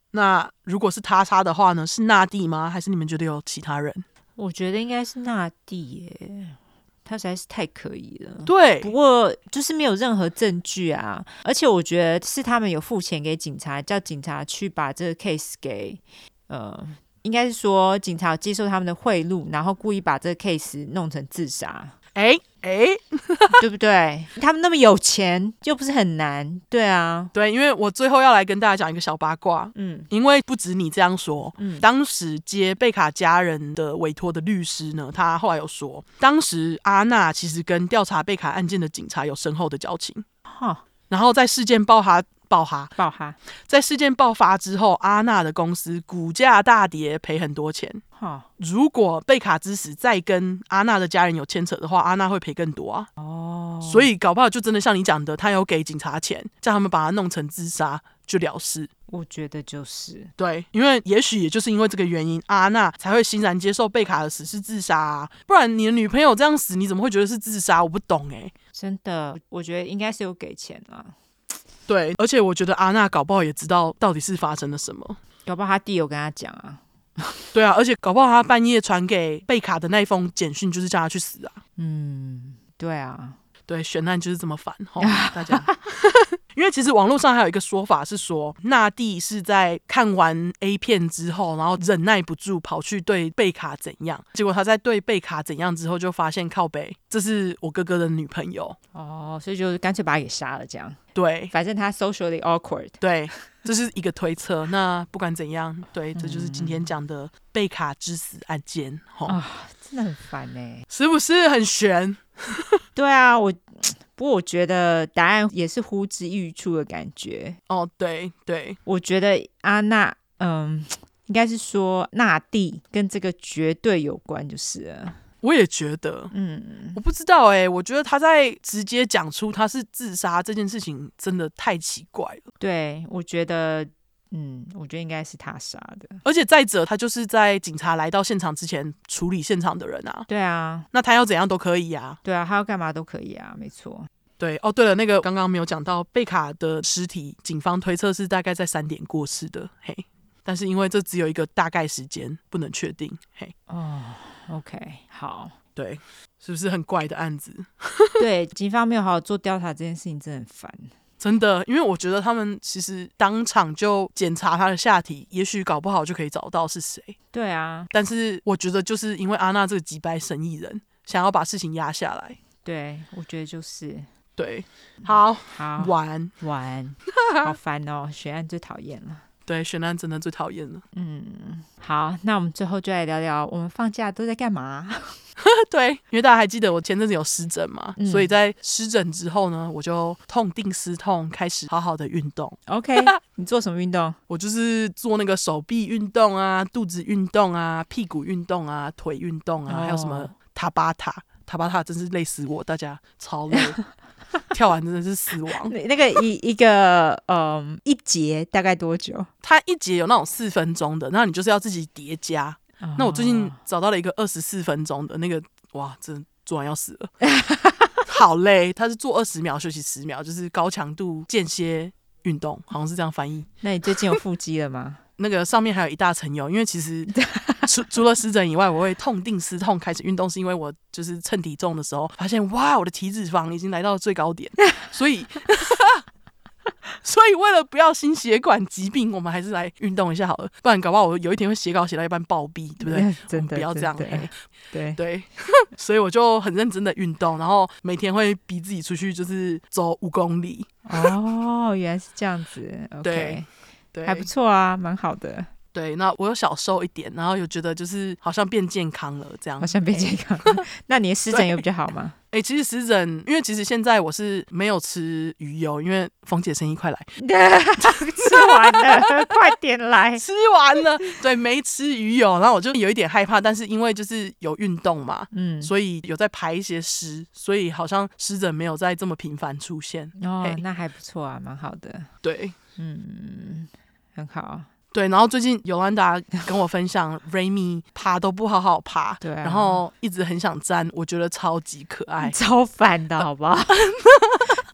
那如果是他杀的话呢，是娜蒂吗？还是你们觉得有其他人？ 我觉得应该是娜蒂耶，他实在是太可疑了。 对， 不过就是没有任何证据啊，而且我觉得是他们有付钱给警察，叫警察去把这个 case 给呃，应该是说警察接受他们的贿赂，然后故意把这个 case 弄成自杀。 哎哎， 对不对？他们那么有钱，就不是很难，对啊， 对，因为我最后要来跟大家讲一个小八卦，嗯，因为不止你这样说，嗯，当时接贝卡家人的委托的律师呢，他后来有说，当时阿娜其实跟调查贝卡案件的警察有深厚的交情，哈，然后在事件爆发。爆哈爆哈， 在事件爆发之后，阿娜的公司股价大跌，赔很多钱。如果贝卡之死再跟阿娜的家人有牵扯的话，阿娜会赔更多啊。哦，所以搞不好就真的像你讲的，他有给警察钱，叫他们把他弄成自杀就了事。 我觉得就是对，因为也许也就是因为这个原因，阿娜才会欣然接受贝卡的死是自杀啊。不然你的女朋友这样死，你怎么会觉得是自杀？我不懂哎、欸。 真的，我觉得应该是有给钱啦。 对，而且我觉得阿娜搞不好也知道到底是发生了什么， 搞不好他弟有跟他讲啊。 对啊，而且搞不好他半夜传给贝卡的那封简讯就是叫他去死啊。 嗯，对啊， 对，悬案就是这么烦齁，大家。因为其实网络上还有一个说法是说，娜蒂是在看完 A 片之后，然后忍耐不住跑去对贝卡怎样，结果他在对贝卡怎样之后，就发现靠北，这是我哥哥的女朋友哦，所以就干脆把他给杀了，这样。 对， 反正他 socially awkward。 对，这是一个推测。那不管怎样，对，这就是今天讲的贝卡之死案件。啊、 哦，真的很烦哎， 是不是很悬？ 对啊，我不过我觉得答案也是呼之欲出的感觉。 哦，对对， 我觉得阿娜，嗯，应该是说娜蒂跟这个绝对有关，就是了。 我也觉得，嗯，我不知道哎、欸，我觉得他在直接讲出他是自杀这件事情，真的太奇怪了。 对，我觉得，嗯，我觉得应该是他杀的。 而且再者，他就是在警察来到现场之前处理现场的人啊。 对啊， 那他要怎样都可以啊。 对啊，他要干嘛都可以啊，没错。 对哦，对了，那个刚刚没有讲到贝卡的尸体，警方推测是大概在三点过世的，嘿，但是因为这只有一个大概时间，不能确定，嘿。 哦。OK， 好， 对，是不是很怪的案子？ 对，警方没有好好做调查这件事情，真的很烦。 真的，因为我觉得他们其实当场就检查他的下体，也许搞不好就可以找到是谁。 对啊， 但是我觉得就是因为阿娜这个几百生意人，想要把事情压下来。 对，我觉得就是对，好， 好玩玩，好烦哦，悬案最讨厌了。 对，悬案真的最讨厌了。 嗯，好，那我们最后就来聊聊我们放假都在干嘛。 对，因为大家还记得我前阵子有湿疹嘛、嗯，所以在湿疹之后呢，我就痛定思痛，开始好好的运动。 OK， 你做什么运动？ 我就是做那个手臂运动啊，肚子运动啊，屁股运动啊，腿运动啊，哦、还有什么塔巴塔，塔巴塔真是累死我，大家超累。跳完真的是死亡。 那个一一个嗯一节大概多久？ 它一节有那种四分钟的，那你就是要自己叠加。哦、那我最近找到了一个二十四分钟的那个，哇，真的做完要死了，好累。它是做二十秒休息十秒，就是高强度间歇运动，好像是这样翻译。 那你最近有腹肌了吗？ 那个上面还有一大层油，因为其实除除了湿疹以外，我会痛定思痛开始运动，是因为我就是称体重的时候发现，哇，我的体脂肪已经来到了最高点，所以所以为了不要心血管疾病，我们还是来运动一下好了，不然搞不好我有一天会写稿写到一半暴毙，对不对？ 真的， 不要这样， 对对，所以我就很认真的运动，然后每天会逼自己出去，就是走五公里。 哦，原来是这样子 ，OK。 对对， 还不错啊，蛮好的。 对，那我有小瘦一点，然后有觉得就是好像变健康了，这样好像变健康了。那你的湿疹有比较好吗？ 哎、欸，其实湿疹，因为其实现在我是没有吃鱼油，因为冯姐生意快来， 吃完了，快点来， 吃完了，对，没吃鱼油，然后我就有一点害怕，但是因为就是有运动嘛，嗯，所以有在排一些湿，所以好像湿疹没有再这么频繁出现。 哦，那还不错啊，蛮好的。 对， 嗯，很好。 对，然后最近尤兰达跟我分享 Remy 爬都不好好爬， 对、啊， 然后一直很想沾，我觉得超级可爱， 超烦的好不好？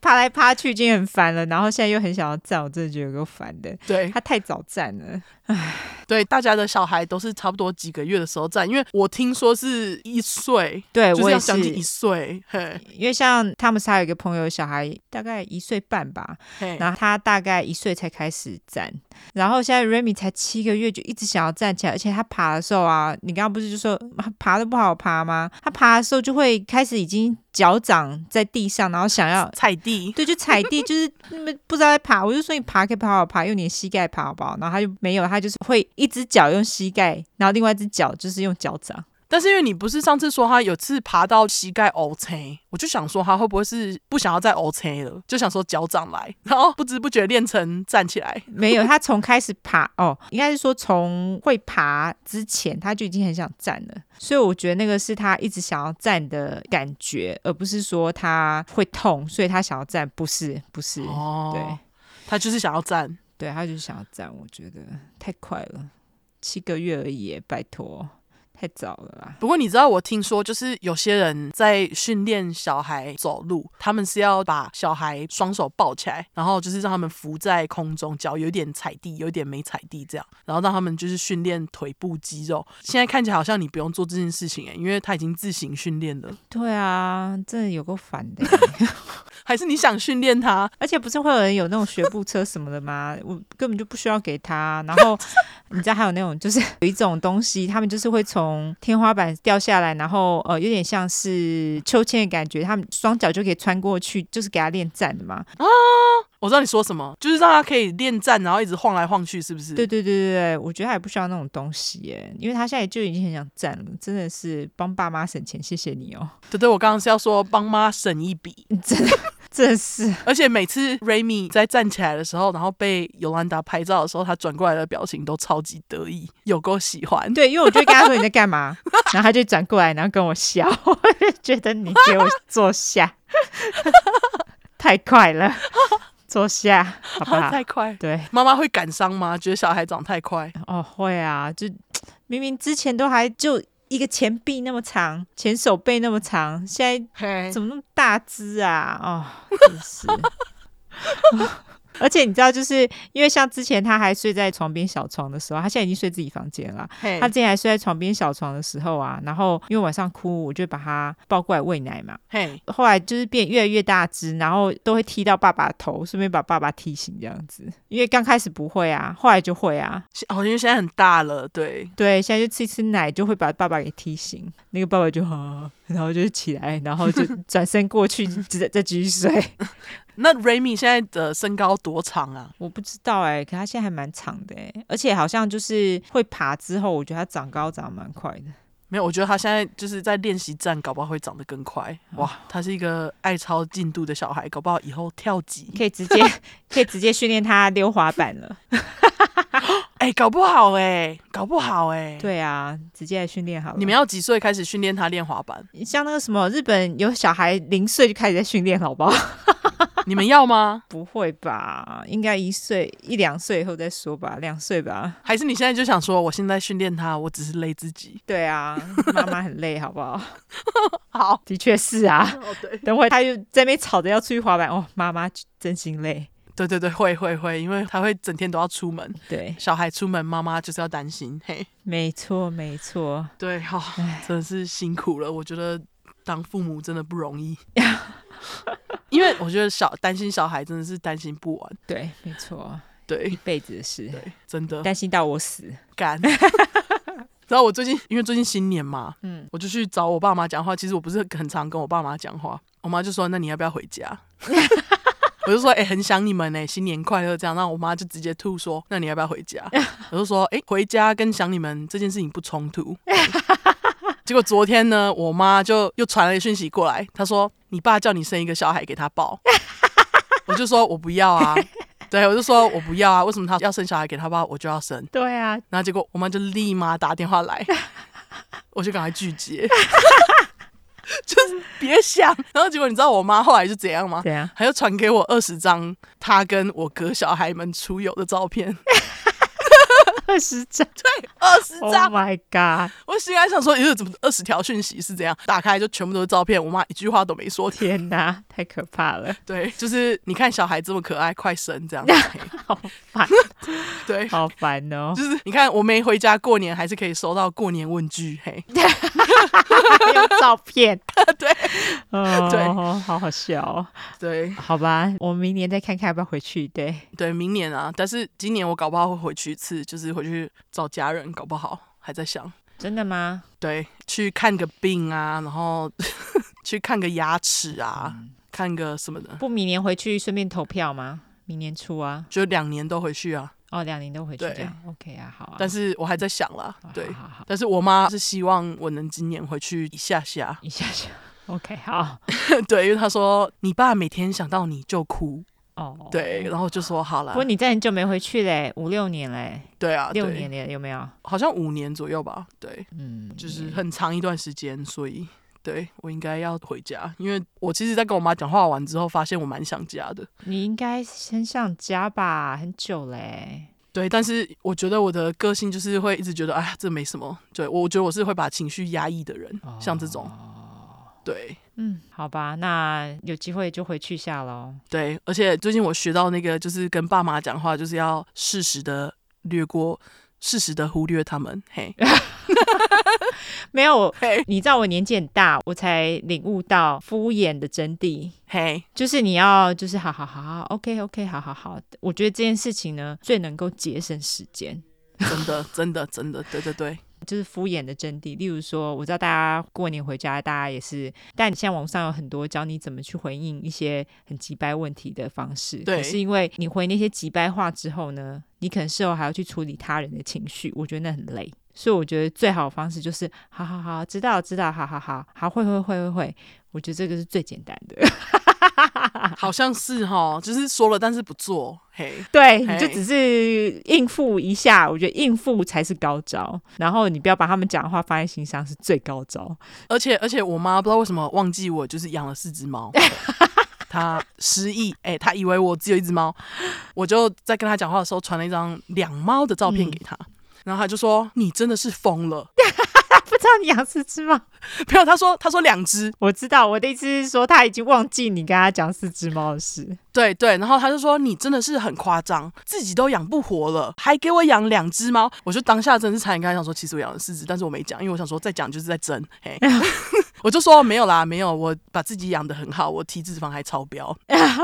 爬来爬去已经很烦了，然后现在又很想要站，我真的觉得有够烦的。 对， 他太早站了，唉。 对，大家的小孩都是差不多几个月的时候站，因为我听说是一岁， 对， 就是我也是要将近一岁。嘿， 因为像他们他有一个朋友的小孩大概一岁半吧，然后他大概一岁才开始站，然后现在 Remy 才七个月就一直想要站起来，而且他爬的时候啊，你刚刚不是就说爬的不好爬吗？他爬的时候就会开始已经脚掌在地上，然后想要踩地， 对，就踩地，就是不知道在爬。我就说你爬可以爬好爬，用你的膝盖爬好不好？然后他就没有，他就是会一只脚用膝盖，然后另外一只脚就是用脚掌。 但是因为你不是上次说他有次爬到膝盖 OK， 我就想说他会不会是不想要再 OK 了，就想说脚掌来，然后不知不觉练成站起来。 没有，他从开始爬哦，应该是说从会爬之前他就已经很想站了，所以我觉得那个是他一直想要站的感觉，而不是说他会痛，所以他想要站，不是不是，哦，对， 他就是想要站， 对，他就是想要站，我觉得太快了，七个月而已，拜托。太早了啦。 不过你知道我听说就是有些人在训练小孩走路，他们是要把小孩双手抱起来，然后就是让他们浮在空中，脚有点踩地有点没踩地这样，然后让他们就是训练腿部肌肉。现在看起来好像你不用做这件事情耶，因为他已经自行训练了。 对啊，真的有够烦的还是你想训练他？ 而且不是会有人有那种学步车什么的吗？我根本就不需要给他。然后你知道还有那种就是有一种东西，他们就是会从天花板掉下来，然后呃有点像是秋千的感觉，他们双脚就可以穿过去，就是给他练站的嘛。 啊，我知道你说什么，就是让他可以练站，然后一直晃来晃去，是不是？ 对对对对对，我觉得他也不需要那种东西耶，因为他现在就已经很想站了，真的是帮爸妈省钱，谢谢你哦。 对对，我刚刚是要说帮妈省一笔， 真的。真是， 而且每次 Remy 在站起来的时候，然后被尤兰达拍照的时候，他转过来的表情都超级得意，有够喜欢。 对，因为我就会跟他说你在干嘛，然后他就转过来，然后跟我笑，我就觉得你给我坐下，太快了，坐下，好不好？ 太快， 对， 妈妈会感伤吗？觉得小孩长太快？ 哦，会啊，就明明之前都还就。一个前臂那么长，前手背那么长，现在怎么那么大只啊？哦，真是。而且你知道，就是因为像之前他还睡在床边小床的时候，他现在已经睡自己房间了。他之前还睡在床边小床的时候啊，然后因为晚上哭，我就把他抱过来喂奶嘛。后来就是变越来越大只，然后都会踢到爸爸的头，顺便把爸爸踢醒这样子。因为刚开始不会啊，后来就会啊。 哦，因为现在很大了，对对，现在就吃一吃奶就会把爸爸给踢醒，那个爸爸就哈，然后就起来，然后就转身过去，再再继续睡。 那 Remy 现在的身高多长啊？ 我不知道哎、欸，可他现在还蛮长的哎、欸，而且好像就是会爬之后，我觉得他长高长得蛮快的。 没有，我觉得他现在就是在练习站，搞不好会长得更快。哇，他是一个爱超进度的小孩，搞不好以后跳级可以直接可以直接训练他溜滑板了。 哎、欸，搞不好哎、欸，搞不好哎、欸。 对啊，直接来训练好了。 你们要几岁开始训练他练滑板？ 像那个什么，日本有小孩零岁就开始在训练，好不好？ 你们要吗？ 不会吧，应该一岁一两岁以后再说吧，两岁吧。 还是你现在就想说，我现在训练他，我只是累自己？ 对啊，妈妈很累，好不好？ 好， 的确是啊。 哦，对， 等会他就在那边吵着要出去滑板，哦，妈妈真心累。 对对对，会会会，因为他会整天都要出门。 对， 小孩出门，妈妈就是要担心。嘿， 没错没错。 对，好、哦，真的是辛苦了。我觉得当父母真的不容易。因为我觉得小担心小孩真的是担心不完。 对，没错， 对， 一辈子的事。 对，真的担心到我死。 干。然后我最近因为最近新年嘛，嗯，我就去找我爸妈讲话。其实我不是很常跟我爸妈讲话，我妈就说：“那你要不要回家？”我就说：“哎、欸，很想你们哎、欸，新年快乐。”这样，那我妈就直接吐说：“那你要不要回家？”我就说：“哎、欸，回家跟想你们这件事情不冲突。”结果昨天呢，我妈就又传了讯息过来，她说：“你爸叫你生一个小孩给他抱。”我就说：“我不要啊。”对，我就说我不要啊，为什么他要生小孩给他抱，我就要生？ 对啊， 然后结果我妈就立马打电话来，我就赶快拒接。就是别想，然后结果你知道我妈后来就怎样吗？ 怎样？ 还要传给我二十张她跟我哥小孩们出游的照片。 二十张， 对，二十张。 Oh my god！ 我心里想说，咦，怎么二十条讯息是这样？打开就全部都是照片，我妈一句话都没说。 天哪，太可怕了！ 对，就是你看小孩这么可爱，快生这样。 好烦， 对， 好烦哦。 就是你看我没回家过年，还是可以收到过年问句，嘿， 还有照片， 对， 哦， 对， 好好笑哦。 对， 好吧，我们明年再看看要不要回去。对， 对，明年啊，但是今年我搞不好会回去一次，就是回去找家人，搞不好还在想。 真的吗？ 对，去看个病啊，然后去看个牙齿啊，嗯、看个什么的。 不，明年回去顺便投票吗？明年初啊， 就两年都回去啊。 哦，两年都回去这样 ，OK 啊，好啊。 但是我还在想啦， 哦、 对， 好好好， 但是我妈是希望我能今年回去一下下， 一下下 ，OK， 好。 对，因为她说你爸每天想到你就哭。 哦， 对，然后就说好了。 不过你在很久没回去嘞，五六年嘞。 对啊， 六年了有没有？ 好像五年左右吧。对， 嗯， 就是很长一段时间，所以对我应该要回家，因为我其实在跟我妈讲话完之后，发现我蛮想家的。 你应该很想家吧？很久嘞。 对，但是我觉得我的个性就是会一直觉得，哎呀，这没什么。对，我觉得我是会把情绪压抑的人，哦、像这种。对， 嗯，好吧，那有机会就回去下咯。 对，而且最近我学到那个，就是跟爸妈讲话，就是要适时的略过，适时的忽略他们。嘿， 没有，你知道我年纪很大，我才领悟到敷衍的真谛。 嘿， 就是你要，就是好好好好 ，OK OK， 好好好。我觉得这件事情呢，最能够节省时间。 真的，真的，真的，对对对。 就是敷衍的真谛，例如说，我知道大家过年回家，大家也是，但现在网上有很多教你怎么去回应一些很急掰问题的方式。 对， 可是因为你回那些急掰话之后呢，你可能事后还要去处理他人的情绪，我觉得那很累。所以我觉得最好的方式就是，好好好，知道知道，好好好，好会会会会会，我觉得这个是最简单的。 好像是齁，就是说了但是不做，嘿， 对，你就只是应付一下，我觉得应付才是高招，然后你不要把他们讲的话放在心上是最高招。 而且而且我妈不知道为什么忘记我就是养了四只猫。他失忆，哎、欸，他以为我只有一只猫，我就在跟他讲话的时候传了一张两猫的照片给他，嗯、然后他就说：“你真的是疯了。” 不知道你养四只吗？ 没有，他说他说两只。 我知道，我的意思是说他已经忘记你跟他讲四只猫的事。 对对，然后他就说你真的是很夸张，自己都养不活了，还给我养两只猫。我就当下真的是差点跟他讲说，其实我养了四只，但是我没讲，因为我想说再讲就是在争。嘿，我就说没有啦，没有，我把自己养得很好，我体脂肪还超标。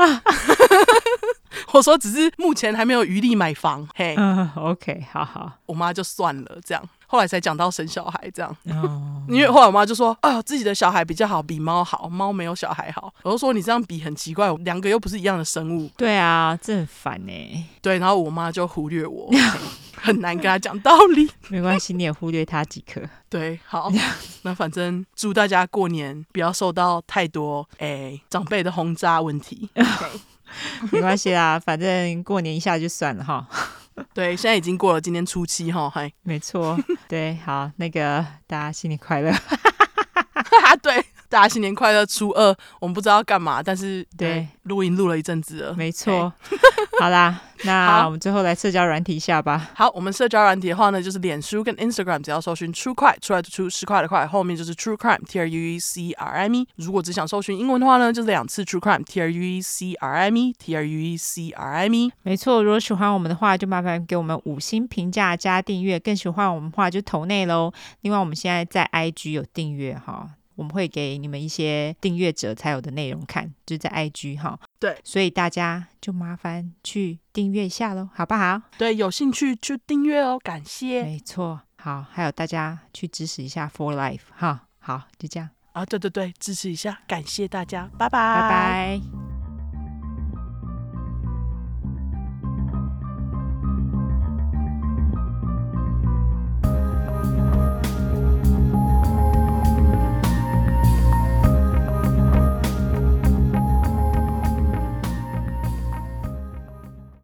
我说只是目前还没有余力买房。嘿、 嗯、，OK， 好好， 我妈就算了这样。后来才讲到生小孩这样， 哦、 因为后来我妈就说啊，自己的小孩比较好，比猫好，猫没有小孩好。我就说你这样比很奇怪，两个又不是一样的生物。 对啊，这很烦哎。 对，然后我妈就忽略我，很难跟她讲道理。 没关系，你也忽略她几颗。 对，好，那反正祝大家过年不要受到太多哎长辈的轰炸问题。 没关系啦，反正过年一下就算了哈。 对，现在已经过了今天初七哈，嗨， 没错，对，好，那个大家新年快乐。 对，大家新年快乐。初二我们不知道干嘛，但是对录音录了一阵子了， 没错。好啦，那我们最后来社交软体一下吧。 好，我们社交软体的话呢，就是脸书跟 Instagram， 只要搜寻 True Crime， 出来就出十块的块，后面就是 True Crime T R U E C R I M E。如果只想搜寻英文的话呢，就是两次 True Crime T R U E C R I M E T R U E C R I M E。 没错，如果喜欢我们的话，就麻烦给我们五星评价加订阅；更喜欢我们的话，就投内喽。另外，我们现在在 I G 有订阅哈。我们会给你们一些订阅者才有的内容看，就是在 I G 哈。 对， 所以大家就麻烦去订阅一下咯，好不好？ 对，有兴趣就订阅哦，感谢。 没错，好，还有大家去支持一下 For Life 哈。好，就这样啊，对对对，支持一下，感谢大家，拜拜， 拜拜。